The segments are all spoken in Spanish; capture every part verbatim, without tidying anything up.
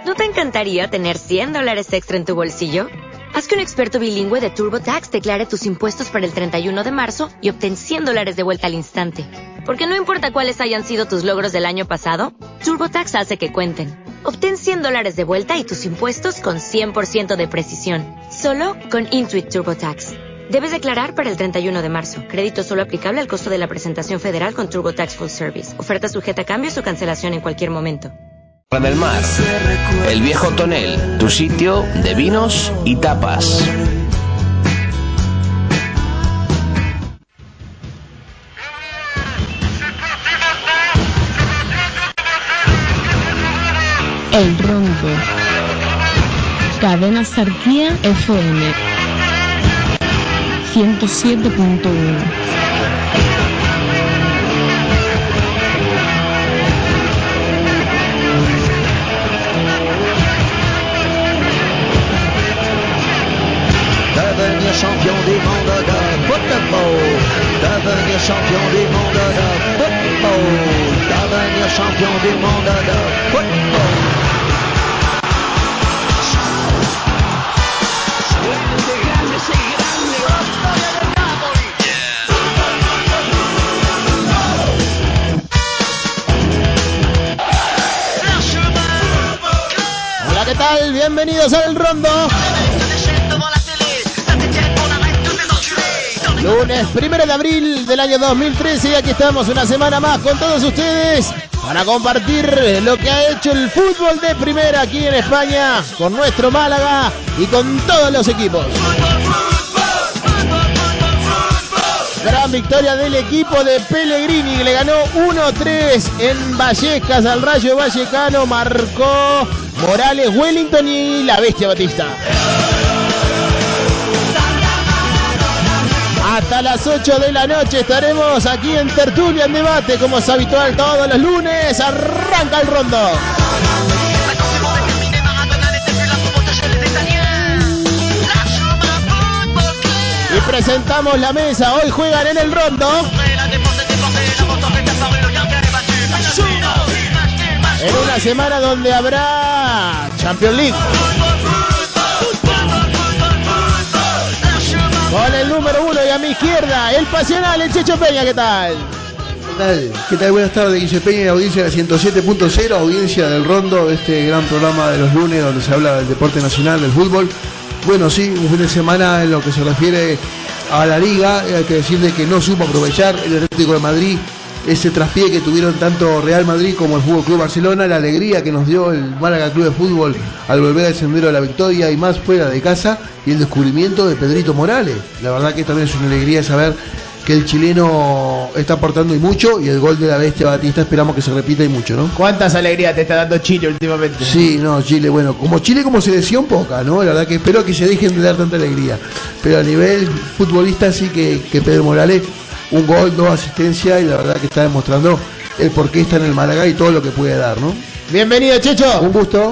¿No te encantaría tener cien dólares extra en tu bolsillo? Haz que un experto bilingüe de TurboTax declare tus impuestos para el treinta y uno de marzo y obtén cien dólares de vuelta al instante. Porque no importa cuáles hayan sido tus logros del año pasado, TurboTax hace que cuenten. Obtén cien dólares de vuelta y tus impuestos con cien por ciento de precisión. Solo con Intuit TurboTax. Debes declarar para el treinta y uno de marzo. Crédito solo aplicable al costo de la presentación federal con TurboTax Full Service. Oferta sujeta a cambios o cancelación en cualquier momento. Del Mar, El Viejo Tonel, tu sitio de vinos y tapas. El Rondo, Cadena Sarquía F M ciento siete punto uno. Devenir champion du monde de football, devenir champion du monde de football, devenir champion du monde de football. Hola, ¿qué tal? Bienvenidos al Rondo. Lunes primero de abril del año dos mil trece y aquí estamos una semana más con todos ustedes para compartir lo que ha hecho el fútbol de primera aquí en España con nuestro Málaga y con todos los equipos. Gran victoria del equipo de Pellegrini que le ganó uno tres en Vallecas al Rayo Vallecano, marcó Morales, Wellington y la Bestia Batista. Hasta las ocho de la noche estaremos aquí en Tertulia en Debate, como es habitual todos los lunes. Arranca el Rondo. Y presentamos la mesa. Hoy juegan en el Rondo en una semana donde habrá Champions League. Con el número uno y a mi izquierda, el pasional, el Checho Peña, ¿qué tal? ¿Qué tal? ¿Qué tal? Buenas tardes, Guille Peña y audiencia de ciento siete punto cero, audiencia del Rondo, este gran programa de los lunes donde se habla del deporte nacional, del fútbol. Bueno, sí, un fin de semana en lo que se refiere a la Liga, hay que decirle que no supo aprovechar el Atlético de Madrid ese traspié que tuvieron tanto Real Madrid como el Fútbol Club Barcelona, la alegría que nos dio el Málaga Club de Fútbol al volver al sendero de la victoria y más fuera de casa, y el descubrimiento de Pedrito Morales. La verdad que también es una alegría saber que el chileno está aportando y mucho, y el gol de la Bestia Batista esperamos que se repita y mucho, ¿no? ¿Cuántas alegrías te está dando Chile últimamente? Sí, no, Chile, bueno, como Chile como selección poca, ¿no? La verdad que espero que se dejen de dar tanta alegría, pero a nivel futbolista sí que, que Pedro Morales, un gol, dos asistencias, y la verdad que está demostrando el por qué está en el Málaga y todo lo que puede dar, ¿no? Bienvenido, Checho. Un gusto.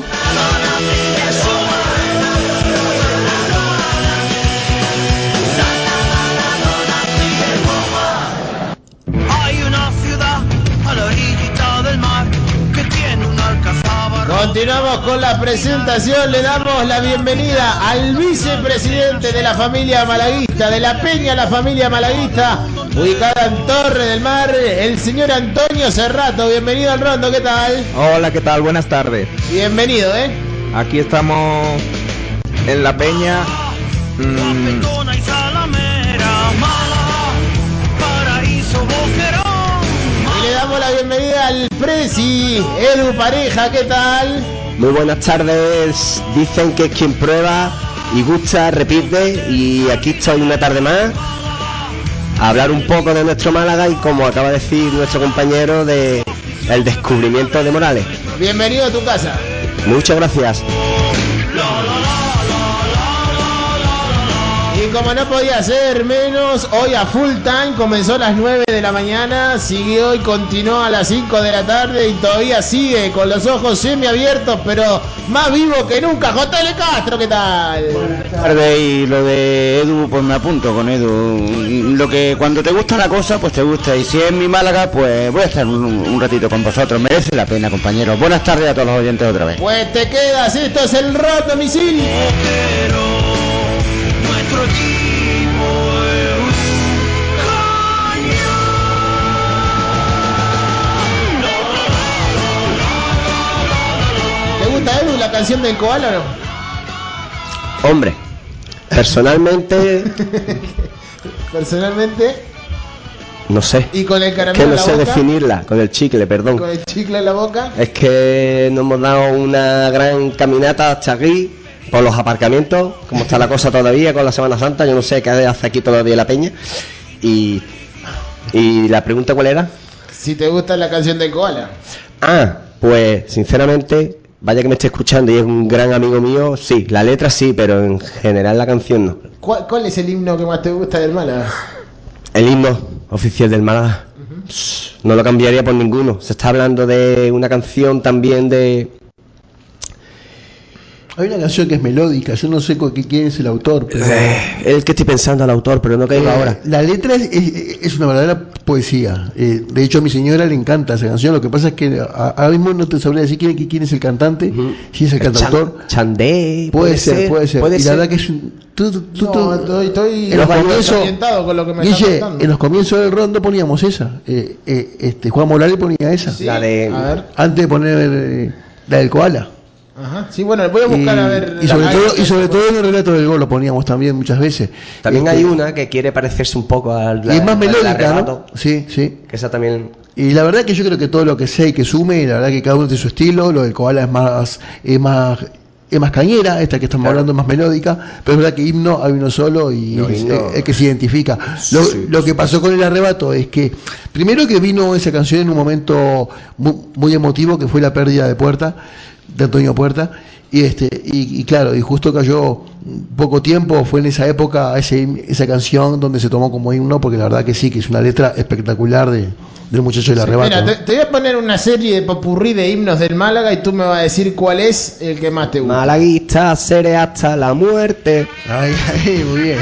Hay una ciudad a la orillita del mar que tiene un alcazaba. Continuamos con la presentación, le damos la bienvenida al vicepresidente de la familia malaguista, de la Peña la familia malaguista, ubicada en Torre del Mar, el señor Antonio Cerrato. Bienvenido al Rondo, ¿qué tal? Hola, ¿qué tal? Buenas tardes. Bienvenido, ¿eh? Aquí estamos en la Peña. Mm. Y le damos la bienvenida al Presi, Edu Pareja, ¿qué tal? Muy buenas tardes. Dicen que es quien prueba y gusta, repite, y aquí estoy una tarde más a hablar un poco de nuestro Málaga y, como acaba de decir nuestro compañero, de el descubrimiento de Morales. Bienvenido a tu casa. Muchas gracias. Y como no podía ser menos, hoy a full time, comenzó a las nueve de la mañana, siguió y continuó a las cinco de la tarde y todavía sigue con los ojos semiabiertos, pero más vivo que nunca. J L Castro, ¿qué tal? Buenas tardes, y lo de Edu, pues me apunto con Edu. Lo que cuando te gusta una cosa, pues te gusta, y si es mi Málaga, pues voy a estar un, un ratito con vosotros, merece la pena, compañeros. Buenas tardes a todos los oyentes otra vez. Pues te quedas, esto es el Rock Domicilio. ¿Te gusta, Edu, la canción del koala o no? Hombre, personalmente Personalmente no sé. Y con el caramelo que no en la sé boca. definirla, con el chicle, perdón. Con el chicle en la boca. Es que nos hemos dado una gran caminata hasta aquí, por los aparcamientos, como está la cosa todavía con la Semana Santa, yo no sé qué hace aquí todavía la peña. Y, y la pregunta, ¿cuál era? Si te gusta la canción del koala. Ah, pues sinceramente, vaya que me esté escuchando y es un gran amigo mío, sí, la letra sí, pero en general la canción no. ¿Cuál, cuál es el himno que más te gusta del Málaga? El himno oficial del Málaga. Uh-huh. No lo cambiaría por ninguno. Se está hablando de una canción también de... Hay una canción que es melódica, yo no sé qué quién es el autor. Pero... Eh, el que estoy pensando al autor, pero no caigo eh, ahora. La letra es, es, es una verdadera poesía. Eh, de hecho, a mi señora le encanta esa canción. Lo que pasa es que ahora mismo no te sabría decir quién, quién es el cantante, uh-huh. si es el cantautor. Chan, Chandé. Puede, puede ser, ser, puede ser. Puede y la ser. Verdad que es un... Tú, tú, no, tú, estoy, estoy en los comienzos, orientado con lo que me Guille, está contando. En los comienzos del rondo poníamos esa. Eh, eh, este Juan Morales ponía esa. Sí, la de... A ver. Antes de poner eh, la del koala. Ajá. Sí, bueno, voy a buscar y, a ver. Y sobre todo, y sobre todo en el relato del gol lo poníamos también muchas veces. También este, hay una que quiere parecerse un poco al. Y es más melódica, ¿no? Sí, sí. Que esa también. Y la verdad que yo creo que todo lo que sé y que sume, la verdad que cada uno tiene su estilo. Lo del koala es más, es más, es más cañera, esta que estamos claro. hablando es más melódica, pero es verdad que himno hay uno solo y no, es, himno... es que se identifica. Lo, sí, lo que pasó con el arrebato es que primero que vino esa canción en un momento muy, muy emotivo, que fue la pérdida de Puerta, de Antonio Puerta. Y este y, y claro, y justo cayó poco tiempo, fue en esa época ese, esa canción donde se tomó como himno, porque la verdad que sí, que es una letra espectacular de, del muchacho del arrebato. Mira, ¿no? te, te voy a poner una serie de popurrí de himnos del Málaga y tú me vas a decir cuál es el que más te gusta. Malaguista seré hasta la muerte. Ay, ay, muy bien.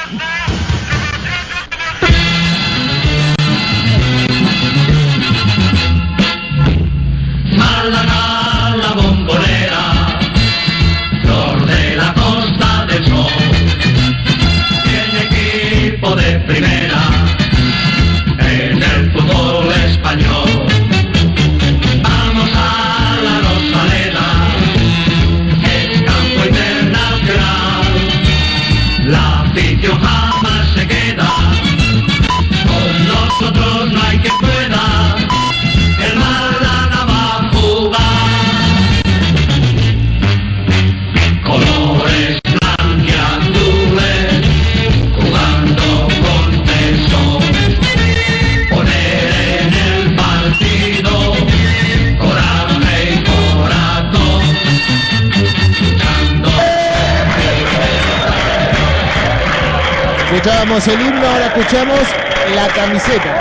Málaga, la bombonera, flor de la Costa del Sol, tiene equipo de primera en el fútbol español. Vamos a la Rosaleda, es campo internacional, la afición jamás se queda, con nosotros no hay que pueda, el Málaga va a jugar. Colores blanquiazules, jugando con tesón, poner en el partido coraje y corazón, luchando. Escuchábamos el himno, ahora escuchamos la camiseta.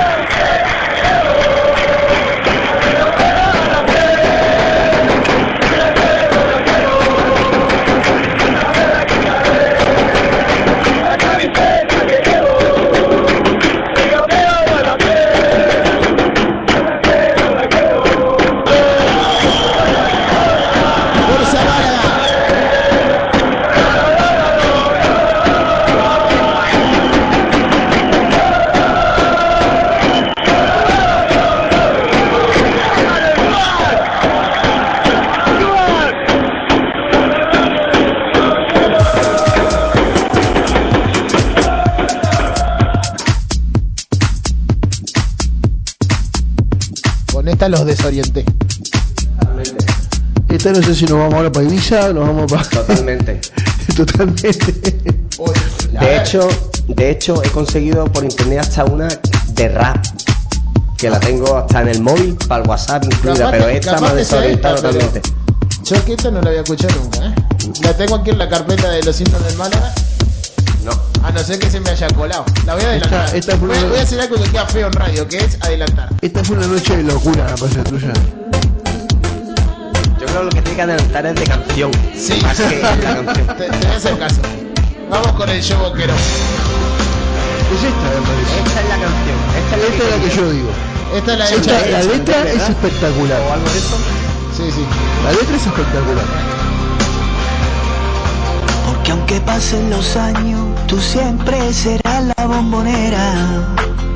Los desorienté. Totalmente. Esta no sé si nos vamos ahora para Ibiza o nos vamos para... Totalmente. Totalmente. De hecho, de hecho he conseguido por internet hasta una de rap, que la tengo hasta en el móvil, para el WhatsApp incluida, pero esta me ha desorientado totalmente. Yo que esta no la había escuchado nunca, ¿eh? La tengo aquí en la carpeta de los himnos del Málaga. No. A no ser que se me haya colado. La voy a adelantar. Esta, esta fue voy, a, una... voy a hacer algo que queda feo en radio, que es adelantar. Esta fue una noche de locura, me parece tuya. Yo creo que lo que tiene que adelantar es de canción. Sí. Más que la canción. Te, te voy a hacer caso. Vamos con el show boquero. Es esta, me parece. Esta es la canción. Esta es la, Esta es la que yo digo. Esta es la Esta- hecha. la letra ¿verdad? es espectacular. ¿O algo de eso? Sí, sí. La letra es espectacular. Porque aunque pasen los años, tú siempre serás la bombonera.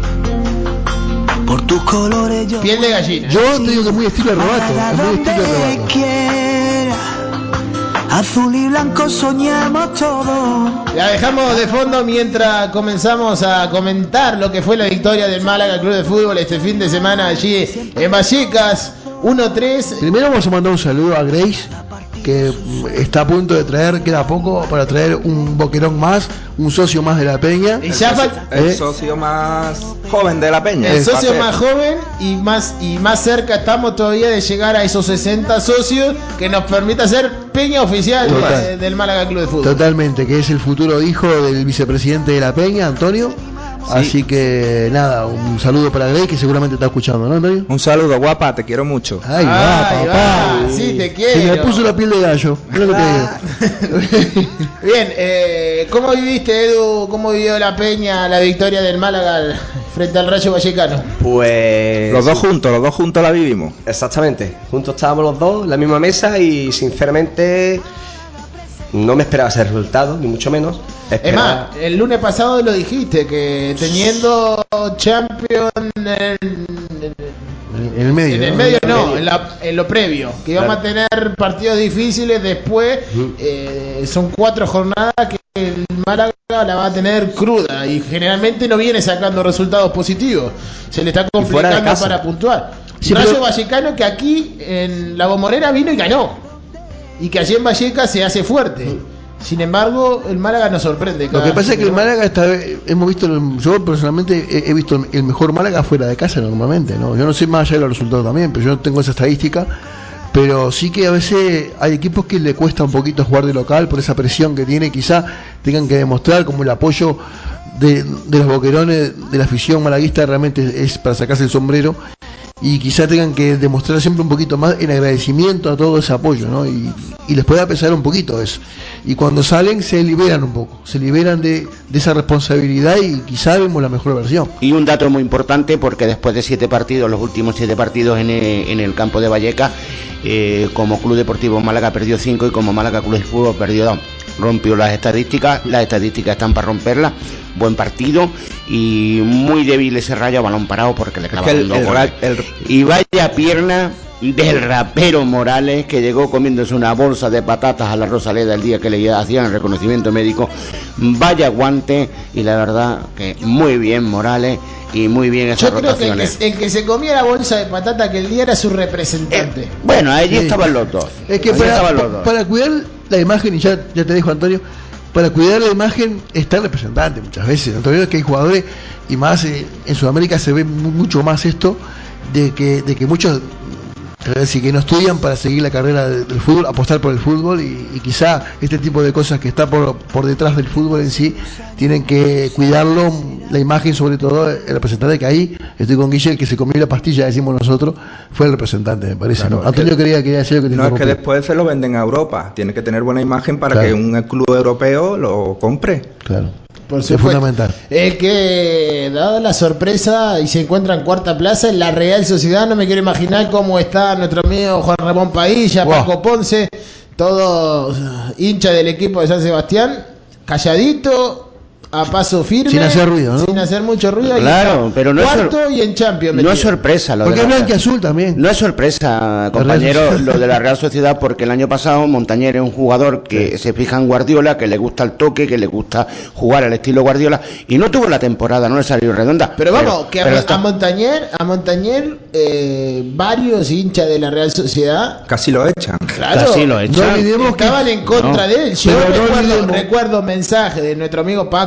Por tus colores yo Piel de gallina. Yo te digo que es muy estilo Robato. para Es muy donde estilo Robato. quiera. Azul y blanco soñamos todos. La dejamos de fondo mientras comenzamos a comentar lo que fue la victoria del Málaga Club de Fútbol este fin de semana allí en Vallecas. uno tres. Primero vamos a mandar un saludo a Grace, que mm, está a punto de traer, queda poco para traer un boquerón más, un socio más de la Peña. Y ya fal- El ¿Eh? socio más joven de la Peña. el socio Va a más ser. joven y más y más cerca estamos todavía de llegar a esos sesenta socios que nos permita ser Peña oficial Total. de- del Málaga Club de Fútbol. Totalmente, que es el futuro hijo del vicepresidente de la Peña, Antonio. Así que nada, un saludo para Grace, que seguramente está escuchando, ¿no, Antonio? Un saludo, guapa, te quiero mucho. Ahí va, Ahí papá. va, sí, te quiero. Se me puso la piel de gallo. Mira lo que te digo. Bien, eh, ¿cómo viviste, Edu? ¿Cómo vivió la Peña la victoria del Málaga frente al Rayo Vallecano? Pues... Los dos juntos, los dos juntos la vivimos. Exactamente. Juntos estábamos los dos en la misma mesa y sinceramente no me esperaba ese resultado, ni mucho menos. Es Esperaba... más, el lunes pasado lo dijiste, que teniendo Champions en, En el medio. en el ¿no? medio no, en, la- en lo previo, que íbamos Claro. a tener partidos difíciles después, eh, son cuatro jornadas que el Málaga la va a tener cruda y generalmente no viene sacando resultados positivos, se le está fuera de complicando casa. para puntuar. Sí, Rayo pero- Vallecano que aquí en la Bombonera vino y ganó, y que allí en Vallecas se hace fuerte. Sin embargo, el Málaga nos sorprende. Lo cada que pasa es que el fin de Málaga esta vez, hemos visto, el- yo personalmente he, he visto el mejor Málaga fuera de casa normalmente, ¿no? Yo no sé más allá de los resultados también, pero yo no tengo esa estadística. Pero sí que a veces hay equipos que le cuesta un poquito jugar de local por esa presión que tiene, quizá tengan que demostrar como el apoyo de, de los boquerones, de la afición malaguista realmente es para sacarse el sombrero. Y quizá tengan que demostrar siempre un poquito más en agradecimiento a todo ese apoyo, ¿no? Y, y les pueda pesar un poquito eso. Y cuando salen se liberan un poco, se liberan de, de esa responsabilidad y quizá vemos la mejor versión. Y un dato muy importante, porque después de siete partidos, los últimos siete partidos en el, en el campo de Vallecas, eh, como Club Deportivo Málaga perdió cinco y como Málaga Club de Fútbol perdió dos. Rompió las estadísticas, las estadísticas están para romperlas. Buen partido y muy débil ese Rayo a balón parado porque le clavaron que el- dos el goles. Ra- el- Y vaya pierna del rapero Morales, que llegó comiéndose una bolsa de patatas a la Rosaleda el día que le hacían el reconocimiento médico. Vaya guante, y la verdad que muy bien Morales y muy bien esas Yo creo que el, rotaciones. que el que se comía la bolsa de patata que el día era su representante. Eh, bueno, allí Sí. estaban los dos. Es que Allí para, estaban los dos. para cuidar la imagen, y ya, ya te dejo, Antonio, para cuidar la imagen está el representante muchas veces. Antonio, es que hay jugadores, y más eh, en Sudamérica se ve mu- mucho más esto, de que, de que muchos es decir, que no estudian para seguir la carrera de- del fútbol, apostar por el fútbol, y, y quizá este tipo de cosas que está por, por detrás del fútbol en sí, tienen que cuidarlo, la imagen, sobre todo el representante, que ahí estoy con Guille, el que se comió la pastilla, decimos nosotros, fue el representante, me parece. Claro, ¿no? es Antonio que- quería, quería decir que te No, es que interrumpí. después se lo venden a Europa. Tiene que tener buena imagen para Claro. que un club europeo lo compre. Claro. Por Es supuesto. fundamental. El que, dada la sorpresa y se encuentra en cuarta plaza en la Real Sociedad, no me quiero imaginar cómo está nuestro amigo Juan Ramón Padilla, Wow. Paco Ponce, todos hincha del equipo de San Sebastián, calladito, a paso firme, Sin hacer ruido, ¿no? sin hacer mucho ruido. Claro, y pero no es cuarto sor- y en Champions. No metido. es sorpresa lo Porque de es la- blanco y azul también. No es sorpresa, compañero, lo de la Real Sociedad, porque el año pasado Montañer es un jugador que se fija en Guardiola, que le gusta el toque, que le gusta jugar al estilo Guardiola, y no tuvo la temporada, no le salió redonda. Pero vamos, que a, pero a está- Montañer, a Montañer, eh, varios hinchas de la Real Sociedad, Casi lo echan. claro, Casi lo echan. No olvidemos que estaban en contra No, de él. Yo pero no recuerdo, olvidemos- recuerdo mensajes de nuestro amigo Paco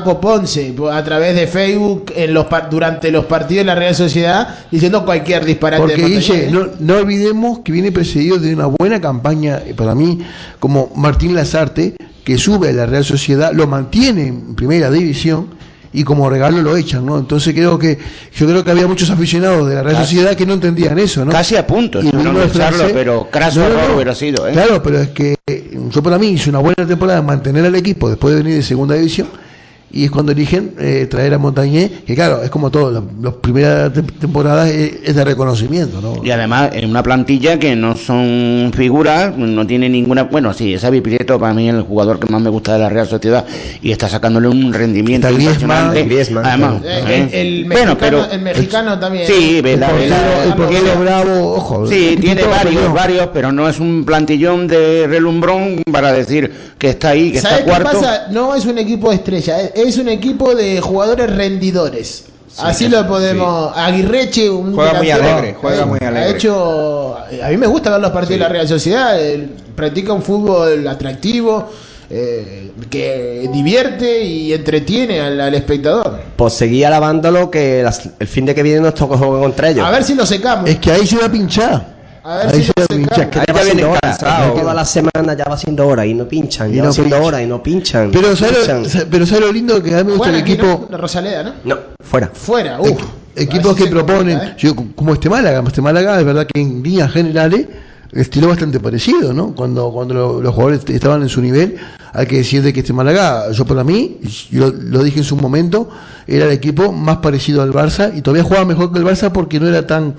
Paco Ponce a través de Facebook en los durante los partidos de la Real Sociedad diciendo cualquier disparate. Porque de Guille, no, no olvidemos que viene precedido de una buena campaña, para mí, como Martín Lazarte, que sube a la Real Sociedad, lo mantiene en primera división y como regalo lo echan, ¿no? Entonces creo que yo creo que había muchos aficionados de la Real casi, Sociedad que no entendían eso, ¿no? Casi a punto, y no de echarlo, pero craso no, error no, hubiera sido, ¿eh? Claro, pero es que yo para mí hice una buena temporada mantener al equipo después de venir de segunda división. Y es cuando eligen eh, traer a Montañé, que claro, es como todo, las la primeras te temporadas es, es de reconocimiento, ¿no? Y además en una plantilla que no son figuras, no tiene ninguna... Bueno, sí, Xavi Prieto para mí es el jugador que más me gusta de la Real Sociedad y está sacándole un rendimiento está impresionante. Griezmann, además, eh, ¿eh? el, el, bueno, mexicano, pero el mexicano también. Sí, Vela, el portero, Vela, el portero Vela, Bravo, ojo. Sí, tiene varios, pero... varios, pero no es un plantillón de relumbrón para decir que está ahí, que está ¿Sabes qué cuarto. pasa? No es un equipo de estrella, es, es un equipo de jugadores rendidores. Sí, así lo podemos. Sí. Aguirreche, un juega muy alegre, juega muy alegre. Ha hecho. A mí me gusta ver los partidos sí. de la Real Sociedad. Él practica un fútbol atractivo, eh, que divierte y entretiene al, al espectador. Pues seguí alabándolo que las, el fin de que viene nos toca jugar contra ellos. A ver si lo secamos. Es que ahí se va a pinchar. A ver ahí si se pincha, que ya va siendo hora. Toda la semana ya va siendo hora y no pinchan, y ya no va siendo pincha. hora y no pinchan. Pero ¿sabes lo, pero ¿sabes lo lindo que a mí me gusta bueno, el equipo? No, Rosaleda, ¿no? No, fuera. Fuera, uff. E equipos que proponen, complica, ¿eh? yo, como este Málaga, este Málaga es verdad que en líneas generales estilo bastante parecido, ¿no? Cuando cuando lo, los jugadores estaban en su nivel, hay que decir de que este Málaga, yo para mí, yo lo dije en su momento, era el equipo más parecido al Barça y todavía jugaba mejor que el Barça porque no era tan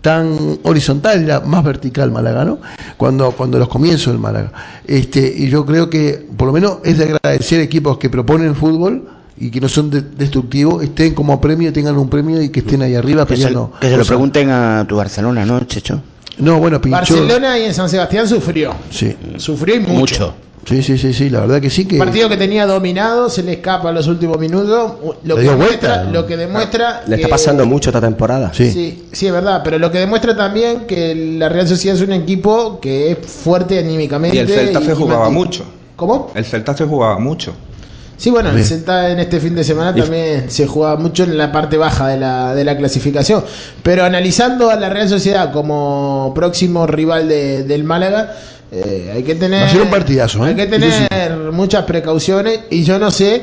tan horizontal, era más vertical Málaga, ¿no? Cuando cuando los comienzos del Málaga. Este, y yo creo que por lo menos es de agradecer equipos que proponen fútbol y que no son de, destructivos, estén como premio, tengan un premio y que estén ahí arriba que peleando. Se, que se lo pregunten a tu Barcelona, ¿no, Checho? No, bueno, pinchó. Barcelona y en San Sebastián sufrió. Sí. Sufrió y mucho. mucho. Sí, sí, sí, sí, la verdad que sí que... Partido que tenía dominado, se le escapa en los últimos minutos, lo que demuestra, vuelta, ¿no? lo que demuestra le que... está pasando mucho esta temporada. Sí. sí, sí, es verdad, pero lo que demuestra también que la Real Sociedad es un equipo que es fuerte anímicamente. Y el Celta se jugaba mucho. ¿Cómo? El Celta se jugaba mucho. Sí, bueno, el Celta en este fin de semana también se juega mucho en la parte baja de la, de la clasificación. Pero analizando a la Real Sociedad como próximo rival de, del Málaga, eh, hay que tener, va a ser un partidazo, ¿eh? hay que tener sí. muchas precauciones. Y yo no sé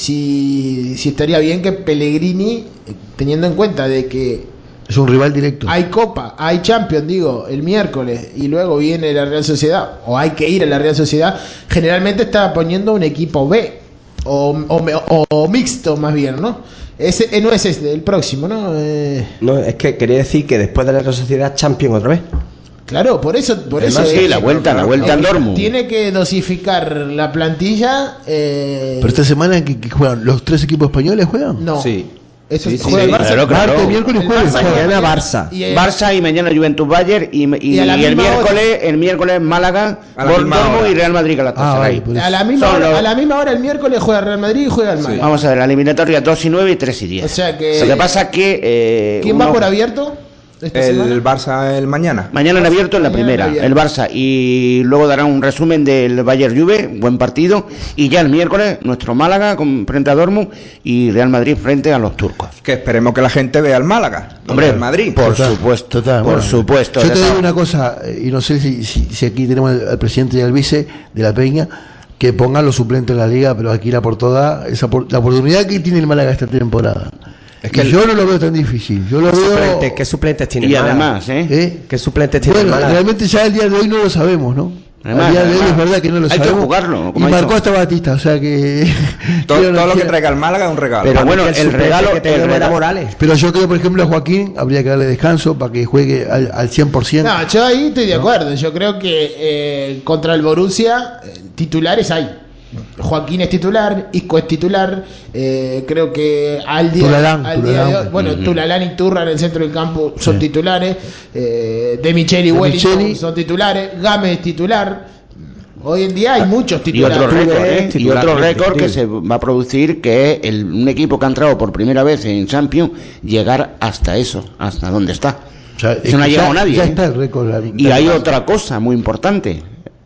si, si estaría bien que Pellegrini, teniendo en cuenta de que es un rival directo, hay Copa, hay Champions, digo, el miércoles, y luego viene la Real Sociedad, o hay que ir a la Real Sociedad, generalmente está poniendo un equipo B. O, o, o mixto más bien, ¿no? Ese eh, no es este, el próximo, ¿no? Eh... No, es que quería decir que después de la Real Sociedad Champions otra vez. Claro, por eso, por Además, eso. Sí, la vuelta, la vuelta al Dortmund. Tiene que dosificar la plantilla. Eh... Pero esta semana que, que juegan los tres equipos españoles juegan. No. Sí. Eso sí, sí, sí, juega sí, el Barça, claro, claro. Martes, miércoles, jueves. Mañana Barça. Y el... Barça y mañana Juventus Bayern y, y, y, y el miércoles hora. el miércoles Málaga, Dortmund y Real Madrid Galatasaray. Ah, a, la misma hora, los... a la misma hora el miércoles juega Real Madrid y juega el Málaga. Sí. Vamos a ver, la eliminatoria dos y nueve y tres y diez. O sea que... Lo que pasa que... Eh, ¿Quién uno... va por abierto? El semana? Barça el mañana. Mañana en abierto en la primera, el Barça, y luego dará un resumen del Bayern Juve, buen partido, y ya el miércoles nuestro Málaga con, frente a Dortmund y Real Madrid frente a los turcos. Que esperemos que la gente vea al Málaga, hombre, el Madrid. Por total, supuesto, total, por bueno, supuesto. Yo te digo una cosa, y no sé si, si, si aquí tenemos al presidente y al vice de la Peña, que pongan los suplentes en la liga, pero aquí la por toda, esa por, la oportunidad que tiene el Málaga esta temporada. Es que el, yo no lo veo tan difícil. Yo lo ¿qué veo. Suplentes, ¿Qué suplentes tiene y el Málaga? además, ¿eh? ¿Eh? ¿Qué suplentes tiene bueno, el Málaga? Realmente ya el día de hoy no lo sabemos, ¿no? Además, el día de hoy además, es verdad que no lo hay sabemos. que jugarlo. Y marcó hasta Batista, o sea que. todo, todo lo que traiga el Málaga es un regalo. Pero bueno, el, el regalo que tenga regalo, Morales. Pero yo creo, por ejemplo, a Joaquín habría que darle descanso para que juegue al, al cien por ciento. No, yo ahí estoy de acuerdo. Yo creo que eh, contra el Borussia, eh, titulares hay. Joaquín es titular, Isco es titular, eh, creo que al día, Tulalán, al Tulalán. día de hoy, bueno, uh-huh. Tulalán y Turra en el centro del campo son sí. titulares, eh, De Micheli y De Wellington Micheli. son titulares, Game es titular. Hoy en día hay muchos titulares. Y otro récord, ¿eh? Y titular, otro récord que sí. se va a producir, que es el, un equipo que ha entrado por primera vez en Champions, llegar hasta eso, hasta donde está. O sea, eso no ha llegado ya, nadie. Ya ¿eh? está el récord. Y hay otra cosa muy importante.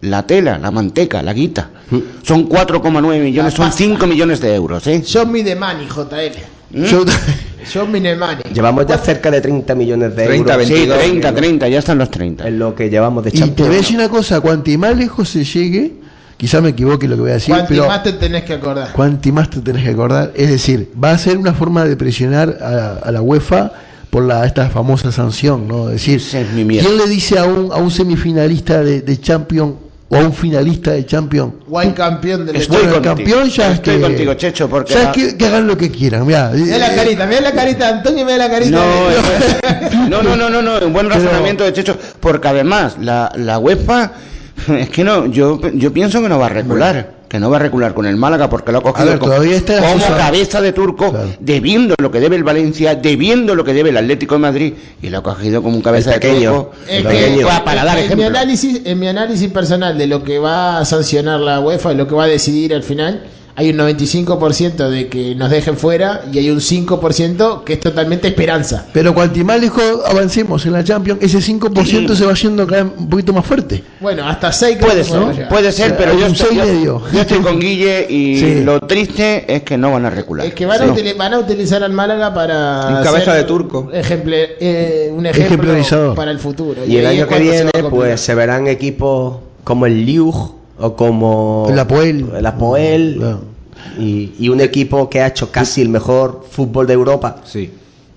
la tela, la manteca, la guita. Son cuatro coma nueve millones, son cinco millones de euros, ¿eh? Show me the money, J L. ¿Mm? Show, show me the money. Llevamos ya cerca de treinta millones de treinta, euros. veintidós, Sí, treinta, treinta, ya están los treinta. Es lo que llevamos de Y te voy a Champions. decir una cosa, cuanto más lejos se llegue, quizás me equivoque lo que voy a decir, Cuanto pero más te tenés que acordar. cuanto más te tenés que acordar, es decir, va a ser una forma de presionar a, a la UEFA por la esta famosa sanción, ¿no? Es decir, Esa es mi mierda. ¿quién le dice a un, a un semifinalista de, de Champions o a un finalista de Champions? O al campeón del Estoy Bueno, el contigo. campeón ya es Estoy que, contigo, Checho, porque ya la- es que, que hagan lo que quieran, mirá. Mira la carita, mira la carita, Antonio, mira la carita. No, es- no, no, no, no, no, un buen razonamiento de Checho, porque además la, la UEFA, es que no, yo, yo pienso que no va a recular, que no va a recular con el Málaga porque lo ha cogido A ver, como, todavía está como asociado. cabeza de turco, Claro. debiendo lo que debe el Valencia, debiendo lo que debe el Atlético de Madrid, y lo ha cogido como un cabeza El de pequeño. turco. Es Lo que, pequeño. Va, para dar en, mi ejemplo. análisis, en mi análisis personal de lo que va a sancionar la UEFA y lo que va a decidir al final, hay un noventa y cinco por ciento de que nos dejen fuera y hay un cinco por ciento que es totalmente esperanza. Pero cuanto más lejos avancemos en la Champions, ese cinco por ciento se va yendo cada vez un poquito más fuerte. Bueno, hasta seis Puede ser, puede ser, O sea, pero hay yo un estoy, seis yo- medio. yo estoy con Guille y Sí. lo triste es que no van a recular. Es que van, No. a, utili- van a utilizar al Málaga para Un cabeza hacer de turco. ejemple- eh, un ejemplo Ejemplarizador. para el futuro. Y el ahí año es que cuando se viene, va a complicar. pues se verán equipos como el Liug o como El Apoel. el Apoel, Claro. y, y un equipo que ha hecho casi el mejor fútbol de Europa. Sí.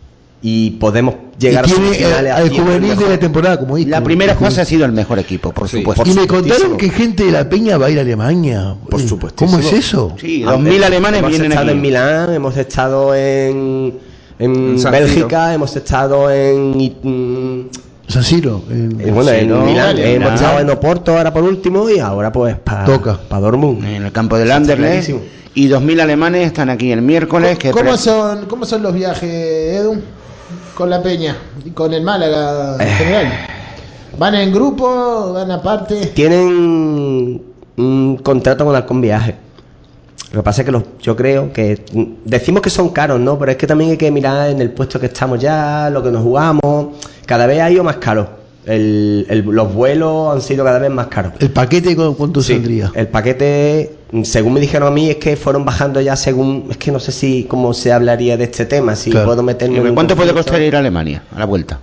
Y podemos Y llegar a tiene el, semifinales al haciendo el juvenil de mejor. la temporada, como dijo. La primera El fase ha juvenil. sido el mejor equipo, por Sí. supuesto. Y me supuestísimo. contaron que gente de la Peña va a ir a Alemania. Por Oye, supuestísimo. ¿Cómo es eso? Sí, Ah, dos mil alemanes hemos vienen estado aquí. en Milán, hemos estado en, en En San Bélgica, Siro. hemos estado en, y, mm, San Siro. en- en- bueno, en Siro, Milán, Milán. hemos estado en Oporto ahora por último y ahora pues para Toca. para Dortmund. En el campo del Está Anderlecht. clarísimo. Y dos mil alemanes están aquí el miércoles. Que ¿Cómo pre- son, ¿Cómo son los viajes, Edu? Con la Peña y con el Málaga Eh. en general. ¿Van en grupo? ¿Van aparte? Tienen un contrato con Halcón Viaje. Lo que pasa es que los, yo creo que mm, decimos que son caros, ¿no? Pero es que también hay que mirar en el puesto que estamos ya, lo que nos jugamos. Cada vez ha ido más caro. El, el- los vuelos han sido cada vez más caros. ¿El paquete cu- cuánto Sí, saldría? el paquete, según me dijeron a mí, es que fueron bajando ya según... Es que no sé si cómo se hablaría de este tema, si Claro. puedo meterme en un ¿Cuánto puede conflicto. costar ir a Alemania a la vuelta?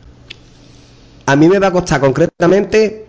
A mí me va a costar concretamente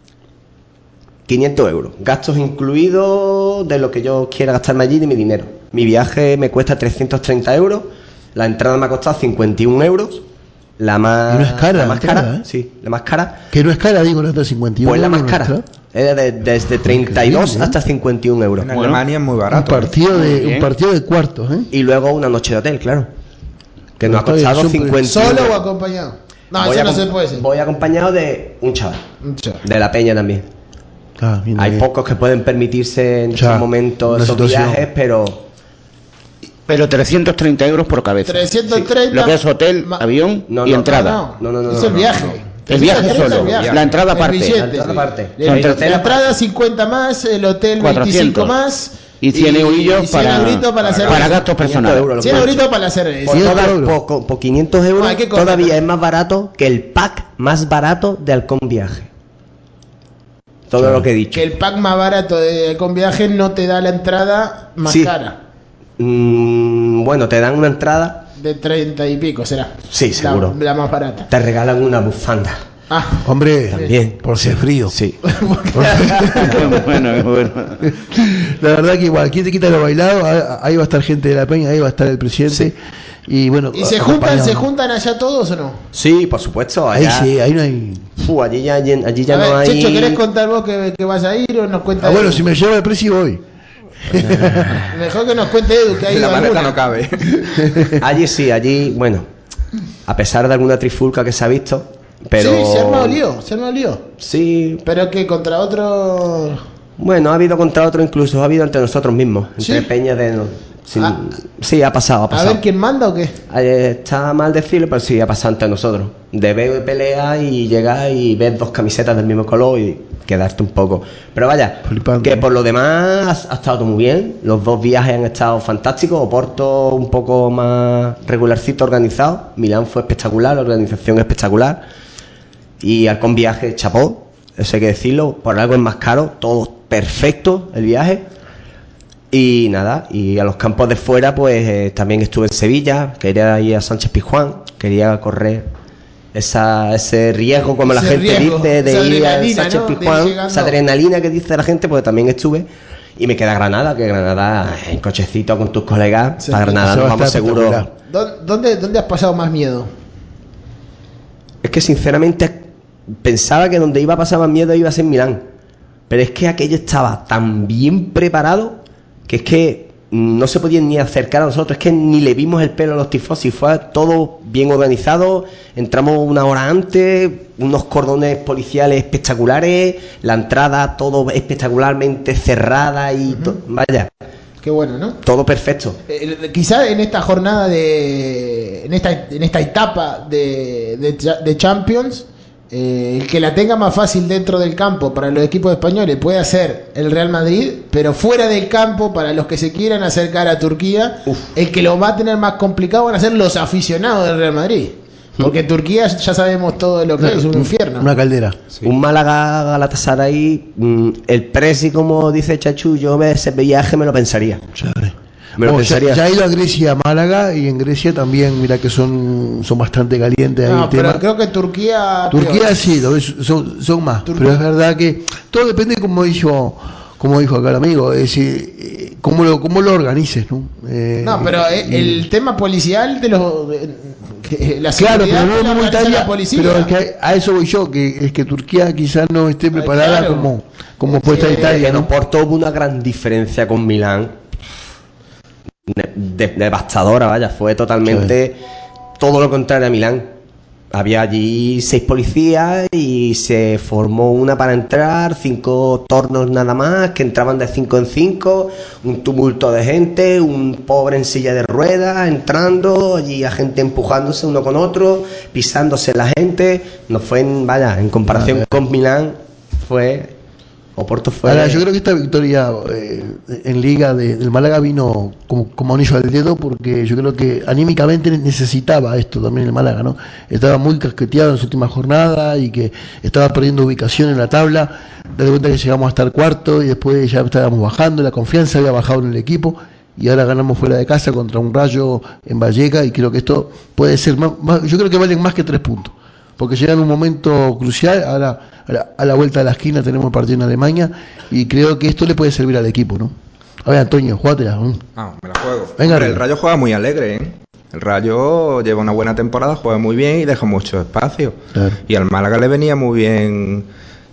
quinientos euros, gastos incluidos de lo que yo quiera gastarme allí de mi dinero. Mi viaje me cuesta trescientos treinta euros, la entrada me ha costado cincuenta y un euros, la más, Y no es cara la la más entrada, cara, ¿eh? sí, la más cara, Que no es cara, digo, no está cincuenta y uno. pues la más euros, cara, ¿no? es de- desde treinta y dos Increíble, ¿eh? hasta cincuenta y un euros. En Alemania es muy Un barato. partido, Muy de, bien. un partido de cuartos, ¿eh? Y luego una noche de hotel, claro, que nos ha Está bien, costado súper. cincuenta y uno ¿Solo o euros. acompañado? No, Voy eso no acom- se puede ser. Voy acompañado de un chaval, Mucho. de la Peña también. Ah, bien, Hay bien. pocos que pueden permitirse en Ya, estos momentos una esos situación. viajes, pero Pero trescientos treinta euros por cabeza. trescientos treinta. Lo que es hotel, Ma- avión No, y no, entrada. no, no, no, Es no, el no, viaje. no. El viaje trescientos treinta solo, el viaje. la entrada El aparte. billete, La entrada sí. aparte. El- Son la trescientos. entrada cincuenta más, el hotel veinticinco cuatrocientos. más. Y cien eurillos y cien para, euritos para, la cerveza. para gastos personales. euros, lo cien puedes- euritos para la cerveza. Por, quinientos todas- euros. por- por- por quinientos euros No, hay que comer. todavía es más barato que el pack más barato de Halcón Viaje. Todo lo que he dicho. Que el pack más barato de con viaje no te da la entrada más Sí. cara. Mm, bueno, te dan una entrada, De treinta y pico será. Sí, seguro. La, la más barata. te regalan una bufanda. Ah, Hombre, También. por ser frío. Sí. bueno, bueno. La verdad que igual, ¿quién te quita lo bailado? Ah, ahí va a estar gente de la Peña, ahí va a estar el presidente. Y bueno, ¿y se a- juntan, acompañado. se juntan allá todos o no? Sí, por supuesto. Ahí Allá, sí, ahí no hay. Fu, allí ya, allí ya A no ver, hay. Checho, ¿querés contar vos que, que vas a ir o nos cuenta Ah, bueno, Edu? si me lleva el precio voy. Mejor que nos cuente Edu, que ha ido La maleta alguna. no cabe. Allí sí, allí, bueno, a pesar de alguna trifulca que se ha visto, pero... Sí, se ha armado lío, se ha armado lío. Sí, Pero que contra otro... bueno, ha habido contra otro incluso, ha habido entre nosotros mismos, entre ¿Sí? peñas de... no- sin- Ah. sí, ha pasado, ha A pasado. ver quién manda o qué. Eh, Está mal decirlo, pero sí, ha pasado entre nosotros. De ver pelea y llegar y ver dos camisetas del mismo color y quedarte un poco. Pero vaya, Flipando. que por lo demás ha, ha estado todo muy bien. Los dos viajes han estado fantásticos. Oporto un poco más regularcito organizado. Milán fue espectacular, la organización espectacular. Y Halcón Viaje, chapó. eso hay que decirlo, por algo es más caro, todo perfecto el viaje. Y nada, y a los campos de fuera pues eh, también estuve en Sevilla, quería ir a Sánchez Pizjuán, quería correr esa, ese riesgo, como ese la gente riesgo, dice, de ir a Sánchez, ¿no?, Pizjuán, esa adrenalina que dice la gente, pues también estuve. Y me queda Granada, que Granada en cochecito con tus colegas, sí, para Granada nos vamos seguro. ¿Dónde, ¿Dónde has pasado más miedo? Es que sinceramente pensaba que donde iba a pasar más miedo iba a ser Milán, pero es que aquello estaba tan bien preparado que es que no se podían ni acercar a nosotros, es que ni le vimos el pelo a los tifosi, fue todo bien organizado, entramos una hora antes, unos cordones policiales espectaculares, la entrada todo espectacularmente cerrada y uh-huh. to- vaya. Qué bueno, ¿no? Todo perfecto. Eh, quizá en esta jornada de en esta en esta etapa de, de, de Champions, Eh, el que la tenga más fácil dentro del campo para los equipos españoles puede ser el Real Madrid, pero fuera del campo, para los que se quieran acercar a Turquía, Uf. el que lo va a tener más complicado van a ser los aficionados del Real Madrid, porque Turquía ya sabemos todo lo que no, es un infierno, una caldera. Sí. Un Málaga Galatasaray, el presi, como dice Chachu, yo ese viaje me lo pensaría. Chévere. Me lo oh, pensaría. Ya, ya he ido a Grecia, a Málaga, y en Grecia también, mira que son son bastante calientes. No, ahí pero tema. creo que Turquía... Turquía peor. Sí, son, son más. Turquía. Pero es verdad que todo depende, como dijo como dijo acá el amigo, es decir, cómo lo, cómo lo organices, ¿no? Eh, no, pero y, el y, tema policial de los... De, la claro, pero no, no Italia, la policía. Pero es que a eso voy yo, que es que Turquía quizás no esté preparada. Ay, claro. como, como puesta sí, Italia, ¿no? Porto hubo una gran diferencia con Milán. De, devastadora, vaya, fue totalmente sí. todo lo contrario a Milán. Había allí seis policías y se formó una para entrar, cinco tornos nada más, que entraban de cinco en cinco, un tumulto de gente, un pobre en silla de ruedas entrando, allí a gente empujándose uno con otro, pisándose la gente. No fue, en, vaya, en comparación vale. con Milán, fue... Oporto fue... Ahora, yo creo que esta victoria eh, en Liga de, del Málaga vino como, como anillo al dedo, porque yo creo que anímicamente necesitaba esto también el Málaga, ¿no? Estaba muy casqueteado en su última jornada y que estaba perdiendo ubicación en la tabla. De cuenta que llegamos a estar cuarto y después ya estábamos bajando, la confianza había bajado en el equipo y ahora ganamos fuera de casa contra un Rayo en Vallecas, y creo que esto puede ser más, más yo creo que valen más que tres puntos, porque llega en un momento crucial. Ahora a la, a la vuelta de la esquina tenemos el partido en Alemania y creo que esto le puede servir al equipo, ¿no? A ver, Antonio, jugátela. Ah, me la juego. Venga, Hombre, el Rayo juega muy alegre, ¿eh? El Rayo lleva una buena temporada, juega muy bien y deja mucho espacio. Claro. Y al Málaga le venía muy bien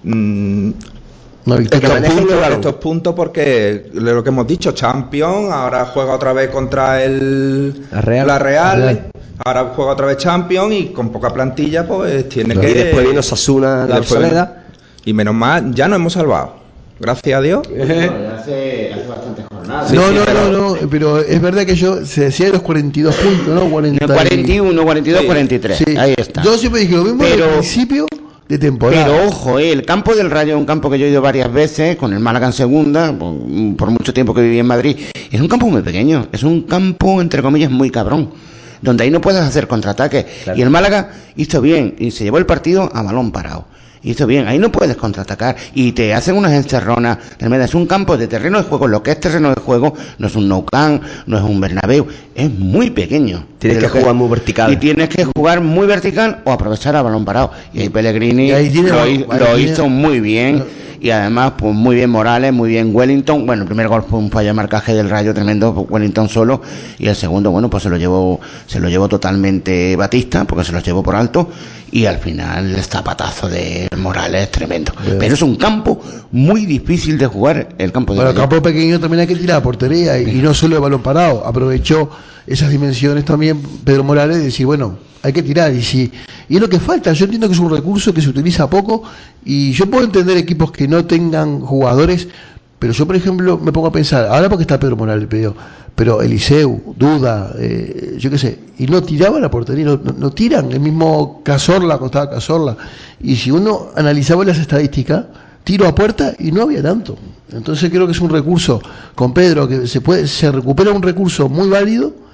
mmm, no, estos, puntos, estos puntos porque lo que hemos dicho, Champions, ahora juega otra vez contra el la Real, la Real, la Real. Ahora juega otra vez Champions y con poca plantilla pues tiene claro. que... Y después vino Osasuna, la Soledad. Y menos mal, ya nos hemos salvado. Gracias a Dios. Eh. Bueno, hace, hace bastante jornadas. Sí, no, sí, no, pero... no, no, pero es verdad que yo se decía de los cuarenta y dos puntos, ¿no? cuarenta y... cuarenta y uno, cuarenta y dos, sí. cuarenta y tres. Sí. Ahí está. Yo siempre dije lo mismo pero... al principio de temporada. Pero ojo, eh, el campo del Rayo es un campo que yo he ido varias veces, con el Málaga en segunda, por, por mucho tiempo que viví en Madrid. Es un campo muy pequeño, es un campo, entre comillas, muy cabrón, donde ahí no puedes hacer contraataques. Claro. Y el Málaga hizo bien y se llevó el partido a balón parado. Hizo bien, ahí no puedes contraatacar y te hacen unas encerronas. Es un campo de terreno de juego. Lo que es terreno de juego no es un Nou Camp, no es un Bernabéu, es muy pequeño. Tienes que jugar muy vertical. Y tienes que jugar muy vertical o aprovechar a balón parado. Y ahí Pellegrini y ahí tiene, lo, ahí lo tiene. hizo muy bien. Y además, pues muy bien Morales, muy bien Wellington. Bueno, el primer gol fue un fallo de marcaje del Rayo tremendo, Wellington solo. Y el segundo, bueno, pues se lo llevó, se lo llevó totalmente Batista, porque se los llevó por alto. Y al final el zapatazo de Morales tremendo. Bien. Pero es un campo muy difícil de jugar, el campo de Bueno, el campo pequeño también hay que tirar a portería y, y no solo de balón parado. Aprovechó esas dimensiones también Pedro Morales de decir, bueno, hay que tirar. Y si y es lo que falta. Yo entiendo que es un recurso que se utiliza poco y yo puedo entender equipos que no tengan jugadores, pero yo, por ejemplo, me pongo a pensar, ahora porque está Pedro Morales, pero, pero Eliseu, Duda, eh, yo qué sé, y no tiraban a portería, no, no, no tiran, el mismo Cazorla, costaba Cazorla, y si uno analizaba las estadísticas, tiro a puerta y no había tanto. Entonces creo que es un recurso con Pedro que se puede, se recupera un recurso muy válido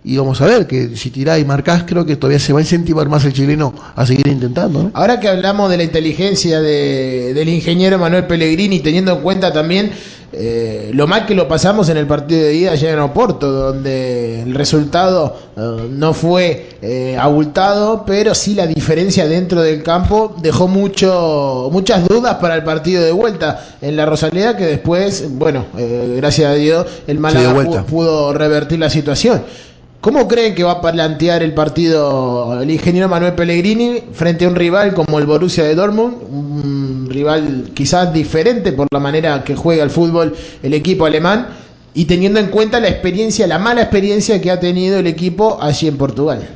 y vamos a ver que si tirás y marcás, creo que todavía se va a incentivar más el chileno a seguir intentando, ¿no? Ahora que hablamos de la inteligencia de, del ingeniero Manuel Pellegrini, teniendo en cuenta también eh, lo mal que lo pasamos en el partido de ida allá en Oporto, donde el resultado eh, no fue eh, abultado, pero sí la diferencia dentro del campo dejó mucho muchas dudas para el partido de vuelta en la Rosaleda, que después, bueno, eh, gracias a Dios, el Málaga pudo, pudo revertir la situación. ¿Cómo creen que va a plantear el partido el ingeniero Manuel Pellegrini frente a un rival como el Borussia de Dortmund? Un rival quizás diferente por la manera que juega el fútbol el equipo alemán, y teniendo en cuenta la experiencia, la mala experiencia que ha tenido el equipo allí en Portugal.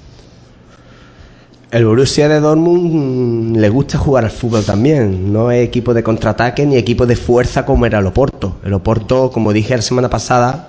El Borussia de Dortmund le gusta jugar al fútbol también. No es equipo de contraataque ni equipo de fuerza como era el Oporto. El Oporto, como dije la semana pasada,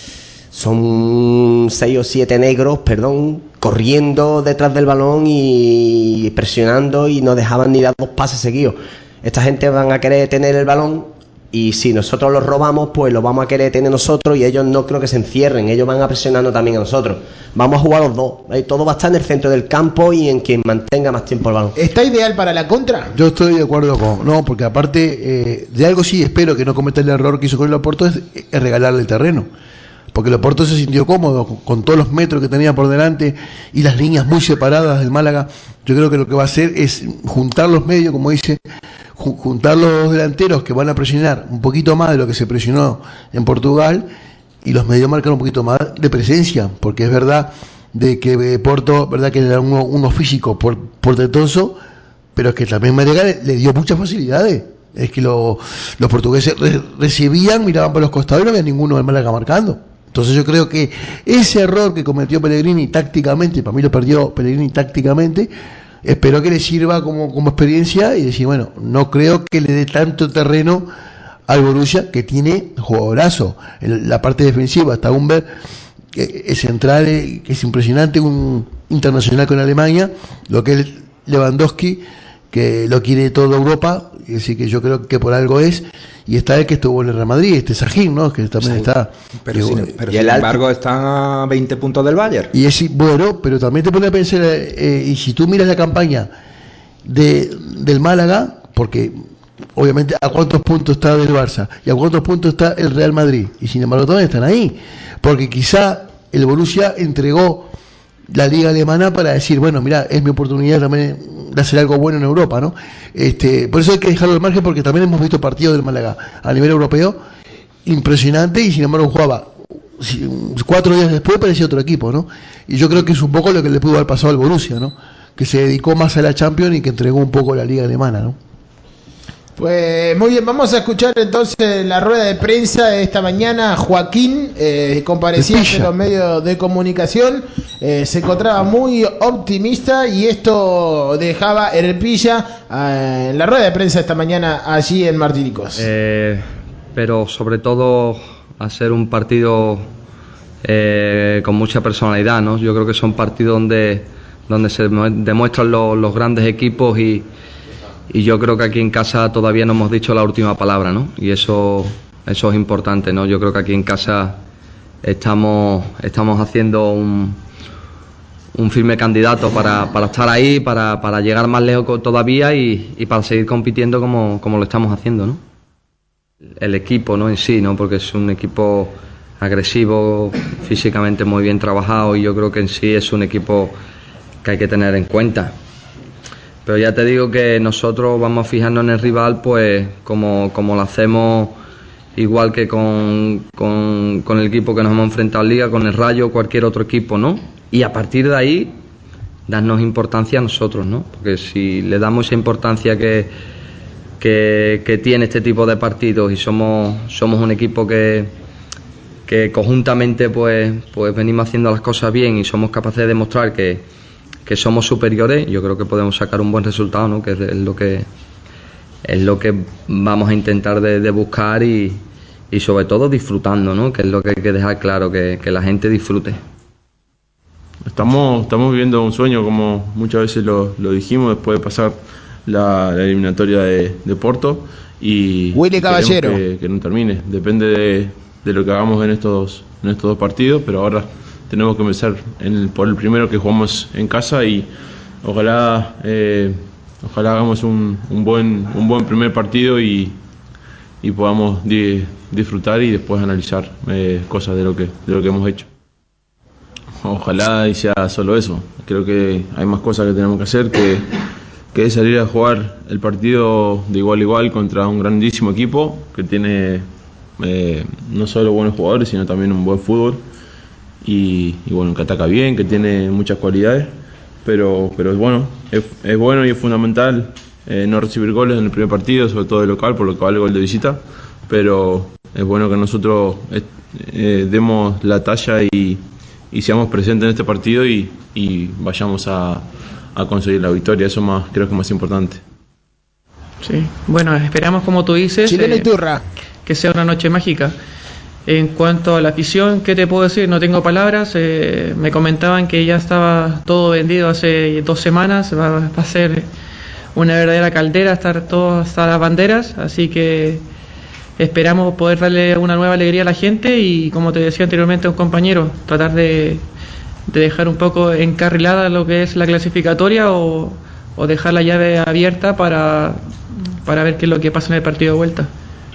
son seis o siete negros, perdón, corriendo detrás del balón y presionando, y no dejaban ni dar dos pases seguidos. Esta gente van a querer tener el balón, y si nosotros los robamos, pues lo vamos a querer tener nosotros, y ellos no creo que se encierren, ellos van a presionarnos también a nosotros. Vamos a jugar los dos, todo va a estar en el centro del campo y en quien mantenga más tiempo el balón. ¿Está ideal para la contra? Yo estoy de acuerdo con... No, porque aparte, eh, de algo sí espero que no cometa el error que hizo con el Oporto, es, es regalarle el terreno. Porque el Oporto se sintió cómodo con, con todos los metros que tenía por delante y las líneas muy separadas del Málaga. Yo creo que lo que va a hacer es juntar los medios, como dice, ju- juntar los delanteros que van a presionar un poquito más de lo que se presionó en Portugal, y los medios marcan un poquito más de presencia, porque es verdad de que eh, Porto, verdad que era uno, uno físico por portentoso, pero es que también Málaga le, le dio muchas facilidades. Es que lo, los portugueses re- recibían, miraban por los costados y no había ninguno del Málaga marcando. Entonces yo creo que ese error que cometió Pellegrini tácticamente, para mí lo perdió Pellegrini tácticamente, espero que le sirva como, como experiencia, y decir, bueno, no creo que le dé tanto terreno al Borussia, que tiene jugadorazo. En la parte defensiva está Humber, que es central, que es impresionante, un internacional con Alemania, lo que es Lewandowski, que lo quiere toda Europa, y así que yo creo que por algo es. Y está el que estuvo en el Real Madrid, este Sajín, ¿no? Que también sí, está. Pero, que, sin, pero sin embargo están a veinte puntos del Bayern. Y es bueno, pero también te pone a pensar, eh, y si tú miras la campaña de del Málaga, porque obviamente a cuántos puntos está del Barça y a cuántos puntos está el Real Madrid, y sin embargo todos están ahí, porque quizá el Borussia entregó la liga alemana para decir, bueno, mira, es mi oportunidad también de hacer algo bueno en Europa, ¿no? Este, por eso hay que dejarlo al margen, porque también hemos visto partidos del Málaga a nivel europeo impresionante, y sin embargo jugaba cuatro días después parecía otro equipo, ¿no? Y yo creo que es un poco lo que le pudo haber pasado al Borussia, ¿no? Que se dedicó más a la Champions y que entregó un poco la liga alemana, ¿no? Pues muy bien, vamos a escuchar entonces la rueda de prensa de esta mañana. Joaquín, eh, compareciente en los medios de comunicación, eh, se encontraba muy optimista, y esto dejaba Erpilla eh, en la rueda de prensa esta mañana allí en Martinicos. Eh, pero sobre todo hacer un partido eh, con mucha personalidad, ¿no? Yo creo que son partidos donde, donde se demuestran los, los grandes equipos, y Y yo creo que aquí en casa todavía no hemos dicho la última palabra, ¿no? Y eso, eso es importante, ¿no? Yo creo que aquí en casa estamos, estamos haciendo un, un firme candidato para, para estar ahí, para, para llegar más lejos todavía, y, y para seguir compitiendo como, como lo estamos haciendo, ¿no? El equipo, ¿no? En sí, ¿no? Porque es un equipo agresivo, físicamente muy bien trabajado, y yo creo que en sí es un equipo que hay que tener en cuenta. Pero ya te digo que nosotros vamos a fijarnos en el rival, pues como, como lo hacemos igual que con, con, con el equipo que nos hemos enfrentado en Liga, con el Rayo, cualquier otro equipo, ¿no? Y a partir de ahí, darnos importancia a nosotros, ¿no? Porque si le damos esa importancia que, que, que tiene este tipo de partidos, y somos, somos un equipo que, que conjuntamente pues, pues venimos haciendo las cosas bien, y somos capaces de demostrar que que somos superiores, yo creo que podemos sacar un buen resultado, ¿no? Que es lo que es lo que vamos a intentar de, de buscar, y, y sobre todo disfrutando, ¿no? Que es lo que hay que dejar claro, que, que la gente disfrute. Estamos, estamos viviendo un sueño, como muchas veces lo, lo dijimos, después de pasar la, la eliminatoria de, de Porto, y Willy Caballero, que, que no termine, depende de, de lo que hagamos en estos, en estos dos partidos, pero ahora tenemos que empezar en, por el primero que jugamos en casa y ojalá eh, ojalá hagamos un, un buen un buen primer partido y, y podamos di, disfrutar y después analizar eh, cosas de lo que de lo que hemos hecho. Ojalá y sea solo eso. Creo que hay más cosas que tenemos que hacer que, que es salir a jugar el partido de igual a igual contra un grandísimo equipo que tiene eh, no solo buenos jugadores sino también un buen fútbol y, y bueno, que ataca bien, que tiene muchas cualidades, pero pero es bueno, es, es bueno y es fundamental eh, no recibir goles en el primer partido, sobre todo de local, por lo que vale el gol de visita, pero es bueno que nosotros eh, demos la talla y y seamos presentes en este partido y, y vayamos a, a conseguir la victoria. Eso más creo que es más importante. Sí, bueno, esperamos, como tú dices, Chilena y turra. que sea una noche mágica. En cuanto a la afición, ¿qué te puedo decir? No tengo palabras. Eh, me comentaban que ya estaba todo vendido hace dos semanas. Va, va a ser una verdadera caldera, estar todas hasta las banderas, así que esperamos poder darle una nueva alegría a la gente y, como te decía anteriormente a un compañero, tratar de, de dejar un poco encarrilada lo que es la clasificatoria o, o dejar la llave abierta para, para ver qué es lo que pasa en el partido de vuelta.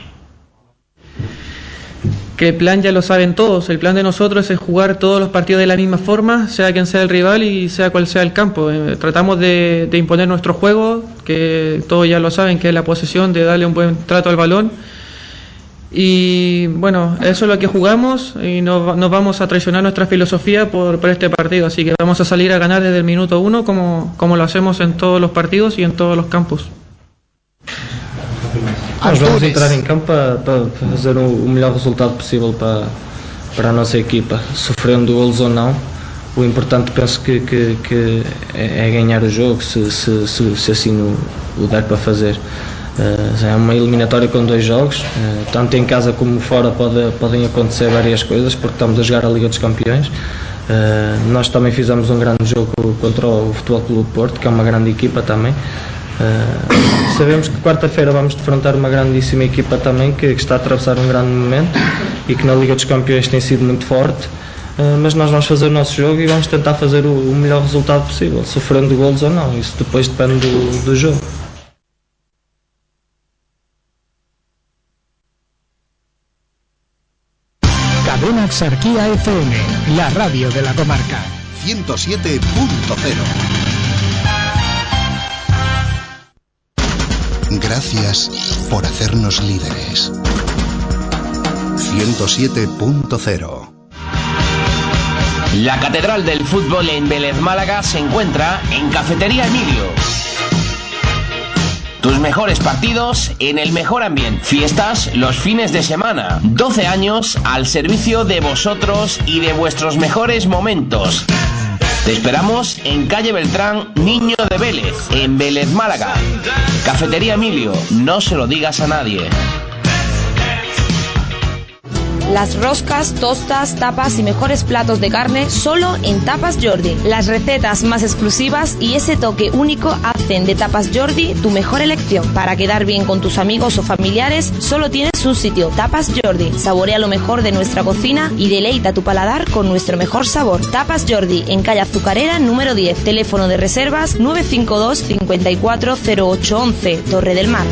Que el plan ya lo saben todos, el plan de nosotros es jugar todos los partidos de la misma forma, sea quien sea el rival y sea cual sea el campo. Eh, tratamos de, de imponer nuestro juego, que todos ya lo saben, que es la posesión, de darle un buen trato al balón. Y bueno, eso es lo que jugamos y no nos vamos a traicionar nuestra filosofía por, por este partido, así que vamos a salir a ganar desde el minuto uno como, como lo hacemos en todos los partidos y en todos los campos. Nós vamos entrar em campo para, para fazer o, o melhor resultado possível para, para a nossa equipa, sofrendo golos ou não. O importante, penso que, que, que é ganhar o jogo, se, se, se, se assim o, o der para fazer. Uh, é uma eliminatória com dois jogos, uh, tanto em casa como fora pode, podem acontecer várias coisas, porque estamos a jogar a Liga dos Campeões. Uh, nós também fizemos um grande jogo contra o Futebol Clube Porto, que é uma grande equipa também. Uh, sabemos que quarta-feira vamos defrontar uma grandíssima equipa também, que, que está a atravessar um grande momento e que na Liga dos Campeões tem sido muito forte. Uh, mas nós vamos fazer o nosso jogo e vamos tentar fazer o, o melhor resultado possível, sofrendo golos ou não, isso depois depende do, do jogo. Cadena Exarquía F M, la radio de la comarca. ciento siete punto cero. Gracias por hacernos líderes. ciento siete punto cero. La catedral del fútbol en Vélez Málaga se encuentra en Cafetería Emilio. Tus mejores partidos en el mejor ambiente. Fiestas los fines de semana. doce años al servicio de vosotros y de vuestros mejores momentos. Te esperamos en calle Beltrán, Niño de Vélez, en Vélez Málaga. Cafetería Emilio, no se lo digas a nadie. Las roscas, tostas, tapas y mejores platos de carne solo en Tapas Jordi. Las recetas más exclusivas y ese toque único hacen de Tapas Jordi tu mejor elección. Para quedar bien con tus amigos o familiares, solo tienes un sitio, Tapas Jordi. Saborea lo mejor de nuestra cocina y deleita tu paladar con nuestro mejor sabor. Tapas Jordi, en calle Azucarera número diez. Teléfono de reservas nueve cinco dos, cinco cuatro cero ocho once, Torre del Mar.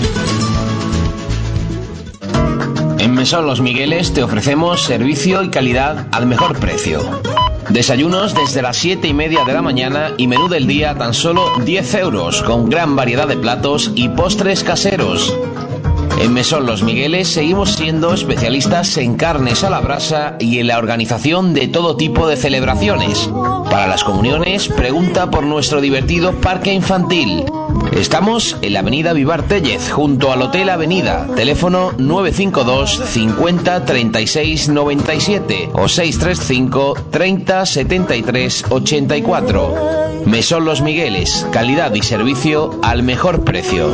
En Mesón Los Migueles te ofrecemos servicio y calidad al mejor precio. Desayunos desde las siete y media de la mañana y menú del día tan solo diez euros, con gran variedad de platos y postres caseros. En Mesón Los Migueles seguimos siendo especialistas en carnes a la brasa y en la organización de todo tipo de celebraciones. Para las comuniones, pregunta por nuestro divertido parque infantil. Estamos en la avenida Vivar Téllez, junto al Hotel Avenida. Teléfono nueve cinco dos, cincuenta, treinta y seis, noventa y siete o seis tres cinco, treinta, setenta y tres, ochenta y cuatro. Mesón Los Migueles, calidad y servicio al mejor precio.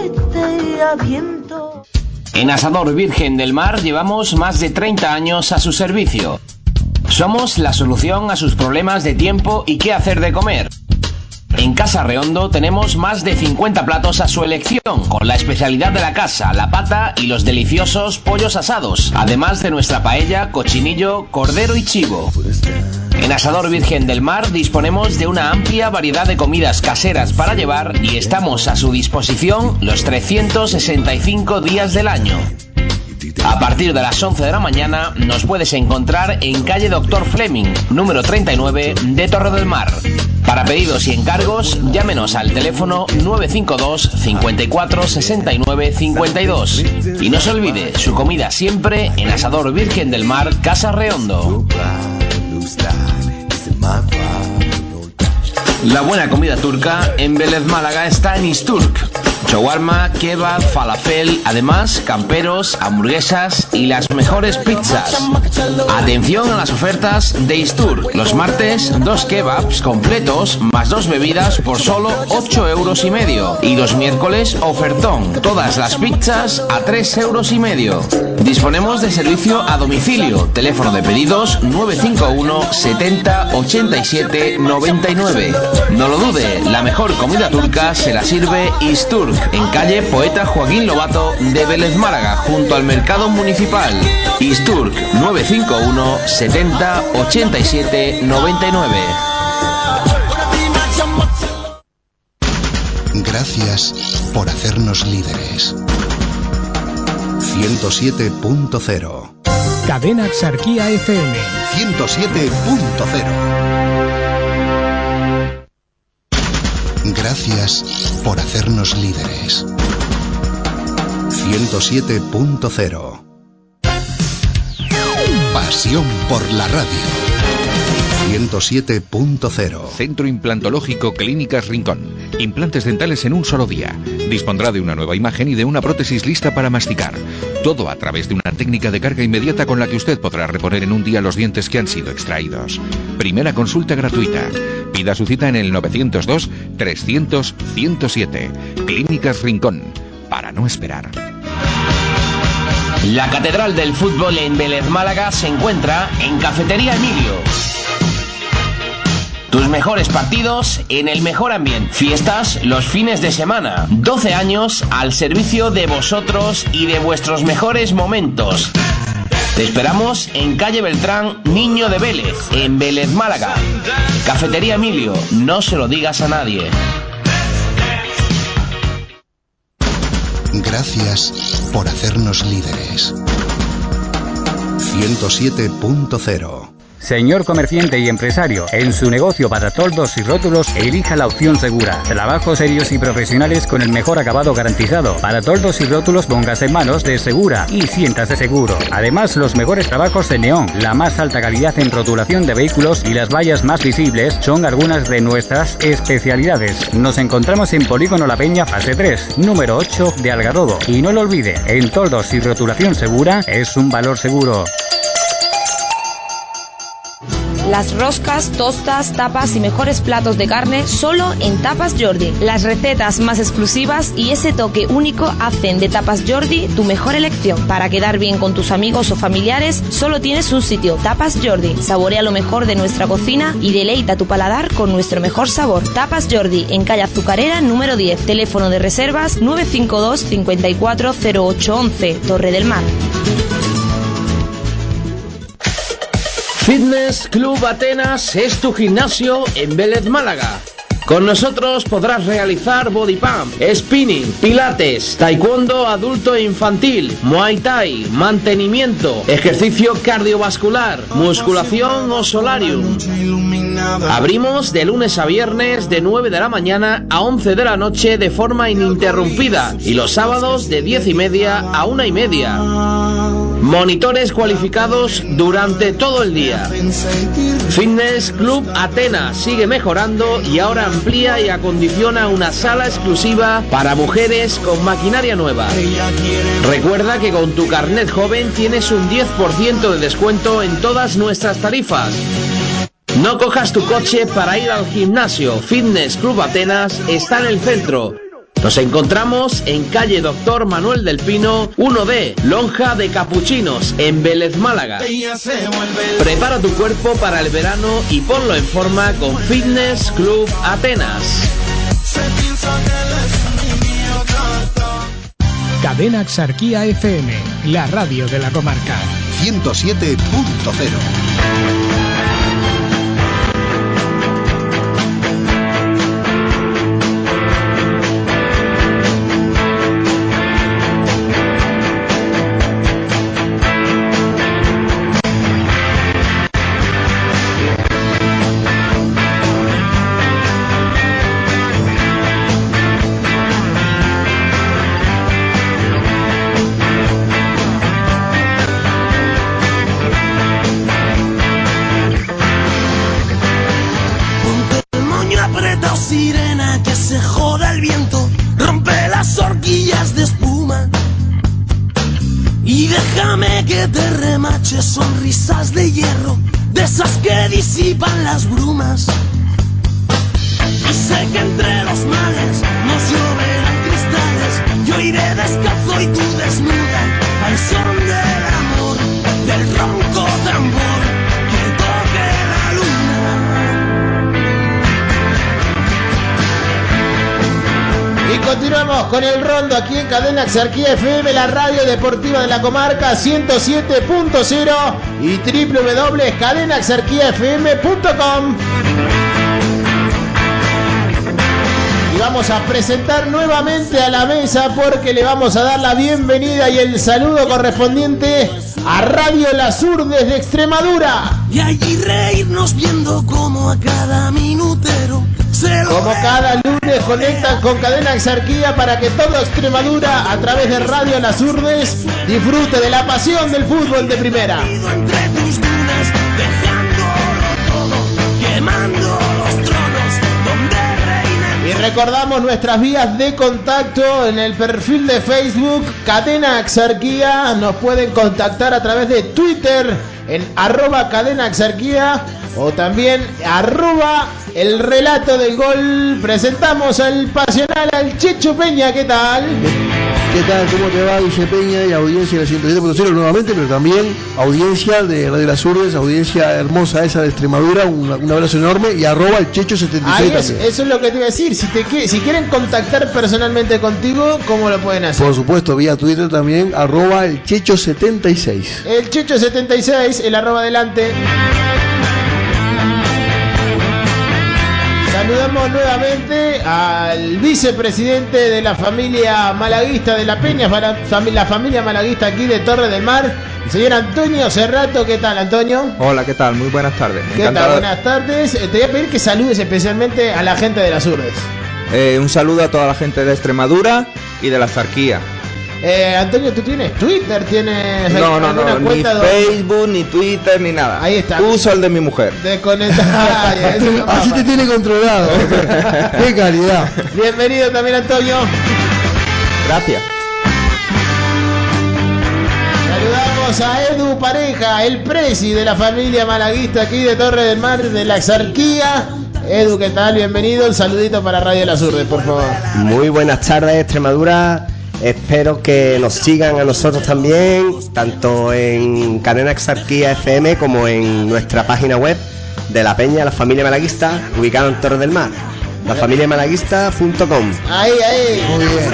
En Asador Virgen del Mar llevamos más de treinta años a su servicio. Somos la solución a sus problemas de tiempo y qué hacer de comer. En Casa Reondo tenemos más de cincuenta platos a su elección, con la especialidad de la casa, la pata y los deliciosos pollos asados, además de nuestra paella, cochinillo, cordero y chivo. En Asador Virgen del Mar disponemos de una amplia variedad de comidas caseras para llevar y estamos a su disposición los trescientos sesenta y cinco días del año. A partir de las once de la mañana nos puedes encontrar en calle Doctor Fleming, número treinta y nueve de Torre del Mar. Para pedidos y encargos, llámenos al teléfono nueve cinco dos, cincuenta y cuatro, sesenta y nueve, cincuenta y dos. Y no se olvide, su comida siempre en Asador Virgen del Mar, Casa Reondo. La buena comida turca en Vélez Málaga está en Isturk. Shawarma, kebab, falafel, además camperos, hamburguesas y las mejores pizzas. Atención a las ofertas de Isturk. Los martes, dos kebabs completos más dos bebidas por solo ocho euros y medio. Y los miércoles, ofertón. Todas las pizzas a tres euros y medio. Disponemos de servicio a domicilio. Teléfono de pedidos nueve cinco uno, setenta, ochenta y siete, noventa y nueve. No lo dude, la mejor comida turca se la sirve Isturk, en calle Poeta Joaquín Lobato de Vélez Málaga, junto al Mercado Municipal. Isturk nueve cinco uno, setenta, ochenta y siete, noventa y nueve. Gracias por hacernos líderes. ciento siete punto cero. Cadena Axarquía F M. ciento siete punto cero. Gracias por hacernos líderes. ciento siete punto cero. Pasión por la radio. ciento siete punto cero. Centro Implantológico Clínicas Rincón. Implantes dentales en un solo día. Dispondrá de una nueva imagen y de una prótesis lista para masticar. Todo a través de una técnica de carga inmediata con la que usted podrá reponer en un día los dientes que han sido extraídos. Primera consulta gratuita. Pida su cita en el novecientos dos, trescientos, ciento siete. Clínicas Rincón. Para no esperar. La Catedral del Fútbol en Vélez Málaga se encuentra en Cafetería Emilio. Tus mejores partidos en el mejor ambiente. Fiestas los fines de semana. doce años al servicio de vosotros y de vuestros mejores momentos. Te esperamos en calle Beltrán, Niño de Vélez, en Vélez Málaga. Cafetería Emilio, no se lo digas a nadie. Gracias por hacernos líderes. ciento siete punto cero. Señor comerciante y empresario, en su negocio para toldos y rótulos, elija la opción segura. Trabajos serios y profesionales con el mejor acabado garantizado. Para toldos y rótulos, póngase en manos de Segura y siéntase seguro. Además, los mejores trabajos de neón, la más alta calidad en rotulación de vehículos y las vallas más visibles son algunas de nuestras especialidades. Nos encontramos en Polígono La Peña, fase tres, número ocho de Algarrobo. Y no lo olvide, en toldos y rotulación segura es un valor seguro. Las roscas, tostas, tapas y mejores platos de carne solo en Tapas Jordi. Las recetas más exclusivas y ese toque único hacen de Tapas Jordi tu mejor elección. Para quedar bien con tus amigos o familiares, solo tienes un sitio, Tapas Jordi. Saborea lo mejor de nuestra cocina y deleita tu paladar con nuestro mejor sabor. Tapas Jordi, en calle Azucarera, número diez. Teléfono de reservas nueve cinco dos, cincuenta y cuatro, cero ocho once, Torre del Mar. Fitness Club Atenas es tu gimnasio en Vélez Málaga. Con nosotros podrás realizar body pump, spinning, pilates, taekwondo adulto e infantil, muay thai, mantenimiento, ejercicio cardiovascular, musculación o solarium. Abrimos de lunes a viernes de nueve de la mañana a once de la noche de forma ininterrumpida y los sábados de diez y media a una y media. Monitores cualificados durante todo el día. Fitness Club Atenas sigue mejorando y ahora amplía y acondiciona una sala exclusiva para mujeres con maquinaria nueva. Recuerda que con tu carnet joven tienes un diez por ciento de descuento en todas nuestras tarifas. No cojas tu coche para ir al gimnasio. Fitness Club Atenas está en el centro. Nos encontramos en calle Doctor Manuel del Pino, uno D, Lonja de Capuchinos, en Vélez, Málaga. Prepara tu cuerpo para el verano y ponlo en forma con Fitness Club Atenas. Cadena Axarquía F M, la radio de la comarca. ciento siete punto cero. Sonrisas de hierro, de esas que disipan las brumas. Y sé que entre los mares nos lloverán cristales. Yo iré descalzo y tú desnuda al son del amor, del ronco tambor que toque la luna. Y continuamos con el rondo aquí en Cadena Axarquía F M, la radio deportiva de la comarca, ciento siete punto cero y doble u doble u doble u punto cadena axarquía f m punto com. Y vamos a presentar nuevamente a la mesa porque le vamos a dar la bienvenida y el saludo correspondiente a Radio Las Urdes de Extremadura. Y allí reírnos viendo como a cada minutero se lo Como cada lunes conectan con Cadena Axarquía para que toda Extremadura, a través de Radio Las Urdes, disfrute de la pasión del fútbol de primera. entre tus dunas, dejándolo todo, quemando los tronos donde reina. Y recordamos nuestras vías de contacto en el perfil de Facebook Cadena Axarquía. Nos pueden contactar a través de Twitter en arroba Cadena Axarquía o también arroba el relato del gol. Presentamos al pasional, al Checho Peña. ¿Qué tal? ¿Qué tal? ¿Cómo te va, Guille Peña? Y audiencia de ciento siete punto cero nuevamente, pero también audiencia de Radio Las Urdes, audiencia hermosa esa de Extremadura. Un, un abrazo enorme. Y arroba el Checho setenta y seis Ahí es, también. eso es lo que te iba a decir. Si, te, si quieren contactar personalmente contigo, ¿cómo lo pueden hacer? Por supuesto, vía Twitter también, arroba el Checho setenta y seis. El Checho setenta y seis, el arroba adelante. Saludamos nuevamente al vicepresidente de la familia malaguista de La Peña, la familia malaguista aquí de Torre del Mar, el señor Antonio Cerrato. ¿Qué tal, Antonio? Hola, ¿qué tal? Muy buenas tardes. ¿Qué Encantado. tal? Buenas tardes. Te voy a pedir que saludes especialmente a la gente de Las Urdes. Eh, un saludo a toda la gente de Extremadura y de la Axarquía. Eh, Antonio, ¿tú tienes Twitter? ¿Tienes No, no, alguna no, ni cuenta donde- Facebook, ni Twitter, ni nada. Ahí está. Uso el de mi mujer. Desconectar. Así te tiene controlado. Qué calidad. Bienvenido también, Antonio. Gracias. Saludamos a Edu Pareja, el presi de la familia malaguista aquí de Torre del Mar, de la Axarquía. Edu, ¿qué tal? Bienvenido. Un saludito para Radio Las Urdes, por favor. Muy buenas tardes, Extremadura. Espero que nos sigan a nosotros también, tanto en Cadena Axarquía F M como en nuestra página web de La Peña, la familia malaguista, ubicada en Torre del Mar, la familia malaguista punto com. Ahí, ahí. Muy bien.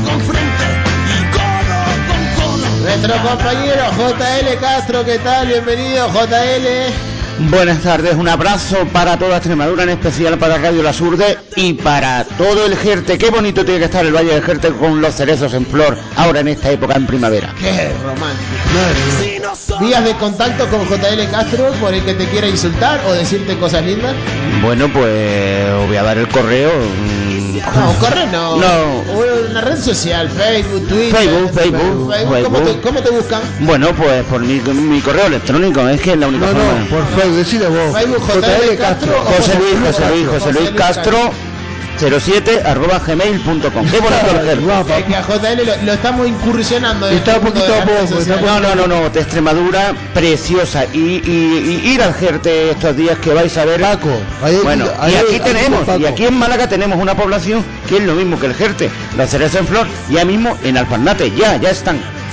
Nuestro compañero J L Castro, ¿qué tal? Bienvenido, J L. Buenas tardes, un abrazo para toda Extremadura, en especial para Radio Las Urdes y para todo el Jerte. Qué bonito tiene que estar el Valle del Jerte con los cerezos en flor, ahora en esta época en primavera. Qué romántico. Vías de contacto con J L Castro por el que te quiera insultar o decirte cosas lindas. Bueno, pues os voy a dar el correo. No, correo no. No. Una red social, Facebook, Twitter. Facebook, Facebook, Facebook. ¿Cómo, te, ¿Cómo te buscan? Bueno, pues por mi, mi correo electrónico, es que es la única No, forma. no, por Facebook, decile vos. Facebook, J L Castro. José Luis, José Luis, José Luis Castro, cero siete arroba gmail punto com. Qué bonito el G E R. Es que a J L lo, lo estamos incursionando. Está poquito a poco. No, no, no, no, de Extremadura, preciosa. Y, y, y ir al G E R T estos días que vais a ver. Paco, ahí, bueno, ahí, y aquí ahí, tenemos, Paco. y aquí en Málaga tenemos una población que es lo mismo que el G E R T. Las cerezas en flor, ya mismo en Alparnate, ya, ya están.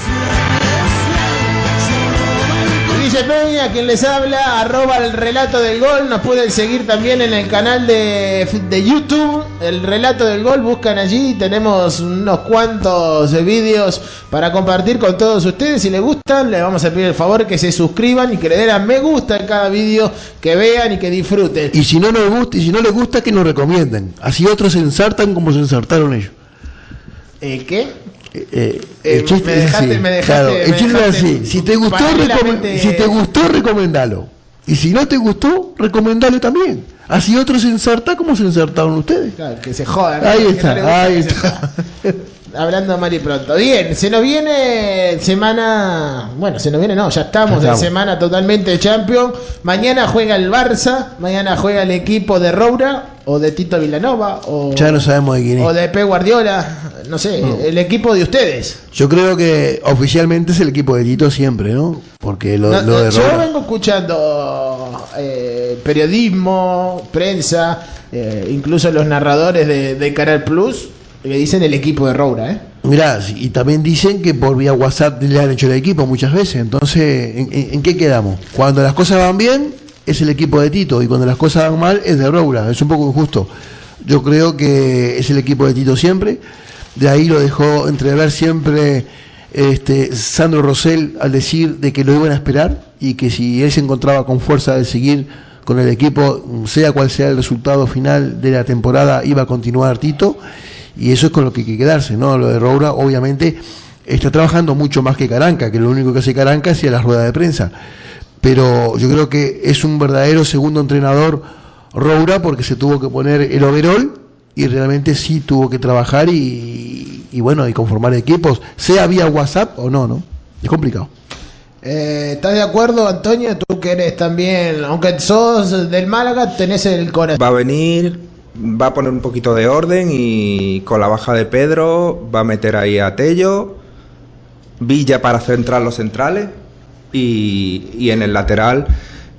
Guille Peña, quien les habla, arroba el relato del gol. Nos pueden seguir también en el canal de, de YouTube, el relato del gol. Buscan allí, tenemos unos cuantos vídeos para compartir con todos ustedes. Si les gustan, les vamos a pedir el favor que se suscriban y que le den a me gusta en cada vídeo, que vean y que disfruten. Y si no nos gusta, y si no les gusta, que nos recomienden. Así otros se ensartan como se ensartaron ellos. ¿Eh, ¿Qué? Eh, eh, Eh, el chiste me es dejaste, así. me dejaste, Claro, me el chiste es dejaste así. Si te gustó, paralelamente- recome- si te gustó, recomendalo. Y si no te gustó, recomendalo también. Así otros se ensartan como se ensartaron ustedes. Claro, que se jodan. Ahí Que está, no les gusta, ahí que se está. jodan. Hablando mal y pronto. Bien, se nos viene semana. Bueno, se nos viene, no, ya estamos, Ya estamos. en semana totalmente de Champions. Mañana juega el Barça, mañana juega el equipo de Roura o de Tito Villanova o, Ya no sabemos de quién o es. de Pep Guardiola. No sé, No. el equipo de ustedes. Yo creo que oficialmente es el equipo de Tito siempre, ¿no? Porque lo, No, lo de yo Roura- vengo escuchando eh, periodismo, prensa, eh, incluso los narradores de, de Canal Plus que dicen el equipo de Roura, ¿eh? Mirá, sí, y también dicen que por vía WhatsApp le han hecho el equipo muchas veces. Entonces, ¿en, en, en qué quedamos? Cuando las cosas van bien, es el equipo de Tito. Y cuando las cosas van mal, es de Roura. Es un poco injusto. Yo creo que es el equipo de Tito siempre. De ahí lo dejó entrever siempre este, Sandro Rosell al decir de que lo iban a esperar y que si él se encontraba con fuerza de seguir con el equipo, sea cual sea el resultado final de la temporada, iba a continuar Tito. Y eso es con lo que hay que quedarse, ¿no? Lo de Roura, obviamente, está trabajando mucho más que Caranca, que lo único que hace Caranca es ir a la rueda de prensa. Pero yo creo que es un verdadero segundo entrenador Roura, porque se tuvo que poner el overall y realmente sí tuvo que trabajar y, y bueno, y conformar equipos, sea vía WhatsApp o no, ¿no? Es complicado. Eh, ¿Estás de acuerdo, Antonio? Tú que eres también, aunque sos del Málaga, tenés el corazón. Va a venir, va a poner un poquito de orden y con la baja de Pedro va a meter ahí a Tello, Villa para centrar los centrales y, y en el lateral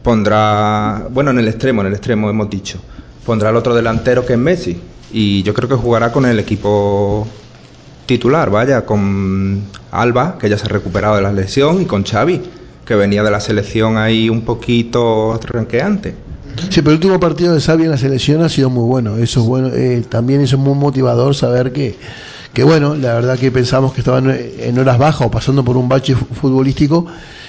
pondrá, bueno, en el extremo, en el extremo hemos dicho, pondrá el otro delantero que es Messi y yo creo que jugará con el equipo titular, vaya, con Alba, que ya se ha recuperado de la lesión, y con Xavi, que venía de la selección ahí un poquito tranqueante. Sí, pero el último partido de Xavi en la selección ha sido muy bueno. Eso es bueno. Eh, también eso es muy motivador saber que, que bueno, la verdad que pensamos que estaban en horas bajas o pasando por un bache futbolístico.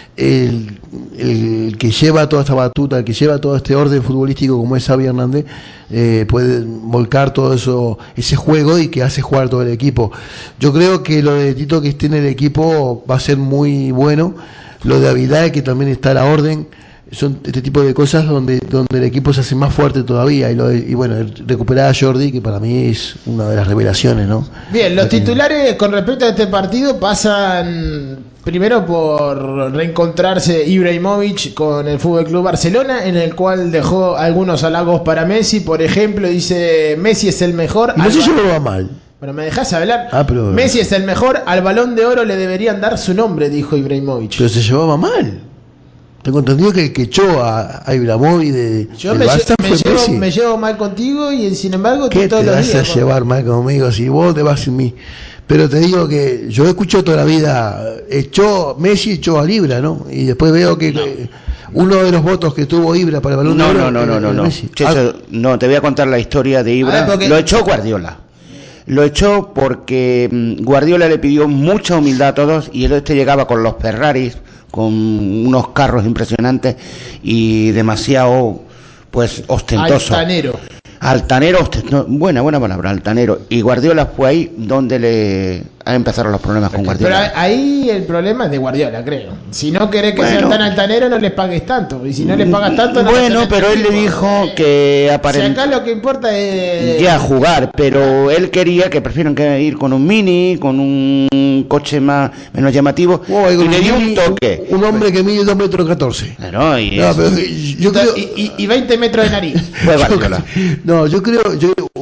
El, el que lleva toda esta batuta, el que lleva todo este orden futbolístico como es Xavi Hernández, eh, puede volcar todo eso, ese juego y que hace jugar todo el equipo. Yo creo que lo de Tito que esté en el equipo va a ser muy bueno. Lo de Avidal, que también está a la orden. Son este tipo de cosas donde donde el equipo se hace más fuerte todavía y, lo de, y bueno, recuperar a Jordi, que para mí es una de las revelaciones, ¿no? Bien, los titulares con respecto a este partido pasan primero por reencontrarse Ibrahimovic con el F C Barcelona, en el cual dejó algunos halagos para Messi. Por ejemplo, dice: Messi es el mejor. Y no sé Alba- si lo va mal. Bueno, ¿me dejás hablar? Ah, pero, Messi es el mejor, al Balón de Oro le deberían dar su nombre, dijo Ibrahimovic. pero se llevaba mal. Tengo entendido que el que echó a, a Ibrahimovic de, Yo del me, Barça lle- me fue llevo, Messi. me llevo mal contigo y sin embargo tú ¿Qué todos te los vas días. a llevar mal conmigo si vos te vas sin mí? Pero te digo que yo escucho toda la vida, echó Messi, echó a Libra, ¿no? Y después veo que, que uno de los votos que tuvo Ibra para el Balón de No, Oro no, no, no, es- no, es no. Messi. Checho, no, te voy a contar la historia de Ibra. A ver, porque- Lo echó Guardiola. Lo echó porque mm, Guardiola le pidió mucha humildad a todos y él este llegaba con los Ferraris, con unos carros impresionantes y demasiado, pues, ostentoso. Altanero. Altanero, ostentoso. Buena, buena palabra, altanero. Y Guardiola fue ahí donde le empezaron los problemas con Pero Guardiola. ahí el problema es de Guardiola, creo. Si no querés que Bueno. sean tan altaneros, no les pagues tanto. Y si no les pagas tanto, no Bueno, les pero él le dijo que Si aparentemente... acá lo que importa es... ya jugar, pero él quería que prefieren que ir con un Mini, con un coche más menos llamativo, Oh, y con le dio un un- toque. Un hombre que mide dos metros catorce. Claro, y No, es- pero yo creo, y, y- y veinte metros de nariz. fue Guardiola. no, yo creo, yo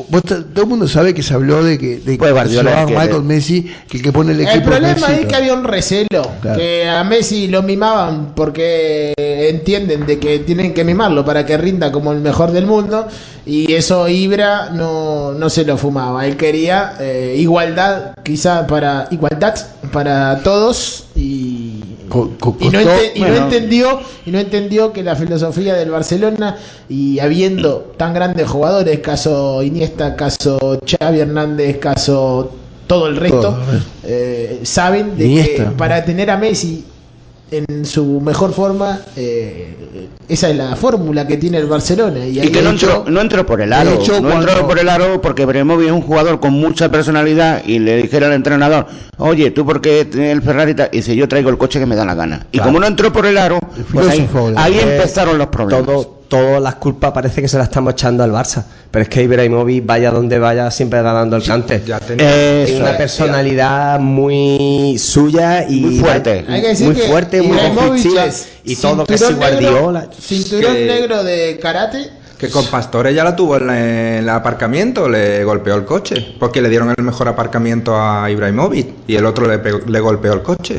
vos, todo el mundo sabe que se habló de que, de pues que se va mal con Messi, que el que pone el equipo. El problema es es que había un recelo, claro. que a Messi lo mimaban porque entienden de que tienen que mimarlo para que rinda como el mejor del mundo, y eso Ibra no, no se lo fumaba. Él quería eh, igualdad, quizá para igualdad para todos, y, co, co, y, no, ente, y bueno. no entendió y no entendió que la filosofía del Barcelona, y habiendo tan grandes jugadores, caso Iniesta, caso Xavi Hernández, caso todo el resto, todo, eh, saben de Iniesta. que para tener a Messi en su mejor forma, eh, esa es la fórmula que tiene el Barcelona. Y, y que no entró, no entró por el aro, hecho, no cuando... entró por el aro porque Ibrahimovic es un jugador con mucha personalidad, y le dijera al entrenador, oye, tú porque el Ferrari, y dice, yo traigo el coche que me da la gana. Y claro. como no entró por el aro, pues ahí, ahí empezaron los problemas. Todo, todas las culpas parece que se las estamos echando al Barça, pero es que Ibrahimovic, vaya donde vaya, siempre va dando el cante. Es una personalidad muy suya y muy fuerte, muy, muy fuerte, muy conflictiva, y todo que es Guardiola. Negro, cinturón que, negro de karate. Que con Pastore ya la tuvo en, la, en el aparcamiento, le golpeó el coche, porque le dieron el mejor aparcamiento a Ibrahimovic y el otro le, le golpeó el coche.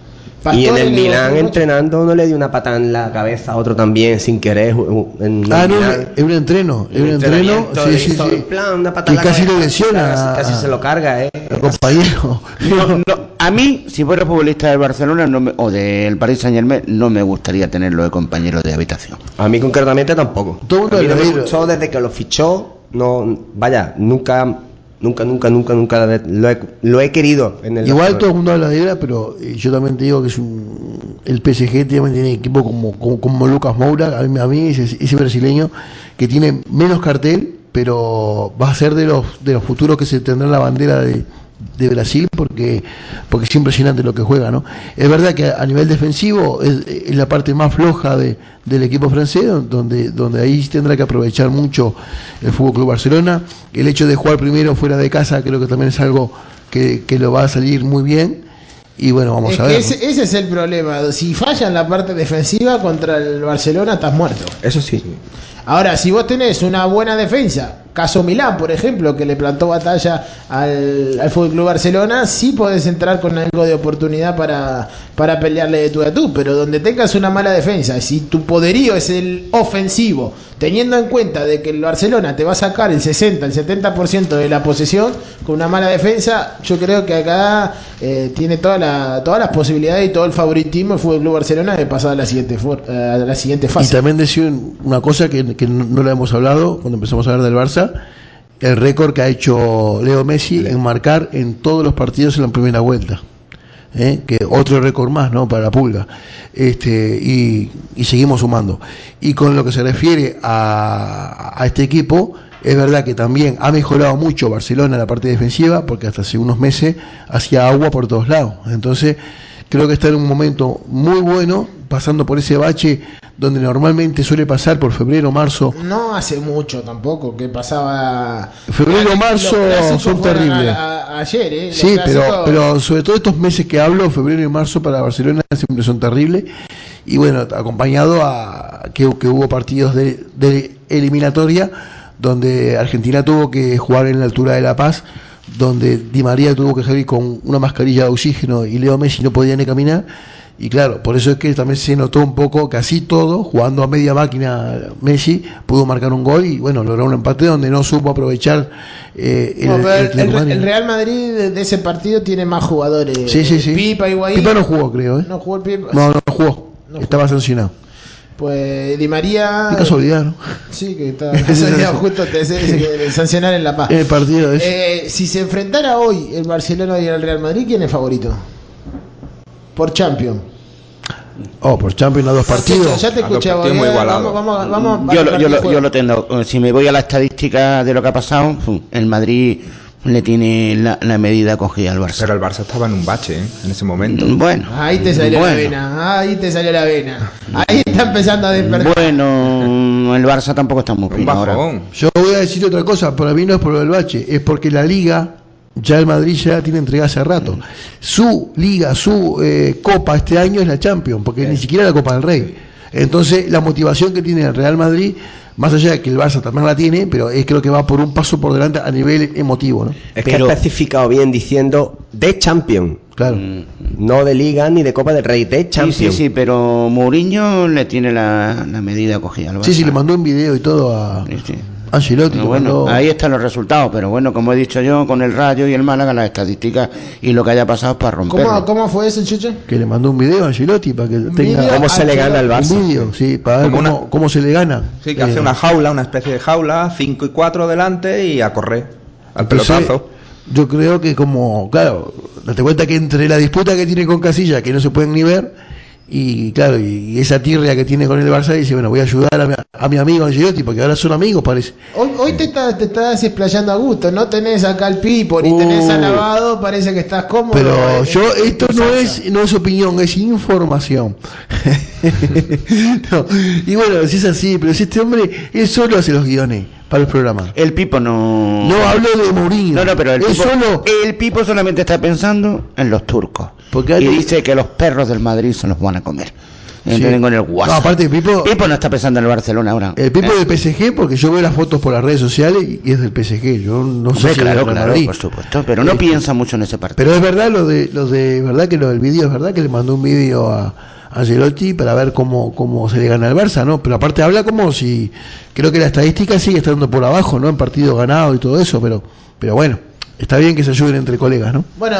Y en el Milán entrenando no le dio una patada en la cabeza a otro también sin querer. En ah, no, es un entreno, es un entreno. Sí, sí, sí. En plan, una patada y casi le lesiona. Casi, casi se lo carga, eh. El compañero. No, no, a mí, si fuera futbolista del Barcelona no me, o del Paris Saint-Germain, no me gustaría tenerlo de compañero de habitación. A mí concretamente tampoco. Todo a mí no me gustó desde que lo fichó. No, vaya, nunca. Nunca, nunca, nunca, nunca lo he, lo he querido en el igual todo el mundo habla de Ibra, pero yo también te digo que es un, el P S G también tiene equipo como, como, como Lucas Moura, a mí, a mí ese, ese brasileño que tiene menos cartel, pero va a ser de los de los futuros que se tendrá la bandera de, de Brasil, porque porque es impresionante lo que juega, ¿no? Es verdad que a nivel defensivo es, es la parte más floja de, del equipo francés, donde donde ahí tendrá que aprovechar mucho el Fútbol Club Barcelona. El hecho de jugar primero fuera de casa creo que también es algo que, que lo va a salir muy bien. Y bueno, vamos es a ver. Ese, ¿no? ese es el problema. Si falla en la parte defensiva contra el Barcelona, estás muerto. Eso sí. Ahora, si vos tenés una buena defensa, caso Milán, por ejemplo, que le plantó batalla al, al Fútbol Club Barcelona, sí podés entrar con algo de oportunidad para, para pelearle de tú a tú, pero donde tengas una mala defensa, si tu poderío es el ofensivo, teniendo en cuenta de que el Barcelona te va a sacar el sesenta, el setenta por ciento de la posesión, con una mala defensa, yo creo que acá eh, tiene toda la, todas las posibilidades y todo el favoritismo el Fútbol Club Barcelona de pasar a la siguiente, for, a la siguiente fase. Y también decir una cosa que, que no, no la hemos hablado cuando empezamos a hablar del Barça, el récord que ha hecho Leo Messi en marcar en todos los partidos en la primera vuelta, ¿eh? Que otro récord más, ¿no? Para la Pulga, este y, y seguimos sumando. Y con lo que se refiere a, a este equipo, es verdad que también ha mejorado mucho Barcelona en la parte defensiva, porque hasta hace unos meses hacía agua por todos lados. Entonces creo que está en un momento muy bueno, pasando por ese bache donde normalmente suele pasar por febrero, marzo. No hace mucho tampoco, que pasaba... Febrero, marzo son terribles. A, a, ayer, ¿eh? Los sí, pero, pero sobre todo estos meses que hablo, febrero y marzo para Barcelona siempre son terribles. Y bueno, acompañado a que, que hubo partidos de, de eliminatoria, donde Argentina tuvo que jugar en la altura de La Paz, donde Di María tuvo que salir con una mascarilla de oxígeno y Leo Messi no podía ni caminar. Y claro, por eso es que también se notó un poco, casi todo, jugando a media máquina Messi, pudo marcar un gol y bueno, logró un empate donde no supo aprovechar eh, el, no, el, el, el, el Real Madrid de ese partido tiene más jugadores. Sí, sí, sí. Pipa, Higuaín. Pipa no jugó, creo, ¿eh? No jugó el Pipa. No, no jugó. No Estaba jugó. sancionado. Pues Di María. Qué casualidad, ¿no? Sí, que estaba sancionado justo te, se, se, sancionar en La Paz. El partido es. Eh, si se enfrentara hoy el Barcelona y el Real Madrid, ¿quién es favorito? Por Champions. Oh, por Champions a dos partidos. Ya te escuché, a dos muy vamos, vamos, vamos yo, lo, yo, lo, yo lo tengo. Si me voy a la estadística de lo que ha pasado, el Madrid le tiene la, la medida cogida al Barça. Pero el Barça estaba en un bache, ¿eh? En ese momento. Bueno. Ahí te salió bueno. la vena, ahí te salió la vena. Ahí está empezando a despertar. Bueno, el Barça tampoco está muy bien ahora. Yo voy a decir otra cosa, para mí no es por el bache, es porque la Liga, ya el Madrid ya tiene entregada hace rato. Su Liga, su eh, Copa este año es la Champions, porque sí. ni siquiera la Copa del Rey. Entonces, la motivación que tiene el Real Madrid, más allá de que el Barça también la tiene, pero es, creo que va por un paso por delante a nivel emotivo, ¿no? Es pero, que ha especificado bien diciendo de Champions. Claro. No de Liga ni de Copa del Rey, de Champions. Sí, sí, sí, pero Mourinho le tiene la, la medida cogida al Barça. Sí, sí, le mandó un video y todo a sí, sí. Ancelotti. Bueno, mandó... ahí están los resultados, pero bueno, como he dicho yo, con el Rayo y el Málaga, las estadísticas y lo que haya pasado para romperlo. ¿Cómo, ¿Cómo fue eso, Chucho? Que le mandó un video a Ancelotti para que tenga... ¿Cómo se le gana al Barça? Un video, sí, para ver cómo, una... cómo se le gana. Sí, que eh... hace una jaula, una especie de jaula, cinco y cuatro delante y a correr, al pelotazo. Entonces, yo creo que como, claro, date cuenta que entre la disputa que tiene con Casillas, que no se pueden ni ver, y claro, y esa tirria que tiene con el Barça, dice, bueno, voy a ayudar a mi, a mi amigo Ancelotti, porque ahora son amigos, parece. Hoy, hoy te, estás, te estás explayando a gusto, no tenés acá al Pipo, ni uh, tenés al Lavado, parece que estás cómodo. Pero eh, yo, esto no es, no es opinión, es información. No, y bueno, si es así, pero si este hombre, él solo hace los guiones para el programa. El Pipo no... No hablo de Mourinho. No, no, pero el Pipo, solo... el Pipo solamente está pensando en los turcos. Porque y hay... dice que los perros del Madrid se los van a comer. Sí. Tengo en el WhatsApp. No, aparte Pipo... Pipo no está pensando en el Barcelona ahora. El Pipo ¿eh? del P S G, porque yo veo las fotos por las redes sociales y es del P S G. Yo no Hombre, sé si claro, es claro, Madrid. por supuesto, pero no eh, piensa mucho en ese partido. Pero es verdad lo de, lo de verdad que lo del vídeo, es verdad que le mandó un vídeo a Ancelotti para ver cómo, cómo se le gana al Barça, ¿no? Pero aparte habla como si, creo que la estadística sigue estando por abajo, ¿no? En partido ganado y todo eso, pero, pero bueno, está bien que se ayuden entre colegas, ¿no? Bueno,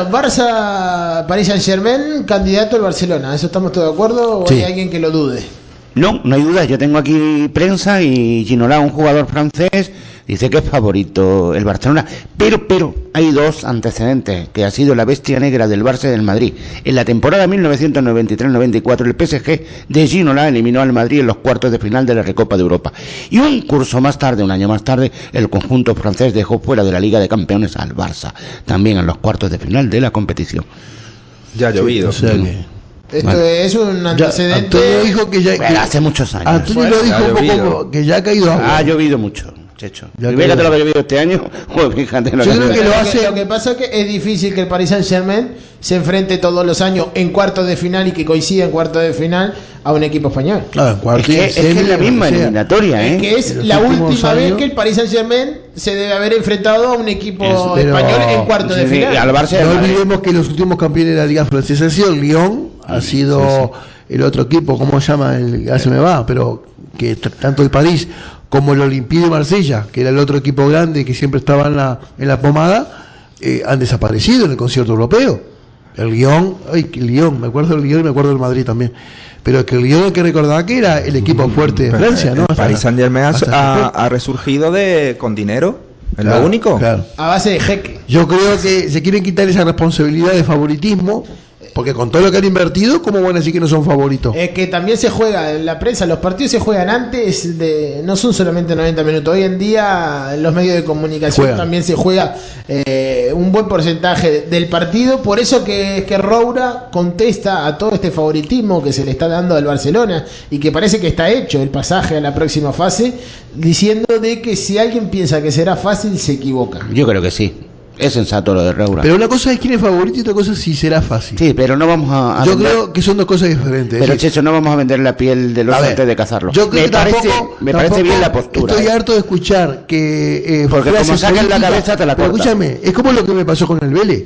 Barça, Paris Saint-Germain, candidato al Barcelona, ¿eso estamos todos de acuerdo o sí. Hay alguien que lo dude? No, no hay duda, yo tengo aquí prensa y Ginola, un jugador francés, dice que es favorito el Barcelona, pero pero hay dos antecedentes, que ha sido la bestia negra del Barça y del Madrid. En la temporada mil novecientos noventa y tres noventa y cuatro el P S G de Ginola eliminó al Madrid en los cuartos de final de la Recopa de Europa. Y un curso más tarde, un año más tarde, el conjunto francés dejó fuera de la Liga de Campeones al Barça, también en los cuartos de final de la competición. Ya ha llovido. Sí, o sea que... Esto bueno, es un antecedente. Ya, Antonio dijo que ya. Bueno, hace muchos años. Antonio lo dijo un poco que ya ha caído agua. Ha llovido mucho, Checho. Y fíjate lo que ha llovido este año. Joder, fíjate lo Yo que creo que lo, lo hace. Que, lo que pasa es que es difícil que el Paris Saint-Germain se enfrente todos los años en cuartos de final y que coincida en cuartos de final a un equipo español. Ah, es, que, es que es la misma eliminatoria, ¿eh? Es que es la última años... vez que el Paris Saint-Germain se debe haber enfrentado a un equipo es, pero... español en cuartos sí, de final. Al Barça no olvidemos que los últimos campeones de la Liga Francesa han sido el Lyon, ha sido sí, sí. el otro equipo, ¿cómo se llama? El, ya se me va, pero que t- tanto el París como el Olympique de Marsella, que era el otro equipo grande que siempre estaba en la, en la pomada, eh, han desaparecido en el concierto europeo. El Lyon, ay, el Lyon, me acuerdo del Lyon y me acuerdo del Madrid también. Pero que el Lyon hay que recordar que era el equipo fuerte de Francia, ¿no? El Paris Saint-Germain ha, ha resurgido de con dinero, es claro, lo único. Claro. A base de jeque. Yo creo que se quieren quitar esa responsabilidad de favoritismo, porque con todo lo que han invertido, ¿cómo van a decir que no son favoritos? Es que también se juega en la prensa, los partidos se juegan antes, de no son solamente noventa minutos. Hoy en día en los medios de comunicación juegan. También se juega eh, un buen porcentaje del partido. Por eso que, que Roura contesta a todo este favoritismo que se le está dando al Barcelona y que parece que está hecho el pasaje a la próxima fase, diciendo de que si alguien piensa que será fácil, se equivoca. Yo creo que sí. Es sensato lo de Roura. Pero una cosa es quién es favorito y otra cosa es si será fácil. Sí, pero no vamos a, a Yo vender... creo que son dos cosas diferentes. Pero Checho, no vamos a vender la piel de los antes de cazarlo. Yo creo me que parece, tampoco, me tampoco parece bien la postura. Estoy eh. harto de escuchar que... Eh, Porque como sacas la cabeza te la corta. Escúchame, es como lo que me pasó con el Vélez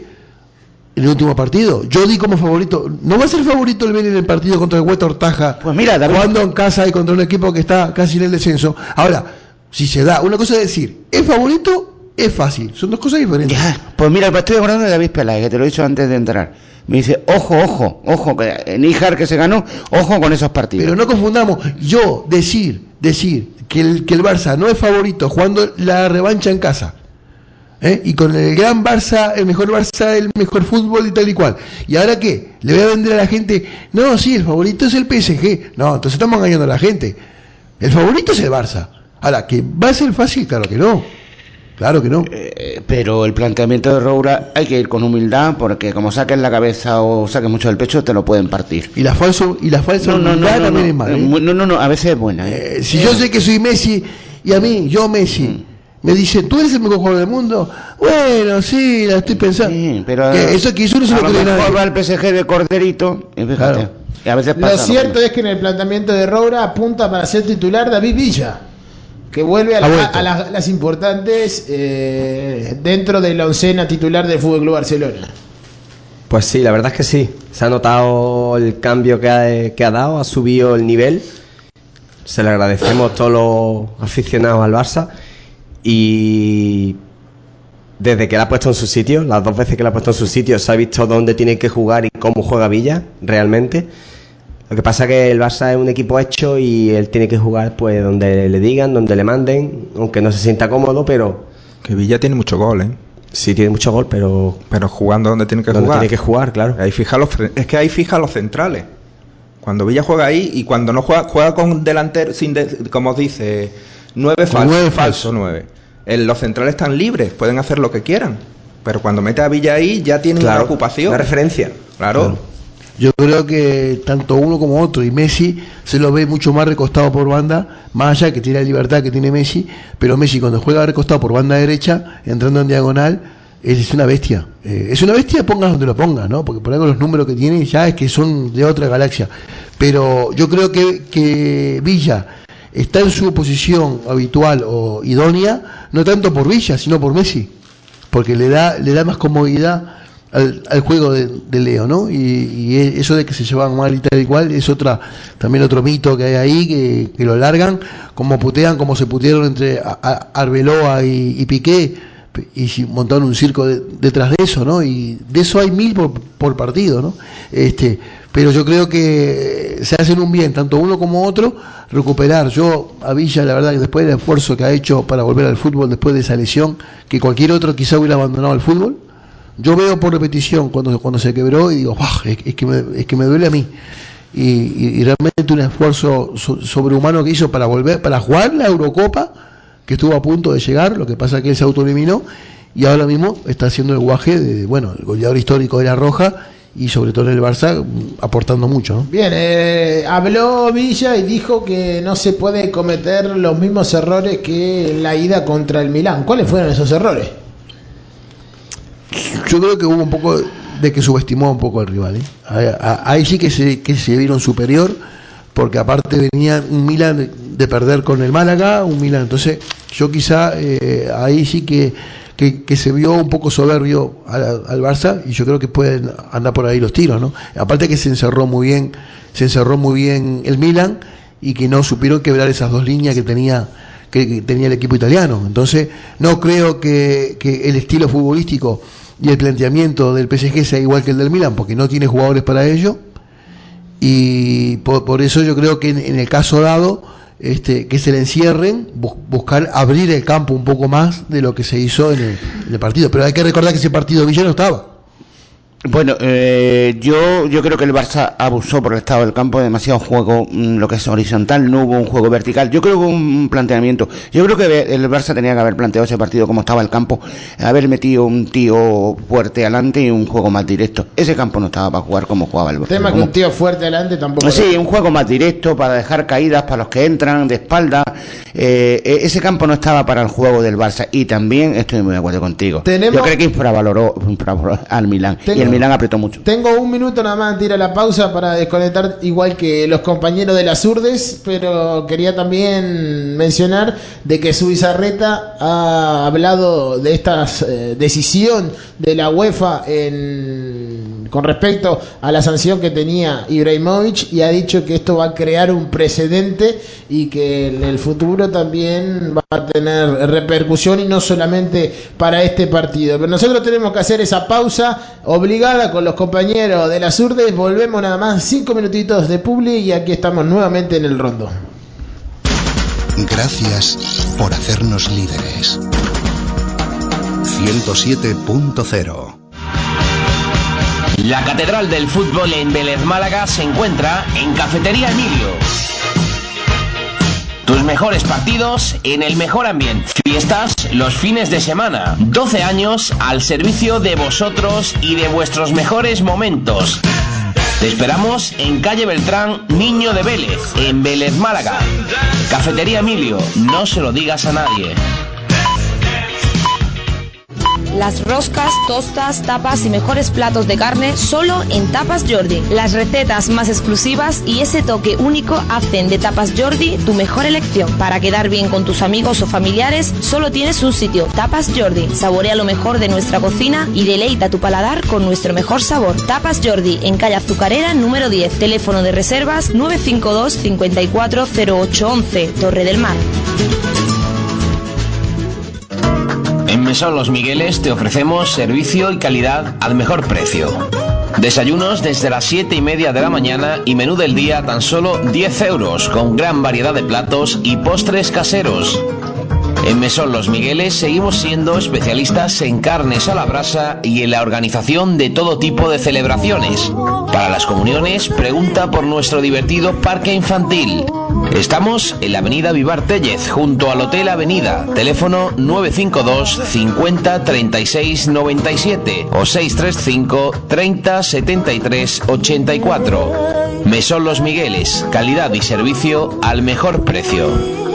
en el último partido. Yo di como favorito. ¿No va a ser favorito el Vélez en el partido contra el Hueto Hortaja? Pues mira, David, jugando en casa y contra un equipo que está casi en el descenso. Ahora, si se da, una cosa es decir, ¿es favorito? Es fácil, son dos cosas diferentes. Ya, pues mira, estoy acordando de David Peláez, que te lo he dicho antes de entrar. Me dice, ojo, ojo, ojo, que en Níjar que se ganó, ojo con esos partidos. Pero no confundamos, yo decir, decir que el, que el Barça no es favorito jugando la revancha en casa, ¿eh? Y con el gran Barça, el mejor Barça, el mejor fútbol y tal y cual. ¿Y ahora qué? Le voy a vender a la gente, no, sí, el favorito es el P S G. No, entonces estamos engañando a la gente. El favorito es el Barça. Ahora, ¿que va a ser fácil? Claro que no. Claro que no. Eh, pero el planteamiento de Roura hay que ir con humildad, porque como saques la cabeza o saques mucho del pecho, te lo pueden partir. Y la falso y la falsa no, no, humildad no, no, también no, es mala. ¿eh? No, no, no, a veces es buena. ¿eh? Eh, si eh. yo sé que soy Messi y a mí, yo Messi, mm. me dice, ¿tú eres el mejor jugador del mundo? Bueno, sí, la estoy pensando. Sí, pero que eso que eso no se lo cree nadie. Va al P S G de corderito, y fíjate. Claro. Y a veces Lo pasa cierto es que en el planteamiento de Roura apunta para ser titular David Villa, que vuelve a, la, a las, las importantes eh, dentro de la oncena titular del F C Barcelona. Pues sí, la verdad es que sí. Se ha notado el cambio que ha, que ha dado, ha subido el nivel. Se le agradecemos a todos los aficionados al Barça. Y desde que la ha puesto en su sitio, las dos veces que la ha puesto en su sitio, se ha visto dónde tiene que jugar y cómo juega Villa realmente. Lo que pasa es que el Barça es un equipo hecho y él tiene que jugar pues donde le digan, donde le manden, aunque no se sienta cómodo, pero... Que Villa tiene mucho gol, ¿eh? Sí, tiene mucho gol, pero... Pero jugando donde tiene que donde jugar. tiene que jugar, claro. Ahí fija los, es que ahí fija los centrales. Cuando Villa juega ahí y cuando no juega, juega con delantero, sin de, como dice, nueve falso, nueve falso nueve. El, los centrales están libres, pueden hacer lo que quieran. Pero cuando mete a Villa ahí ya tiene claro, una ocupación. Una referencia. Claro. Claro. Yo creo que tanto uno como otro, y Messi se lo ve mucho más recostado por banda, más allá que tiene la libertad que tiene Messi, pero Messi cuando juega recostado por banda derecha, entrando en diagonal, es una bestia. Eh, es una bestia, pongas donde lo pongas, ¿no? Porque por algo los números que tiene ya es que son de otra galaxia. Pero yo creo que, que Villa está en su posición habitual o idónea, no tanto por Villa, sino por Messi, porque le da, le da más comodidad Al, al juego de, de Leo, ¿no? Y, y eso de que se llevan mal y tal y cual es otra, también otro mito que hay ahí, que, que lo largan, como putean, como se putearon entre a, a Arbeloa y, y Piqué, y si montaron un circo de, detrás de eso, ¿no? Y de eso hay mil por, por partido, ¿no? Este, pero yo creo que se hacen un bien, tanto uno como otro, recuperar. Yo a Villa, la verdad, que después del esfuerzo que ha hecho para volver al fútbol después de esa lesión, que cualquier otro quizá hubiera abandonado el fútbol. Yo veo por repetición cuando, cuando se quebró y digo, es, es, que me, es que me duele a mí. Y, y, y realmente un esfuerzo so, sobrehumano que hizo para volver, para jugar la Eurocopa, que estuvo a punto de llegar, lo que pasa es que él se autoeliminó y ahora mismo está haciendo el guaje de, bueno, el goleador histórico de la Roja y sobre todo en el Barça aportando mucho, ¿no? Bien, eh, habló Villa y dijo que no se puede cometer los mismos errores que en la ida contra el Milán. ¿Cuáles fueron esos errores? Yo creo que hubo un poco de que subestimó un poco al rival, ¿eh? Ahí, ahí sí que se, que se vieron superior, porque aparte venía un Milan de, de perder con el Málaga, un Milan, entonces yo quizá eh, ahí sí que, que, que se vio un poco soberbio al, al Barça, y yo creo que pueden andar por ahí los tiros, ¿no? Aparte que se encerró muy bien, se encerró muy bien el Milan, y que no supieron quebrar esas dos líneas que tenía que, que tenía el equipo italiano. Entonces no creo que, que el estilo futbolístico y el planteamiento del P S G sea igual que el del Milan, porque no tiene jugadores para ello, y por, por eso yo creo que en, en el caso dado este, que se le encierren, bu buscar abrir el campo un poco más de lo que se hizo en el, en el partido. Pero hay que recordar que ese partido Villa no estaba. Bueno, eh, yo yo creo que el Barça abusó por el estado del campo, demasiado juego, mmm, lo que es horizontal, no hubo un juego vertical. Yo creo que hubo un planteamiento. Yo creo que el Barça tenía que haber planteado ese partido como estaba el campo, haber metido un tío fuerte adelante y un juego más directo. Ese campo no estaba para jugar como jugaba el Barça. Tema como... que un tío fuerte adelante tampoco. Sí, un juego más directo para dejar caídas para los que entran de espalda. Eh, ese campo no estaba para el juego del Barça, y también estoy muy de acuerdo contigo. Tenemos... Yo creo que infravaloró, infravaloró al Milán. Tengo... Y el Milán apretó mucho. Tengo un minuto nada más, tira la pausa para desconectar igual que los compañeros de las Urdes, pero quería también mencionar de que Zubizarreta ha hablado de esta eh, decisión de la UEFA en, con respecto a la sanción que tenía Ibrahimovic, y ha dicho que esto va a crear un precedente y que en el futuro también va a tener repercusión, y no solamente para este partido. Pero nosotros tenemos que hacer esa pausa obligada con los compañeros de las Urdes. Volvemos nada más, cinco minutitos de publi, y aquí estamos nuevamente en el Rondo. Gracias por hacernos líderes. ciento siete punto cero. La Catedral del Fútbol en Vélez, Málaga, se encuentra en Cafetería Emilio. Tus mejores partidos en el mejor ambiente. Fiestas los fines de semana. doce años al servicio de vosotros y de vuestros mejores momentos. Te esperamos en calle Beltrán, Niño de Vélez, en Vélez, Málaga. Cafetería Emilio, no se lo digas a nadie. Las roscas, tostas, tapas y mejores platos de carne solo en Tapas Jordi. Las recetas más exclusivas y ese toque único hacen de Tapas Jordi tu mejor elección. Para quedar bien con tus amigos o familiares, solo tienes un sitio, Tapas Jordi. Saborea lo mejor de nuestra cocina y deleita tu paladar con nuestro mejor sabor. Tapas Jordi, en calle Azucarera número diez. Teléfono de reservas nueve cinco dos, cinco cuatro cero ocho once, Torre del Mar. En Mesón Los Migueles te ofrecemos servicio y calidad al mejor precio. Desayunos desde las siete y media de la mañana y menú del día tan solo diez euros, con gran variedad de platos y postres caseros. En Mesón Los Migueles seguimos siendo especialistas en carnes a la brasa y en la organización de todo tipo de celebraciones. Para las comuniones, pregunta por nuestro divertido parque infantil. Estamos en la avenida Vivar Tellez, junto al Hotel Avenida. Teléfono nueve cinco dos, cincuenta, treinta y seis, noventa y siete o seis tres cinco, treinta, setenta y tres, ochenta y cuatro. Mesón Los Migueles, calidad y servicio al mejor precio.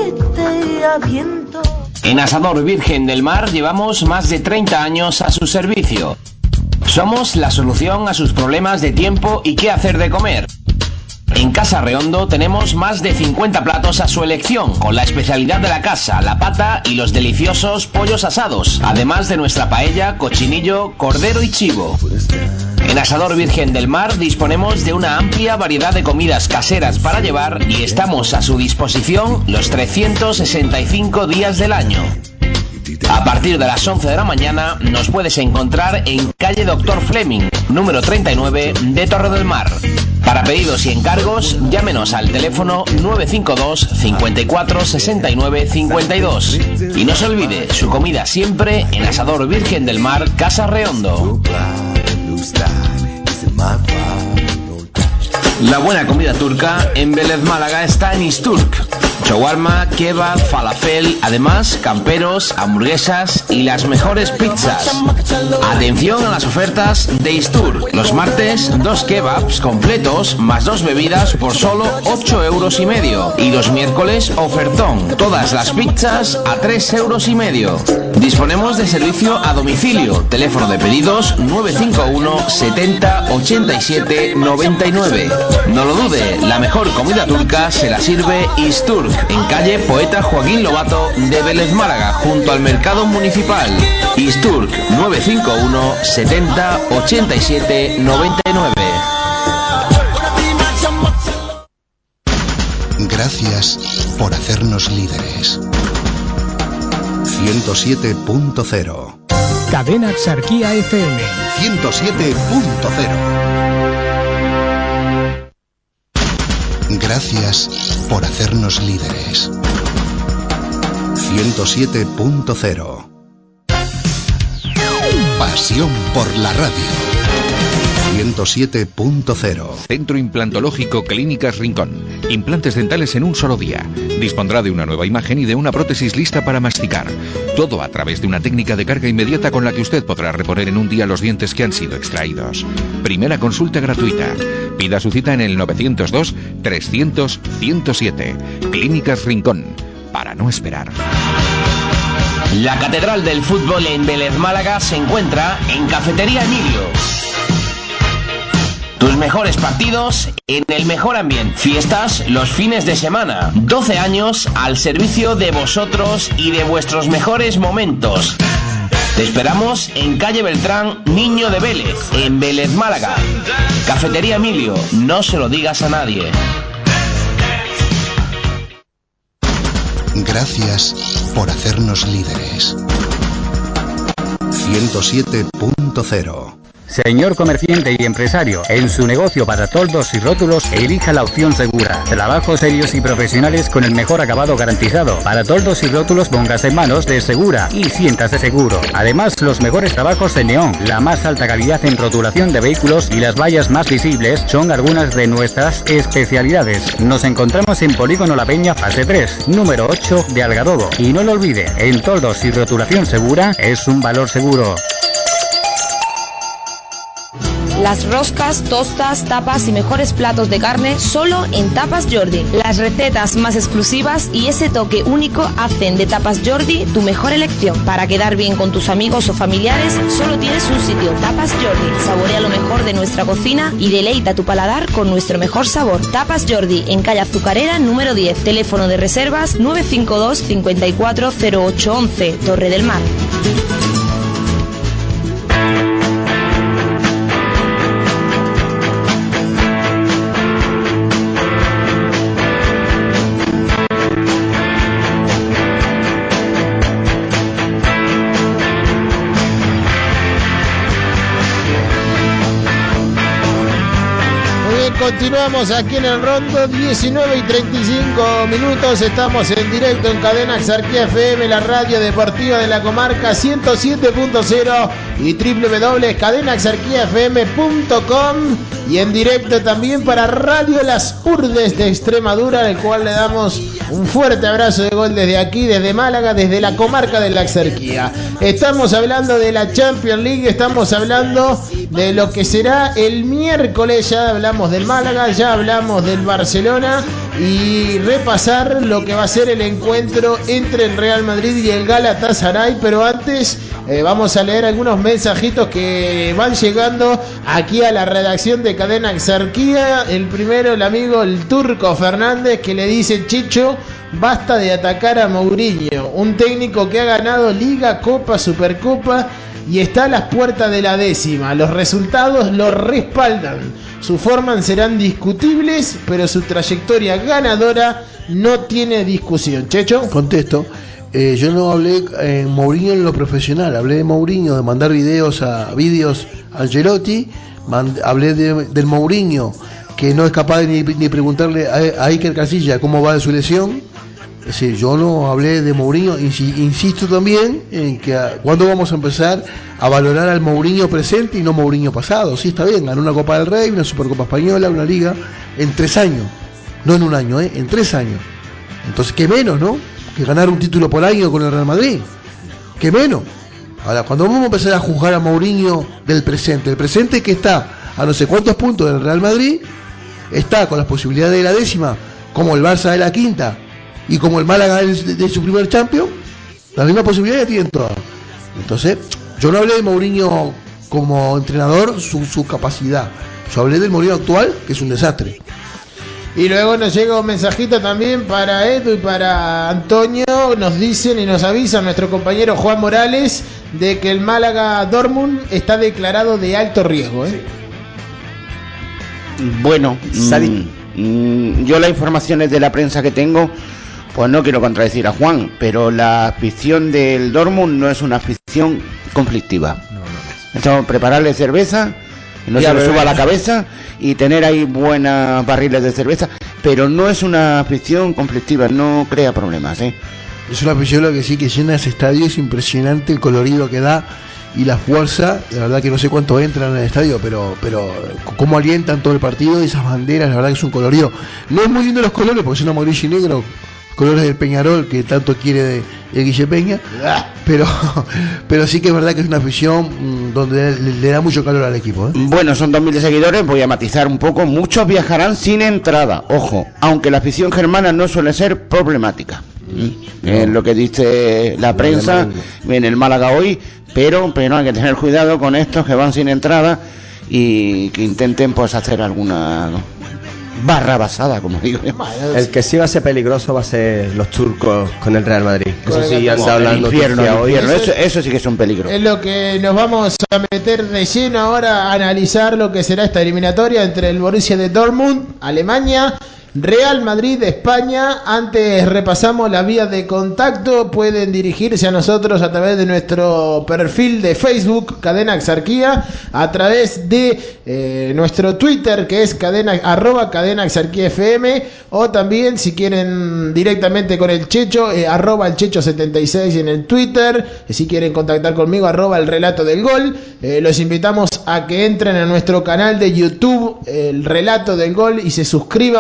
En Asador Virgen del Mar llevamos más de treinta años a su servicio. Somos la solución a sus problemas de tiempo y qué hacer de comer. En Casa Reondo tenemos más de cincuenta platos a su elección, con la especialidad de la casa, la pata y los deliciosos pollos asados, además de nuestra paella, cochinillo, cordero y chivo. En Asador Virgen del Mar disponemos de una amplia variedad de comidas caseras para llevar y estamos a su disposición los trescientos sesenta y cinco días del año. A partir de las once de la mañana nos puedes encontrar en calle Doctor Fleming, número treinta y nueve de Torre del Mar. Para pedidos y encargos, llámenos al teléfono nueve cinco dos, cincuenta y cuatro, sesenta y nueve, cincuenta y dos. Y no se olvide, su comida siempre en Asador Virgen del Mar, Casa Reondo. La buena comida turca en Vélez Málaga está en Isturk. Shawarma, kebab, falafel, además camperos, hamburguesas y las mejores pizzas. Atención a las ofertas de Isturk. Los martes, dos kebabs completos más dos bebidas por solo ocho euros y medio. Y los miércoles, ofertón. Todas las pizzas a tres euros y medio. Disponemos de servicio a domicilio. Teléfono de pedidos nueve cinco uno, setenta, ochenta y siete, noventa y nueve. No lo dude, la mejor comida turca se la sirve Isturk, en calle Poeta Joaquín Lobato de Vélez Málaga, junto al Mercado Municipal. Isturk nueve cinco uno, setenta, ochenta y siete, noventa y nueve. Gracias por hacernos líderes. ciento siete punto cero. Cadena Axarquía F M. ciento siete punto cero. Gracias por hacernos líderes. ciento siete punto cero. Pasión por la radio. ciento siete punto cero. Centro Implantológico Clínicas Rincón. Implantes dentales en un solo día. Dispondrá de una nueva imagen y de una prótesis lista para masticar. Todo a través de una técnica de carga inmediata con la que usted podrá reponer en un día los dientes que han sido extraídos. Primera consulta gratuita. Pida su cita en el novecientos dos, trescientos, ciento siete. Clínicas Rincón. Para no esperar. La Catedral del Fútbol en Vélez Málaga se encuentra en Cafetería Emilio. Tus mejores partidos en el mejor ambiente. Fiestas los fines de semana. doce años al servicio de vosotros y de vuestros mejores momentos. Te esperamos en calle Beltrán, Niño de Vélez, en Vélez Málaga. Cafetería Emilio, no se lo digas a nadie. Gracias por hacernos líderes. ciento siete punto cero. Señor comerciante y empresario, en su negocio para toldos y rótulos, elija la opción segura. Trabajos serios y profesionales con el mejor acabado garantizado. Para toldos y rótulos, póngase en manos de Segura y siéntase seguro. Además, los mejores trabajos en neón, la más alta calidad en rotulación de vehículos y las vallas más visibles son algunas de nuestras especialidades. Nos encontramos en Polígono La Peña, fase tres, número ocho de Algadobo. Y no lo olvide, en toldos y rotulación segura es un valor seguro. Las roscas, tostas, tapas y mejores platos de carne solo en Tapas Jordi. Las recetas más exclusivas y ese toque único hacen de Tapas Jordi tu mejor elección. Para quedar bien con tus amigos o familiares, solo tienes un sitio, Tapas Jordi. Saborea lo mejor de nuestra cocina y deleita tu paladar con nuestro mejor sabor. Tapas Jordi, en calle Azucarera número diez. Teléfono de reservas nueve cinco dos, cinco cuatro cero ocho once, Torre del Mar. Continuamos aquí en el Rondo, diecinueve y treinta y cinco minutos. Estamos en directo en Cadena Exarquía F M, la radio deportiva de la comarca, ciento siete punto cero y doble u doble u doble u punto cadena exarquía f m punto com, y en directo también para Radio Las Urdes de Extremadura, al cual le damos un fuerte abrazo de gol desde aquí, desde Málaga, desde la comarca de la Exarquía. Estamos hablando de la Champions League, estamos hablando de lo que será el miércoles. Ya hablamos del Málaga, ya hablamos del Barcelona, y repasar lo que va a ser el encuentro entre el Real Madrid y el Galatasaray. Pero antes eh, vamos a leer algunos mensajitos que van llegando aquí a la redacción de Cadena Exarquía. El primero, el amigo el Turco Fernández, que le dice: Chicho, basta de atacar a Mourinho, un técnico que ha ganado Liga, Copa, Supercopa y está a las puertas de la décima. Los resultados lo respaldan. Sus formas serán discutibles, pero su trayectoria ganadora no tiene discusión. Checho. Contesto. Eh, yo no hablé en Mourinho en lo profesional, hablé de Mourinho, de mandar videos a vídeos a Ancelotti, mand, hablé de, del Mourinho que no es capaz de ni, ni preguntarle a, a Iker Casillas cómo va de su lesión. Es decir, yo no hablé de Mourinho. Insisto también en que a, cuando vamos a empezar a valorar al Mourinho presente y no Mourinho pasado. Sí, está bien, ganó una Copa del Rey, una Supercopa Española, una Liga en tres años, no en un año, ¿eh? en tres años. Entonces, ¿qué menos, no? Que ganar un título por año con el Real Madrid. ¿Qué menos? Ahora, cuando vamos a empezar a juzgar a Mourinho del presente, el presente que está a no sé cuántos puntos del Real Madrid, está con las posibilidades de la décima, como el Barça de la quinta, y como el Málaga de, de su primer Champions, la misma posibilidad que tienen todas. Entonces, yo no hablé de Mourinho como entrenador, su, su capacidad. Yo hablé del Mourinho actual, que es un desastre. Y luego nos llega un mensajito también para Edu y para Antonio. Nos dicen y nos avisan nuestro compañero Juan Morales de que el Málaga Dortmund está declarado de alto riesgo, ¿eh? Bueno, mmm, mmm, yo las informaciones de la prensa que tengo, pues no quiero contradecir a Juan, pero la afición del Dortmund no es una afición conflictiva. No, no. Estamos prepararle cerveza, no se le suba a la cabeza, y tener ahí buenas barriles de cerveza, pero no es una afición conflictiva, no crea problemas, ¿eh? Es una afición, lo que sí, que llena ese estadio, es impresionante el colorido que da y la fuerza. La verdad que no sé cuánto entran en el estadio, pero pero cómo alientan todo el partido, y esas banderas, la verdad que es un colorido. No es muy lindo los colores, porque son amarillo y negro, colores del Peñarol que tanto quiere de, de Guille Peña, pero pero sí que es verdad que es una afición mmm, donde le, le da mucho calor al equipo, ¿eh? Bueno, son dos mil seguidores, voy a matizar un poco. Muchos viajarán sin entrada, ojo, aunque la afición germana no suele ser problemática. ¿Mm? Es no. lo que dice la prensa en el Málaga hoy, pero pero hay que tener cuidado con estos que van sin entrada y que intenten pues hacer alguna barra basada, como digo. El que sí va a ser peligroso va a ser los turcos con el Real Madrid. Eso sí, ya está hablando infierno, hoy. Infierno. Eso, eso sí que es un peligro. Es lo que nos vamos a meter de lleno ahora, a analizar lo que será esta eliminatoria entre el Borussia de Dortmund, Alemania, Real Madrid, España. Antes repasamos las vías de contacto. Pueden dirigirse a nosotros a través de nuestro perfil de Facebook, Cadena Exarquía, a través de eh, nuestro Twitter, que es cadena, arroba Cadena Exarquía F M, o también si quieren directamente con el Checho, eh, arroba el Checho setenta y seis en el Twitter. Si quieren contactar conmigo, arroba el Relato del Gol. Eh, los invitamos a que entren a nuestro canal de YouTube, el Relato del Gol, y se suscriban para ver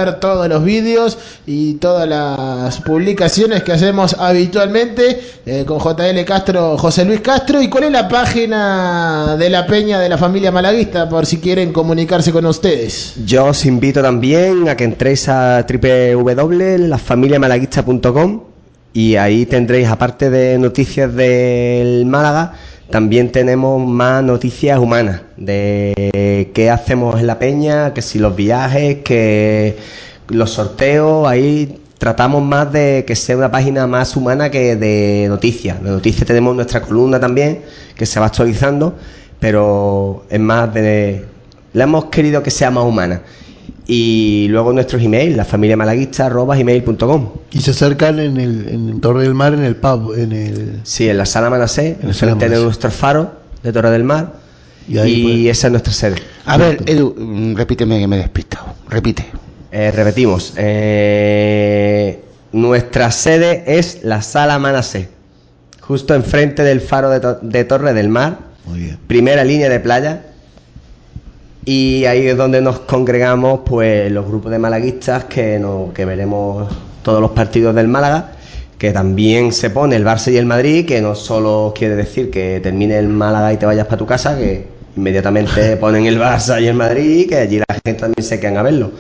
ver todos los vídeos y todas las publicaciones que hacemos habitualmente eh, con J L Castro, José Luis Castro. ¿Y cuál es la página de la Peña de la Familia Malaguista por si quieren comunicarse con ustedes? Yo os invito también a que entréis a doble u doble u doble u punto la familia malaguista punto com y ahí tendréis, aparte de noticias del Málaga, también tenemos más noticias humanas de qué hacemos en la peña, que si los viajes, que los sorteos. Ahí tratamos más de que sea una página más humana que de noticias. De noticias tenemos nuestra columna también, que se va actualizando, pero es más de... la hemos querido que sea más humana. Y luego nuestros emails, la familia malaguista arroba gmail punto com. Y se acercan en el en Torre del Mar, en el pub, en el... Sí, en la Sala Manasé, en el frente de nuestro faro de Torre del Mar. Y, ahí, y pues... esa es nuestra sede. A ver, Edu, repíteme que me he despistado. Repite. Eh, repetimos. Eh, nuestra sede es la Sala Manasé, justo enfrente del faro de, to- de Torre del Mar. Muy bien. Primera línea de playa. Y ahí es donde nos congregamos pues los grupos de malaguistas que, no, que veremos todos los partidos del Málaga, que también se pone el Barça y el Madrid, que no solo quiere decir que termine el Málaga y te vayas para tu casa, que inmediatamente ponen el Barça y el Madrid, que allí la gente también se quedan a verlo.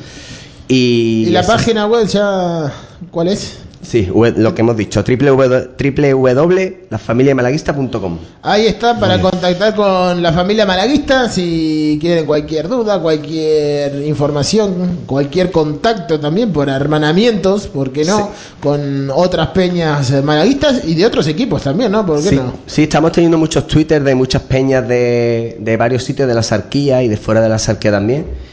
Y, ¿Y la eso. página web ya cuál es? Sí, lo que hemos dicho, doble u doble u doble u punto la familia malaguista punto com. Ahí está para contactar con la familia malaguista si quieren cualquier duda, cualquier información, cualquier contacto también por hermanamientos, ¿por qué no? Sí. Con otras peñas malaguistas y de otros equipos también, ¿no? ¿Por qué sí, no? Sí, estamos teniendo muchos twitters de muchas peñas de, de varios sitios de la Sarquía y de fuera de la Sarquía también.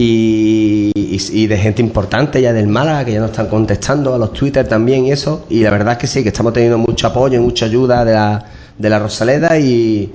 Y, y, y de gente importante ya del Málaga que ya nos están contestando a los Twitter también y eso, y la verdad es que sí, que estamos teniendo mucho apoyo y mucha ayuda de la, de la Rosaleda y,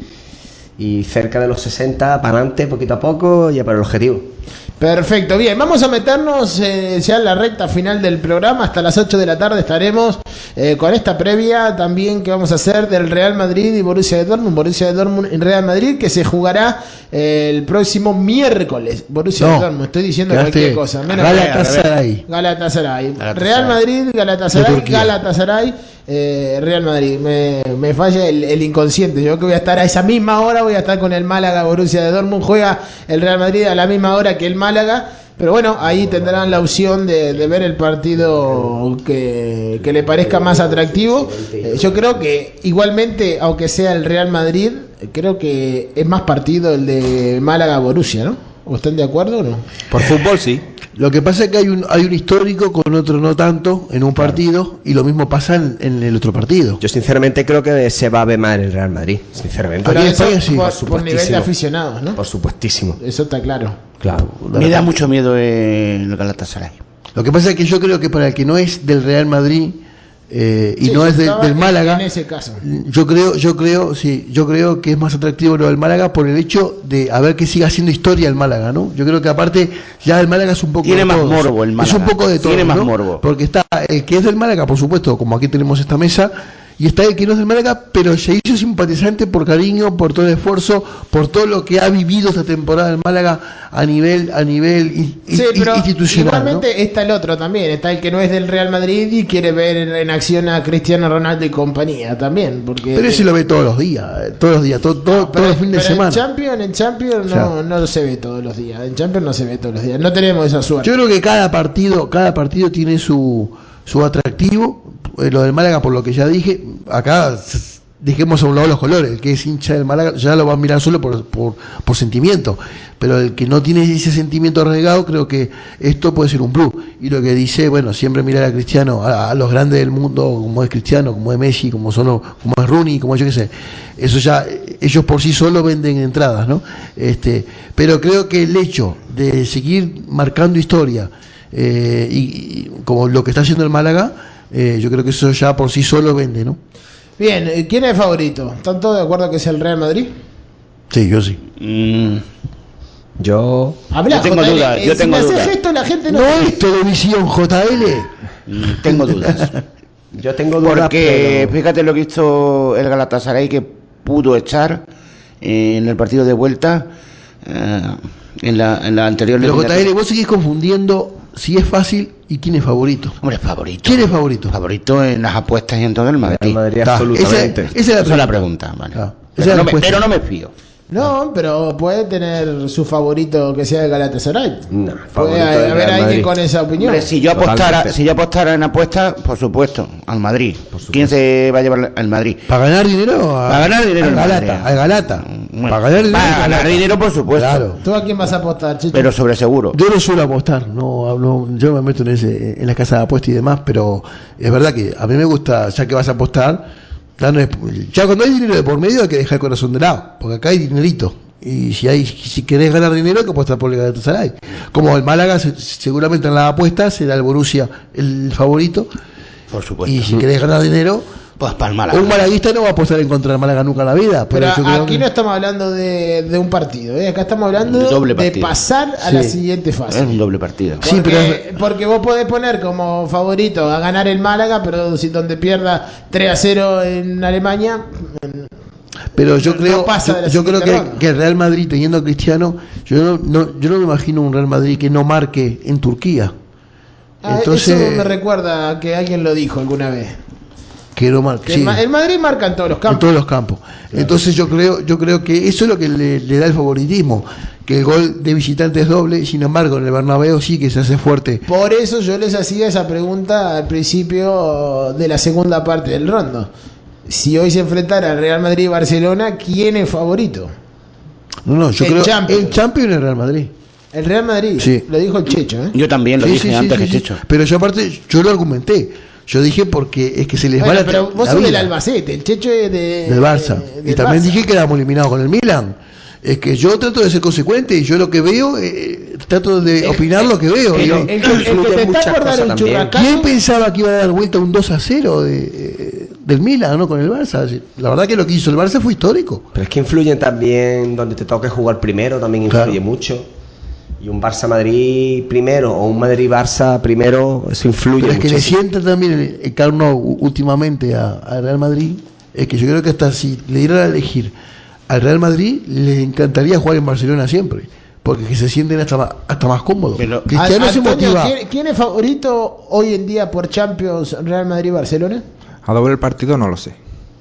y cerca de los sesenta para adelante poquito a poco ya para el objetivo. Perfecto, bien, vamos a meternos eh, ya en la recta final del programa. Hasta las ocho de la tarde estaremos eh, con esta previa también que vamos a hacer del Real Madrid y Borussia de Dortmund. Borussia de Dortmund en Real Madrid, que se jugará eh, el próximo miércoles. Borussia no, de Dortmund, estoy diciendo cualquier cosa. Galatasaray. Galatasaray. Real Madrid, Galatasaray, Galatasaray, eh, Real Madrid. Me, me falla el, el inconsciente. Yo que voy a estar a esa misma hora, voy a estar con el Málaga. Borussia de Dortmund juega el Real Madrid a la misma hora que el Málaga. Pero bueno, ahí tendrán la opción de, de ver el partido que, que le parezca más atractivo. Eh, yo creo que igualmente, aunque sea el Real Madrid, creo que es más partido el de Málaga-Borussia, ¿no? ¿O están de acuerdo o no? Por fútbol sí. Lo que pasa es que hay un hay un histórico con otro no tanto en un partido, y lo mismo pasa en, en el otro partido. Yo sinceramente creo que se va a ver mal el Real Madrid, sinceramente. Pero eso España, sí. por, por nivel de aficionados, ¿no? Por supuestísimo. Eso está claro. Claro. Me da mucho miedo el Galatasaray. Lo que pasa es que yo creo que para el que no es del Real Madrid eh, y sí, no es de, del Málaga, en ese caso. yo creo, yo creo, sí, yo creo que es más atractivo lo del Málaga por el hecho de a ver que siga haciendo historia el Málaga, ¿no? Yo creo que aparte ya el Málaga es un poco tiene de más todos. morbo el Málaga. Es un poco de todo, tiene más ¿no? morbo. Porque está el que es del Málaga, por supuesto, como aquí tenemos esta mesa. Y está el que no es del Málaga, pero se hizo simpatizante por cariño, por todo el esfuerzo, por todo lo que ha vivido esta temporada el Málaga a nivel a nivel in, sí, pero institucional. Igualmente, ¿no? Está el otro también, está el que no es del Real Madrid y quiere ver en, en acción a Cristiano Ronaldo y compañía también. Porque pero ese lo ve todos los días, todos los días, todo, todo, no, todo el fin de semana. En Champions, en Champions no, o sea, no se ve todos los días, en Champions no se ve todos los días, no tenemos esa suerte. Yo creo que cada partido, cada partido tiene su, su atractivo. Lo del Málaga, por lo que ya dije, acá dejemos a un lado los colores. El que es hincha del Málaga ya lo va a mirar solo por, por, por sentimiento, pero el que no tiene ese sentimiento arraigado, creo que esto puede ser un plus. Y lo que dice, bueno, siempre mirar a Cristiano, a, a los grandes del mundo, como es Cristiano, como es Messi, como solo, como es Rooney, como yo qué sé, eso ya, ellos por sí solos venden entradas, ¿no? Este, pero creo que el hecho de seguir marcando historia, eh, y, y como lo que está haciendo el Málaga, Eh, yo creo que eso ya por sí solo vende, ¿no? Bien, ¿quién es el favorito? ¿Están todos de acuerdo que es el Real Madrid? Sí, yo sí. Mm, yo... Habla, yo tengo dudas. Eh, yo si tengo me dudas. hace gesto, la gente no... No es televisión, J L. Mm, tengo dudas. yo tengo dudas porque pero... fíjate lo que hizo el Galatasaray, que pudo echar en el partido de vuelta, eh, en la, en la anterior Pero J L, vos seguís confundiendo si es fácil y quién es favorito. Hombre, favorito. ¿Quién es favorito? Favorito en las apuestas y en todo el Madrid. El Madrid Ta, absolutamente. Esa, esa Esa es la pregunta. Vale. Ta, Pero, esa es no la me, respuesta. pero no me fío. No, pero puede tener su favorito que sea el Galatasaray. No, Puede favorito del haber Real alguien Madrid. con esa opinión. Hombre, si yo apostara, Totalmente. si yo apostara en apuestas, por supuesto, al Madrid. ¿Quién se va a llevar al Madrid? ¿Para ganar dinero? A, Para ganar dinero al al Galata. Madrid. Al Galata. Bueno, para ganar dinero. para al ganar Galata. dinero, por supuesto. Claro. ¿Tú a quién vas a apostar, Chicho? Pero sobre seguro. Yo no suelo apostar, no, no, yo me meto en ese, en la casa de apuestas y demás, pero es verdad que a mí me gusta, ya que vas a apostar, ya, no es- ya cuando hay dinero de por medio hay que dejar el corazón de lado, porque acá hay dinerito. Y si hay, si querés ganar dinero, hay que apostar por el Galatasaray. Como el Málaga, se- seguramente en la apuesta será el Borussia el favorito. Por supuesto. Y si querés ganar dinero, pues para el Málaga. un malaguista no va a apostar en contra del Málaga nunca en la vida. Pero, Pero yo creo aquí que- no estamos hablando de, de un partido, ¿eh? Acá estamos hablando De doble de partido. pasar a Sí. la siguiente fase. Es un doble partido. Sí, Porque, porque vos podés poner como favorito a ganar el Málaga, pero si donde pierda tres a cero en Alemania, Pero yo no creo, pasa de yo, la yo creo siguiente que, ronda. que el Real Madrid teniendo a Cristiano, yo no, no, yo no me imagino un Real Madrid que no marque en Turquía. ah, Entonces, eso me recuerda a que alguien lo dijo alguna vez. que no marque. Que Sí, el, Ma- el Madrid marca en todos los en campos. todos los campos. Entonces yo creo, yo creo que eso es lo que le, le da el favoritismo, que el gol de visitante es doble, sin embargo en el Bernabéu sí que se hace fuerte. Por eso yo les hacía esa pregunta al principio de la segunda parte del rondo. Si hoy se enfrentara el Real Madrid y Barcelona, ¿quién es favorito? No, no, yo El creo Champions. el Champions el Real Madrid. El Real Madrid, Sí. lo dijo el Checho, ¿eh? Yo también lo Sí, dije sí, sí, antes sí, que sí. Checho. Pero yo aparte, yo lo argumenté. Yo dije porque es que se les Bueno, va la, pero vos la sos del vida. Albacete, el Checho es de, Del Barça. de- y del también Barça. dije que éramos eliminados con el Milan. Es que yo trato de ser consecuente y yo lo que veo, eh, trato de opinar lo que veo. El, Digo, el que- el que te está por dar un churrascazo, ¿quién pensaba que iba a dar vuelta un dos a cero de, eh, del Milan, ¿no? Con el Barça? La verdad que lo que hizo el Barça fue histórico. Pero es que influyen también donde te toque jugar primero, también influye Claro. mucho. Y un Barça-Madrid primero o un Madrid-Barça primero, eso influye Pero es que le muchísimo. sienta también el, el Camp Nou últimamente a, a Real Madrid. Es que yo creo que hasta si le dieran a elegir al Real Madrid, le encantaría jugar en Barcelona siempre. Porque que se sienten hasta más, hasta más cómodos. Cristiano An- se Antonio, motiva. ¿quién, quién es favorito hoy en día por Champions Real Madrid-Barcelona? A doble el partido no lo sé.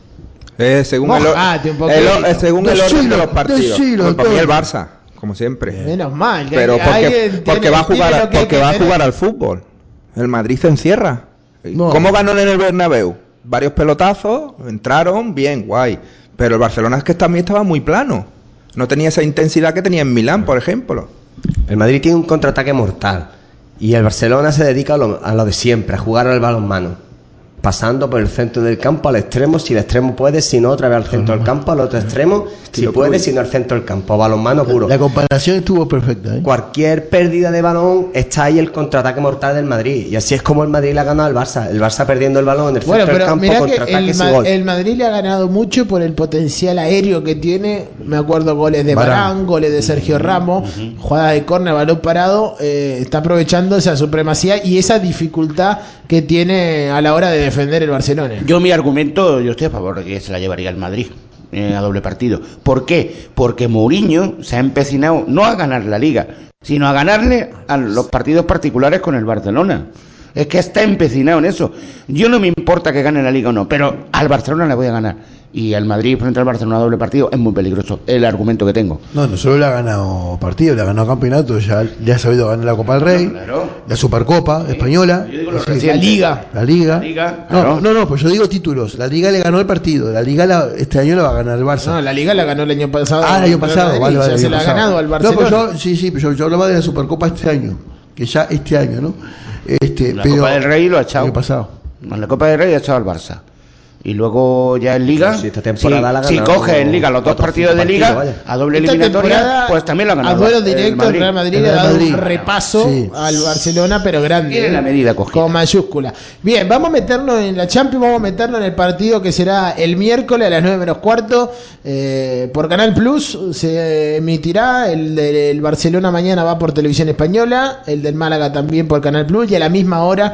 Eh, según el, or- Mojate un el poquito. or- eh, según el orden Decilo, de los partidos. decilo, Pues para mí el todo. Barça, como siempre. Menos mal. que Pero alguien porque, tiene- porque va a tiene jugar, lo a- que hay porque que va a tener. jugar al fútbol. El Madrid se encierra. No. ¿Cómo ganó en el Bernabéu? Varios pelotazos, entraron, bien, guay. Pero el Barcelona es que también estaba muy plano. No tenía esa intensidad que tenía en Milán, por ejemplo. El Madrid tiene un contraataque mortal. Y el Barcelona se dedica a lo, a lo de siempre, a jugar al balonmano. Pasando por el centro del campo al extremo, si el extremo puede, si no, otra vez al centro del campo, al otro extremo, si Estilo puede, Cruyff. si no al centro del campo, balonmano puro. La comparación estuvo perfecta. ¿eh? Cualquier pérdida de balón está ahí el contraataque mortal del Madrid. Y así es como el Madrid le ha ganado al Barça. El Barça perdiendo el balón en el Bueno, centro del pero campo, mirá que contraataque el, y Ma- gol. el Madrid le ha ganado mucho por el potencial aéreo que tiene. Me acuerdo goles de Varane. Varane, goles de Sergio Ramos, jugadas de córner, balón parado. eh, está aprovechando esa supremacía y esa dificultad que tiene a la hora de defender el Barcelona. Yo mi argumento, yo estoy a favor de que se la llevaría el Madrid eh, a doble partido. ¿Por qué? Porque Mourinho se ha empecinado no a ganar la Liga, sino a ganarle a los partidos particulares con el Barcelona. Es que está empecinado en eso. Yo no me importa que gane la Liga o no, pero al Barcelona le voy a ganar. Y al Madrid frente al Barcelona a doble partido es muy peligroso. El argumento que tengo. No, no solo le ha ganado partido, le ha ganado campeonato, ya le ha sabido ganar la Copa del Rey, la Supercopa española, sí, La Liga. la Liga. La Liga, No, claro. no, no, pues yo digo títulos. La Liga le ganó el partido, la Liga la- este año la va a ganar el Barça. No, la Liga la ganó el año pasado. Ah, el año el Real pasado, Madrid, vale, vale. ya el se año la ha pasado. ganado al No, Barcelona. pues yo, sí, sí, pero yo, yo hablaba de la Supercopa este año, que ya este año, ¿no? Este, La pero, Copa del Rey lo ha echado. año pasado. En la Copa del Rey ha echado al Barça. Y luego ya en Liga, Sí, esta temporada la ha si, si ganado coge en Liga los dos cuatro o partidos cinco de Liga, partidos, vaya. a doble Esta eliminatoria, temporada, pues también lo ha ganado. a duelo el directo el Real Madrid El le ha Real dado Madrid. un repaso Sí. al Barcelona, pero grande. Tiene ¿eh? la medida cogida. Con mayúscula. Bien, vamos a meternos en la Champions, vamos a meternos en el partido que será el miércoles a las nueve menos cuarto. Eh, por Canal Plus se emitirá. El del Barcelona mañana va por Televisión Española. El del Málaga también por Canal Plus y a la misma hora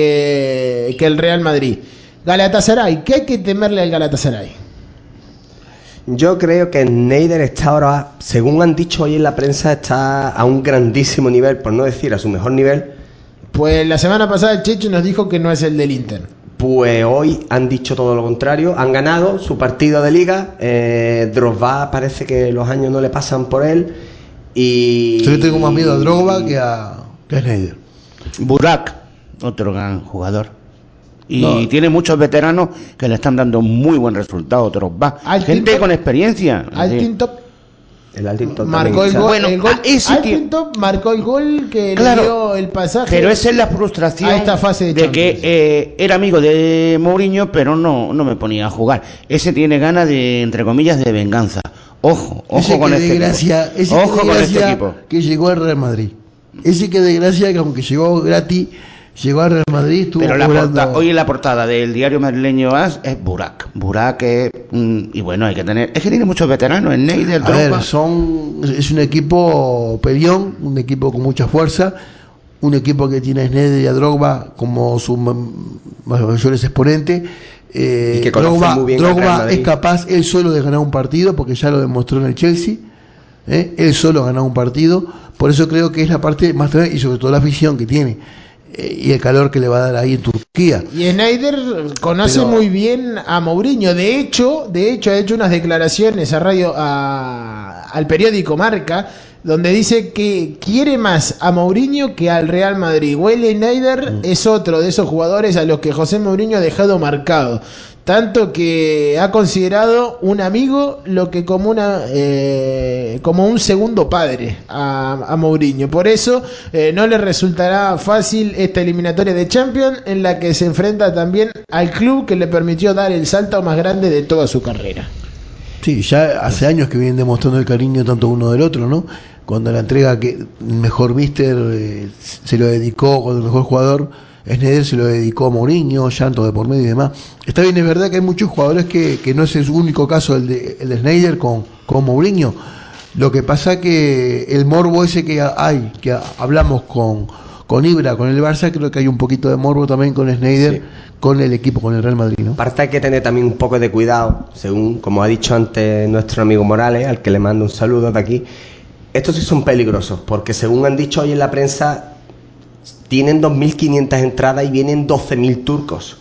que, que el Real Madrid. Galatasaray, ¿qué hay que temerle al Galatasaray? Yo creo que Sneijder está ahora, según han dicho hoy en la prensa, está a un grandísimo nivel, por no decir a su mejor nivel, Pues la semana pasada el Checho nos dijo que no es el del Inter. Pues hoy han dicho todo lo contrario, han ganado su partido de liga, eh, Drogba parece que los años no le pasan por él y... Yo le tengo más miedo a Drogba que a, que a Sneijder. Burak, otro gran jugador. Y No. tiene muchos veteranos que le están dando muy buen resultado. Drogba, gente con experiencia. Altintop El Altintop marcó el también. gol. Bueno, el gol a ese Altintop marcó el gol que Claro, le dio el pasaje. Pero esa es la frustración a esta fase de, de que eh, era amigo de Mourinho, pero no, no me ponía a jugar. Ese tiene ganas de, entre comillas, de venganza. Ojo, ojo Ese con que este desgracia, equipo. ese Ojo que con este desgracia equipo. que llegó al Real Madrid. Ese que desgracia que aunque llegó gratis, llegó al Real Madrid, estuvo Pero la cobrando... porta- hoy en la portada del diario madrileño AS es Burak. Burak es, mm, y bueno, hay que tener, es que tiene muchos veteranos, el Sneijder, A ver, Drogba. son, es un equipo peleón, un equipo con mucha fuerza, un equipo que tiene a Sneijder y a Drogba como sus ma- mayores exponentes. Eh, Y que conoce Drogba, muy bien al Real Drogba Madrid. es capaz él solo de ganar un partido porque ya lo demostró en el Chelsea. ¿eh? Él solo ha ganado un partido, por eso creo que es la parte más tremenda y sobre todo la afición que tiene eh, y el calor que le va a dar ahí en Turquía. Y Sneijder conoce Pero- muy bien a Mourinho. De hecho, de hecho ha hecho unas declaraciones a radio a- al periódico Marca, donde dice que quiere más a Mourinho que al Real Madrid. Will Sneijder Mm. es otro de esos jugadores a los que José Mourinho ha dejado marcado. Tanto que ha considerado un amigo lo que como una eh, como un segundo padre a, a Mourinho. Por eso eh, no le resultará fácil esta eliminatoria de Champions, en la que se enfrenta también al club que le permitió dar el salto más grande de toda su carrera. Sí, ya hace años que vienen demostrando el cariño tanto uno del otro, ¿no? Cuando la entrega que el mejor míster eh, se lo dedicó, cuando el mejor jugador, Sneijder se lo dedicó a Mourinho, llanto de por medio y demás. Está bien, es verdad que hay muchos jugadores que, que no es el único caso el de, el de Sneijder con, con Mourinho. Lo que pasa que el morbo ese que hay, que hablamos con, con Ibra, con el Barça, creo que hay un poquito de morbo también con Sneijder, sí, con el equipo, con el Real Madrid, ¿no? Aparte hay que tener también un poco de cuidado, según como ha dicho antes nuestro amigo Morales, al que le mando un saludo de aquí. Estos sí son peligrosos, porque según han dicho hoy en la prensa, tienen dos mil quinientas entradas y vienen doce mil turcos.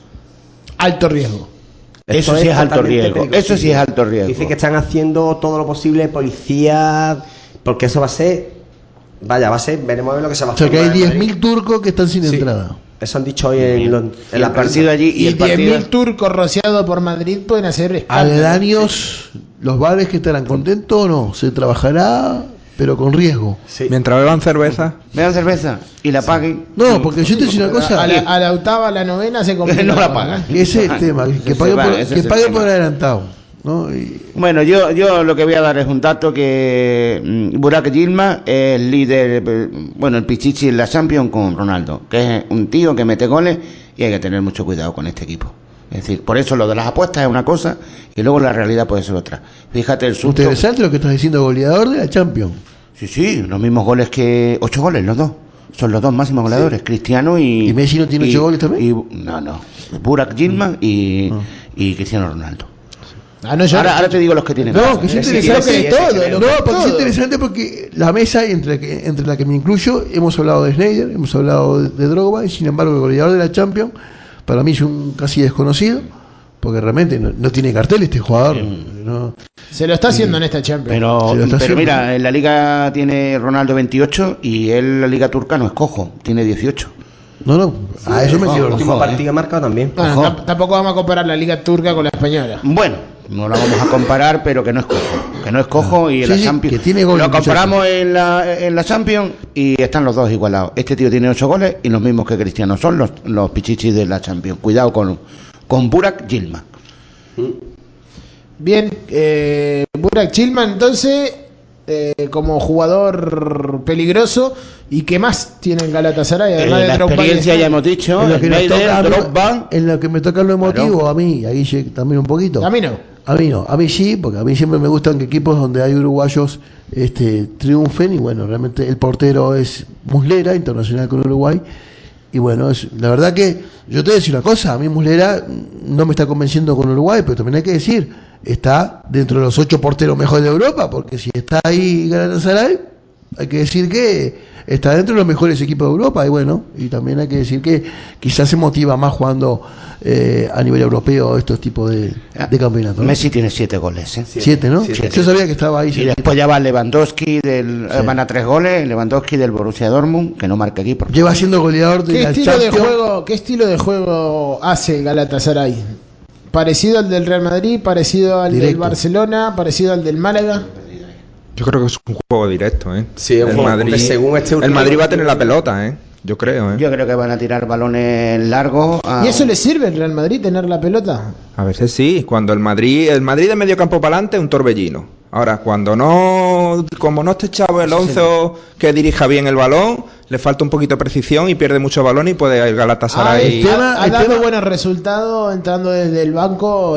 Alto riesgo. Eso sí es alto riesgo. Eso sí es alto riesgo. Dice que están haciendo todo lo posible, policía, porque eso va a ser, vaya, va a ser, veremos a ver lo que se va a O sea hacer. que hay diez mil turcos que están sin Sí. entrada. Eso han dicho hoy en, lo- en el la partido prensa. allí Y, y el diez partido. mil turcos rociados por Madrid pueden hacer escándalo. Aledaños, los bares que estarán contentos o no, se trabajará, pero con riesgo. Mientras beban cerveza. Beban cerveza y la paguen. No, porque yo te digo una cosa. A la, a la octava, a la novena se complica. No la pagan. Ese es el tema, que Se pague va, por, ese que es el pague tema. por adelantado. ¿no? Y, Bueno, yo, yo lo que voy a dar es un dato que mm, Burak Yilmaz es líder, eh, bueno, el Pichichi en la Champions con Ronaldo, que es un tío que mete goles y hay que tener mucho cuidado con este equipo. Es decir, por eso lo de las apuestas es una cosa y luego la realidad puede ser otra. Fíjate el susto. interesante lo que estás diciendo, goleador de la Champions. Sí, sí, los mismos goles que... Ocho goles, los dos. Son los dos máximos goleadores, Cristiano y... ¿Y Messi no tiene ocho goles también? y- no, no. Burak Yilmaz y, y Cristiano Ronaldo. Ah, no, yo- ahora, ahora te digo los que tienen. No, más. que es Sí, sí, interesante. sí, sí, todo, sí, sí, lo No, que- porque es todo. interesante porque la mesa entre, que- entre la que me incluyo, hemos hablado de Sneijder, hemos hablado de, de Drogba, y sin embargo el goleador de la Champions, para mí es un casi desconocido, porque realmente no, no tiene cartel este jugador. ¿no? Se lo está haciendo en esta Champions. Pero, Se lo está pero haciendo. mira, en la liga tiene Ronaldo veintiocho y él en la liga turca no es cojo, tiene dieciocho. No, no, a eso me El quiero. último Ojo, partido marcado también. Bueno, Ojo. tam- tampoco vamos a comparar la liga turca con la española. Bueno, no la vamos a comparar, pero que no es cojo. Que no es cojo y en Sí, la sí, Champions. que tiene goles, Lo comparamos en la, en la Champions y están los dos igualados. Este tío tiene ocho goles y los mismos que Cristiano. Son los, los pichichis de la Champions. Cuidado con, con Burak Yilmaz. Bien, eh, Burak Yilmaz entonces eh, como jugador peligroso. ¿Y qué más tiene en Galatasaray? Además Eh, de la Drogba y experiencia Sneijder. ya hemos dicho. En lo, que nos Sneijder, toca a mí- Drogba. en lo que me toca lo emotivo, Claro. a mí, a Guille también un poquito. A mí no. A mí no, a mí sí, porque a mí siempre me gustan que equipos donde hay uruguayos este, triunfen, y bueno, realmente el portero es Muslera, internacional con Uruguay, y bueno, es, la verdad que yo te voy a decir una cosa, a mí Muslera no me está convenciendo con Uruguay, pero también hay que decir, está dentro de los ocho porteros mejores de Europa, porque si está ahí Galatasaray, hay que decir que está dentro de los mejores equipos de Europa y bueno, y también hay que decir que quizás se motiva más jugando eh, a nivel europeo estos tipos de, de campeonatos, ¿no? Messi tiene siete goles, ¿eh? Siete, ¿no? Siete. Yo sabía que estaba ahí. Y después ya va Lewandowski, del, sí. van a tres goles, Lewandowski del Borussia Dortmund, que no marca aquí. Por Lleva siendo goleador de ¿Qué la estilo Champions. de juego, ¿Qué estilo de juego hace Galatasaray? ¿Parecido al del Real Madrid? ¿Parecido al Directo. del Barcelona? ¿Parecido al del Málaga? Yo creo que es un juego directo, ¿eh? Sí, es un el juego, Madrid, porque según este el último Madrid va a partido- tener la pelota, ¿eh? Yo creo, ¿eh? Yo creo que van a tirar balones largos. A... ¿Y eso le sirve al Real Madrid tener la pelota? A veces sí, cuando el Madrid, el Madrid de medio campo para adelante es un torbellino. Ahora, cuando no, como no esté Chavo Alonso que dirija bien el balón, le falta un poquito de precisión y pierde mucho balón y puede el Galatasaray. Ha, ha dado buenos resultados entrando desde el banco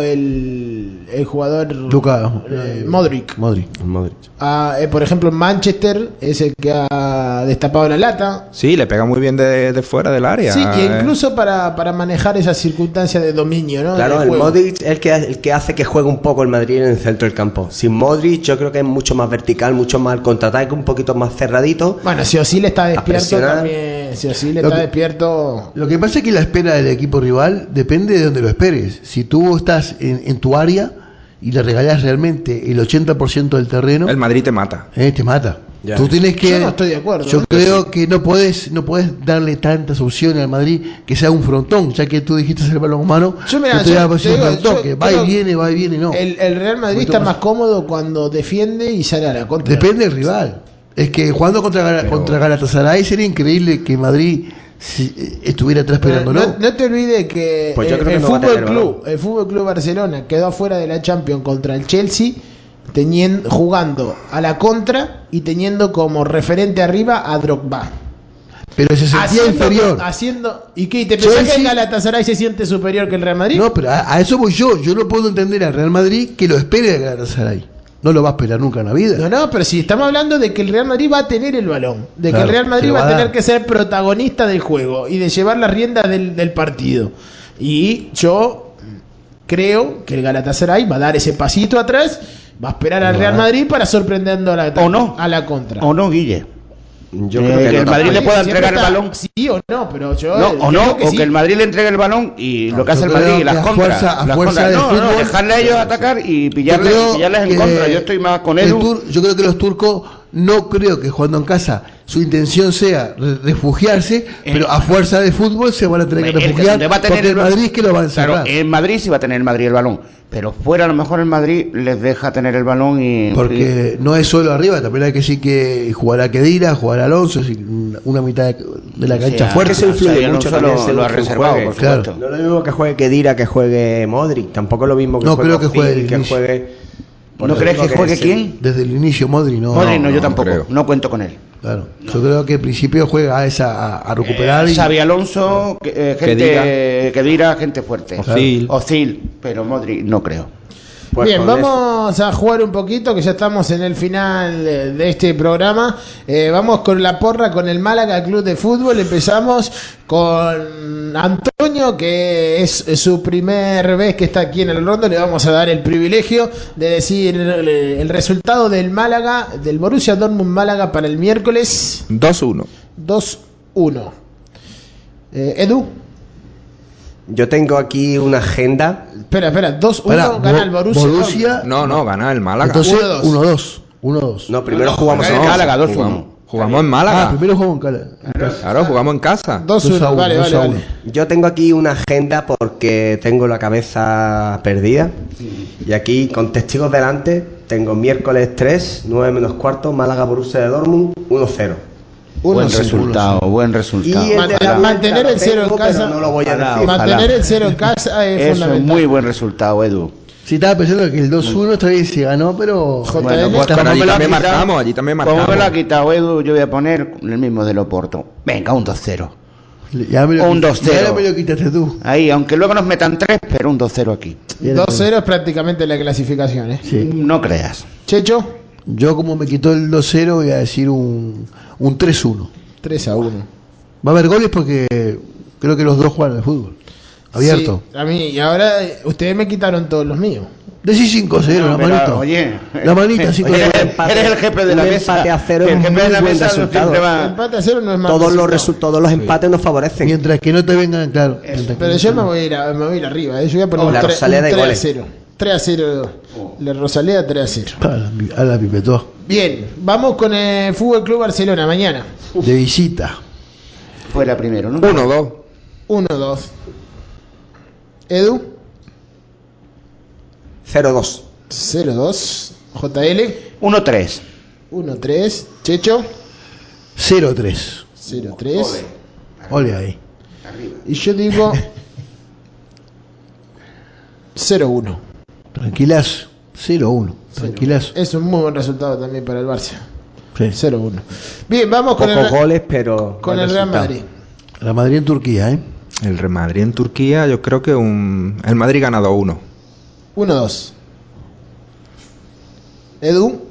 el, el jugador Luka, eh, Modric. Modric. Modric. Ah, eh, por ejemplo, en Manchester es el que ha destapado la lata. Sí, le pega muy bien de, de fuera del área. Sí, y eh. incluso para, para manejar esas circunstancias de dominio, ¿no? Claro, Del el juego. Modric es el que, el que hace que juegue un poco el Madrid en el centro del campo. Sin Modric yo creo que es mucho más vertical, mucho más al contraataque, un poquito más cerradito. Bueno, si Özil está despierto presionar. también, si Özil Lo está que- despierto... Lo que pasa es que la espera del equipo rival depende de donde lo esperes. Si tú estás en, en tu área y le regalás realmente el ochenta por ciento del terreno, El Madrid te mata. eh, te mata. Ya. Tú tienes que. Yo no estoy de acuerdo. Yo ¿eh? creo que no puedes, no puedes darle tantas opciones al Madrid que sea un frontón, ya que tú dijiste el balón humano. Yo, mirá, te yo- voy a decir te un digo, frontón yo que va creo y viene, va y viene, no. El, el Real Madrid Mucho está más. más cómodo cuando defiende y sale a la contra. Depende del rival. Es que jugando contra, Gal- contra Galatasaray sería increíble que Madrid si, eh, estuviera atrás Pero esperándolo. no, no te olvides que Pues yo el, creo que el no va a Fútbol tener Club, el Fútbol Club Barcelona quedó afuera de la Champions contra el Chelsea, teniendo, jugando a la contra y teniendo como referente arriba a Drogba. Pero se sentía Haciendo, inferior. haciendo ¿Y qué? ¿Te pensás Chelsea- que el Galatasaray se siente superior que el Real Madrid? No, pero a, a eso voy yo. Yo no puedo entender al Real Madrid que lo espere a Galatasaray. No lo va a esperar nunca en la vida. No, no, pero si estamos hablando de que el Real Madrid va a tener el balón, de Claro, que el Real Madrid se lo va va a a tener dar. que ser protagonista del juego y de llevar las riendas del, del partido. Y yo creo que el Galatasaray va a dar ese pasito atrás, va a esperar al Lo Real va a dar. Madrid para sorprendiendo a la, ¿O no? a la contra. ¿O no, Guille? Yo Eh, creo que, que no el Madrid le pueda Siempre entregar el está- balón. Sí o no, pero yo No, eh, o no, creo que o sí. que el Madrid le entregue el balón y lo que hace yo el Madrid creo y las que a contras. fuerza- a las fuerza contras. de No, no, fútbol- dejarle a ellos atacar y Yo pillarles, creo pillarles en que contra. Yo estoy más con el Edu. tur- yo creo que los turcos no creo que jugando en casa su intención sea re- refugiarse, pero a fuerza de fútbol se van a tener que El que refugiar donde va a tener porque el el- Madrid es que lo va a encerrar. Claro, en Madrid sí va a tener el Madrid el balón, pero fuera a lo mejor el Madrid les deja tener el balón y... Porque no es solo arriba, también hay que decir que jugará Kedira, jugará Alonso, es decir, una- una mitad de, de la cancha Sí, fuerte. que eso influye Xabi mucho Alonso también lo- según lo ha quién reservado, juegue. por Claro. supuesto. No es lo mismo que juegue Kedira que juegue Modric, tampoco es lo mismo que No, juegue creo que Ozil, juegue que el juegue... por ¿No eso crees digo que juegue sí. quién? Desde el inicio Modri no. Modric no, no, yo no tampoco, creo. no cuento con él. Claro. Yo creo que al principio juega a esa a, a recuperar Eh, y Xabi Alonso, que, eh, gente Kedira. que dirá gente fuerte. Ozil. Ozil, pero Modric no creo. Pues Bien, con vamos a jugar un poquito, que ya estamos en el final de de este programa. Eh, vamos con la porra, con el Málaga Club de Fútbol. Empezamos con Antonio, que es su primer vez que está aquí en el Rondo. Le vamos a dar el privilegio de decir el, el resultado del Málaga, del Borussia Dortmund Málaga para el miércoles dos uno. dos uno. Eh, Edu, Yo tengo aquí una agenda. espera, espera, dos uno, Pará, gana el Bo- Borussia. Borussia- No, no, gana el Málaga. entonces uno dos. uno dos. uno dos. No, primero No, no, jugamos gana en el casa. Málaga, dos uno. Jugamos, jugamos en Ah, Málaga. primero juego en Cala. Claro, jugamos en casa. dos dos a uno, uno, vale, dos vale, a vale. uno. Yo tengo aquí una agenda porque tengo la cabeza perdida. Y aquí, con testigos delante, tengo miércoles tres, nueve menos cuarto, Málaga Borussia de Dortmund, uno cero. Uno Buen cero. resultado, buen resultado. Y el Man- de la mantener vuelta el cero en tengo, casa- pero no lo voy a Ojalá, decir. ojalá. Mantener el cero en casa es Eso es fundamental. muy buen resultado, Edu. Sí, estaba pensando que el dos uno esta vez se ganó, pero. J L. Bueno, pues Pero como allí me lo ha también quitado- marcamos, allí también Como me lo ha marcamos. quitado Edu, yo voy a poner el mismo del Oporto. Venga, un dos cero. Ya me lo, Un dos cero. ya me lo quitaste tú. Ahí, aunque luego nos metan tres, pero un dos cero aquí. dos cero es prácticamente la clasificación, ¿eh? Sí. No creas. Checho, Yo, como me quitó el dos cero, voy a decir un, un tres uno. tres a uno. Va a haber goles porque creo que los dos juegan al fútbol. Abierto. Sí, a mí, y ahora ustedes me quitaron todos los míos. Decí cinco cero, No, la pero, manito. oye, la manita cinco eres, cero. eres el jefe de la un mesa. empate a cero El es jefe muy de la buen mesa resultado. siempre va- Empate a cero no es más Todos los, resultado. resu- todos los empates nos favorecen. Mientras que no te vengan, claro. mientras que Pero no yo te- me voy a ir, a- me voy a ir arriba. ¿eh? Yo voy a poner Oh, un la tres- Rosaleda un de tres a goles. cero. tres a cero. La Rosaleda tres a cero. A la, a la pipetó. Bien, vamos con el Fútbol Club Barcelona mañana. De visita. Fuera primero, ¿no? uno dos. uno dos. Edu, cero dos. cero dos. J L, uno tres. uno tres. Checho, cero tres. cero tres. Ole ahí. Y yo digo cero uno. Tranquilazo. cero uno. Tranquilazo. Es un muy buen resultado también para el Barça. Sí. cero uno. Bien, vamos con Pocos el, goles, pero. con buen el Real resultado. Madrid. La Madrid en Turquía, ¿eh? El Real Madrid en Turquía, yo creo que un el Madrid gana dos uno. uno dos. Edu.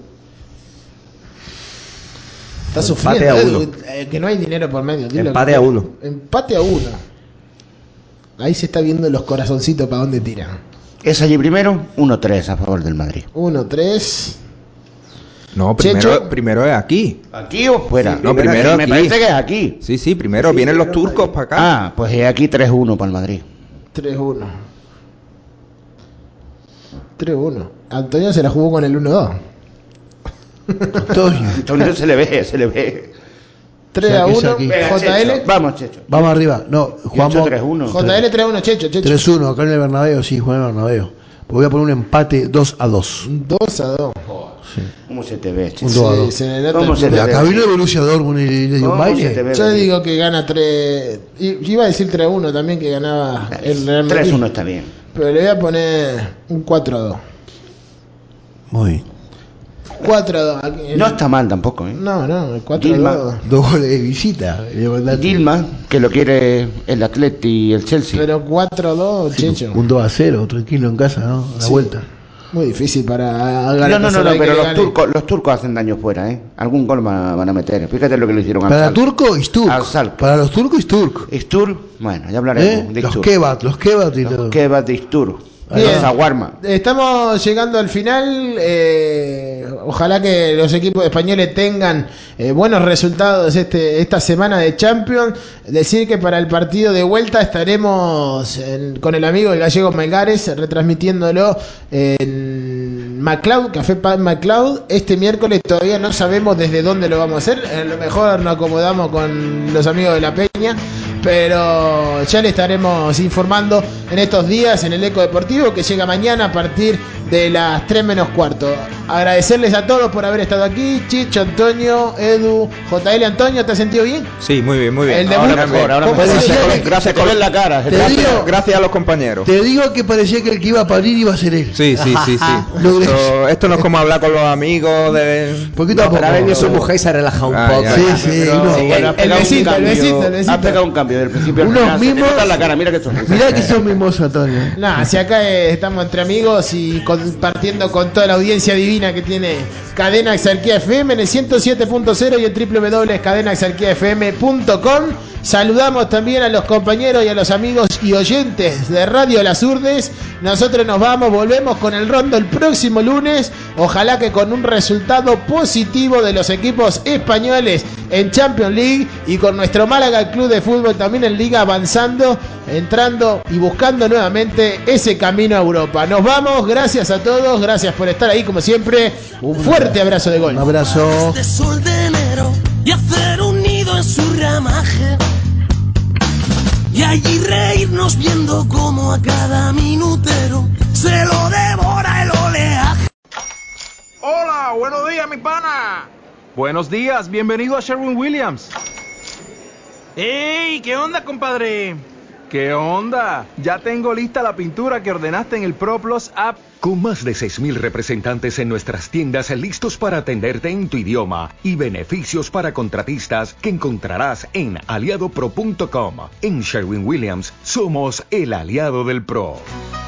Está sufriendo, Empate a Edu, uno. eh, que no hay dinero por medio. dilo Empate que- a uno. Empate a uno. Ahí se está viendo los corazoncitos para dónde tiran. Es allí primero, uno tres a favor del Madrid. uno tres. No, Checho. primero, primero es aquí. ¿Aquí o fuera? No, primero Me aquí. parece que es aquí. Sí, sí, primero vienen los turcos para acá. Ah, pues es aquí tres uno para el Madrid. tres uno. tres uno. Antonio se la jugó con el uno dos. Antonio. Antonio se le ve, se le ve. tres O sea, a que es uno. aquí. Venga, J L. Checho, vamos, Checho. Vamos arriba. No, jugamos tres uno. J L tres a uno, Checho, Checho. tres uno. Acá en el Bernabéu, sí, juega en el Bernabéu. Pues voy a poner un empate dos a dos. dos a dos. ¿Cómo se te ve, Checho? Un dos a Sí, dos. se le nota ¿Cómo el se te La ve? cabina de Borussia Dortmund y le dio un ¿Cómo se te baile. ve? Yo digo que gana tres. y- Iba a decir tres a uno también que ganaba el Real Madrid. tres uno está bien. Pero le voy a poner un cuatro a dos. Muy bien. cuatro a dos. aquí en- No está mal tampoco, ¿eh? No, no, el cuatro a Dilma. dos. Dos goles de visita. Le mandaste Dilma, que lo quiere el Atleti y el Chelsea. Pero cuatro a dos, Checho. un dos a cero, tranquilo en casa, ¿no? A la Sí. vuelta. Muy difícil para No, ganar. no, no, no, pero los turcos, los turcos hacen daño fuera, ¿eh? Algún gol van a, van a meter. Fíjate lo que le hicieron al Para Salk. turco, Isturk. Al Salk. Para los turcos, Isturk. Istur, bueno, ya ¿Eh? hablaremos de Los Istur. kebat, los kebat y todo. ¿Qué va de Istur? Bien. Los Aguarma. Estamos llegando al final. eh, ojalá que los equipos españoles tengan eh, buenos resultados este, esta semana de Champions. Decir que para el partido de vuelta estaremos en- con el amigo el gallego Melgares retransmitiéndolo en MacLeod, Café Pan MacLeod. Este miércoles todavía no sabemos desde dónde lo vamos a hacer. A lo mejor nos acomodamos con los amigos de la Peña. Pero ya le estaremos informando en estos días en el Eco Deportivo que llega mañana a partir de las tres menos cuarto. Agradecerles a todos por haber estado aquí. Chicho, Antonio, Edu, J L. Antonio, ¿te has sentido bien? Sí, muy bien, muy bien. El de ahora Buca- mejor, ahora ¿Cómo mejor. se Gracias, llama? gracias, Se te ve en la cara. se te- Te gracias, digo- gracias a los compañeros. Te digo que parecía que el que iba a parir iba a ser él. Sí, sí, sí, sí. Logré- Esto, esto no es como hablar con los amigos de... Poquito a Pero poco. ha venido su mujer y se ha relajado un Ah, poco. ya. Sí, sí, Pero, no. bueno, has el pegado un besito, el cambio- besito, el besito. Has pegado un cambio del principio al Unos final. Se te mimos- nota en la cara, mira que sonrisa. Mirá que son mimos, Antonio. Nada, si acá eh, estamos entre amigos y compartiendo con toda la audiencia divina que tiene Cadena Exarquía F M en el ciento siete punto cero y en w w w punto cadena exarquía f m punto com. Saludamos también a los compañeros y a los amigos y oyentes de Radio Las Urdes. Nosotros nos vamos, volvemos con el rondo el próximo lunes. Ojalá que con un resultado positivo de los equipos españoles en Champions League y con nuestro Málaga Club de Fútbol también en Liga avanzando, entrando y buscando nuevamente ese camino a Europa. Nos vamos, gracias a todos, gracias por estar ahí como siempre. Un fuerte abrazo de gol. Un abrazo. De sol de enero y hacer un nido en su ramaje. Y allí reírnos viendo como a cada minutero se lo devora el oleaje. Hola, buenos días, mi pana. Buenos días, bienvenido a Sherwin-Williams. ¡Ey! ¿Qué onda, compadre? ¿Qué onda? Ya tengo lista la pintura que ordenaste en el ProPlus app. Con más de seis mil representantes en nuestras tiendas listos para atenderte en tu idioma y beneficios para contratistas que encontrarás en aliado pro punto com. En Sherwin-Williams somos el aliado del pro.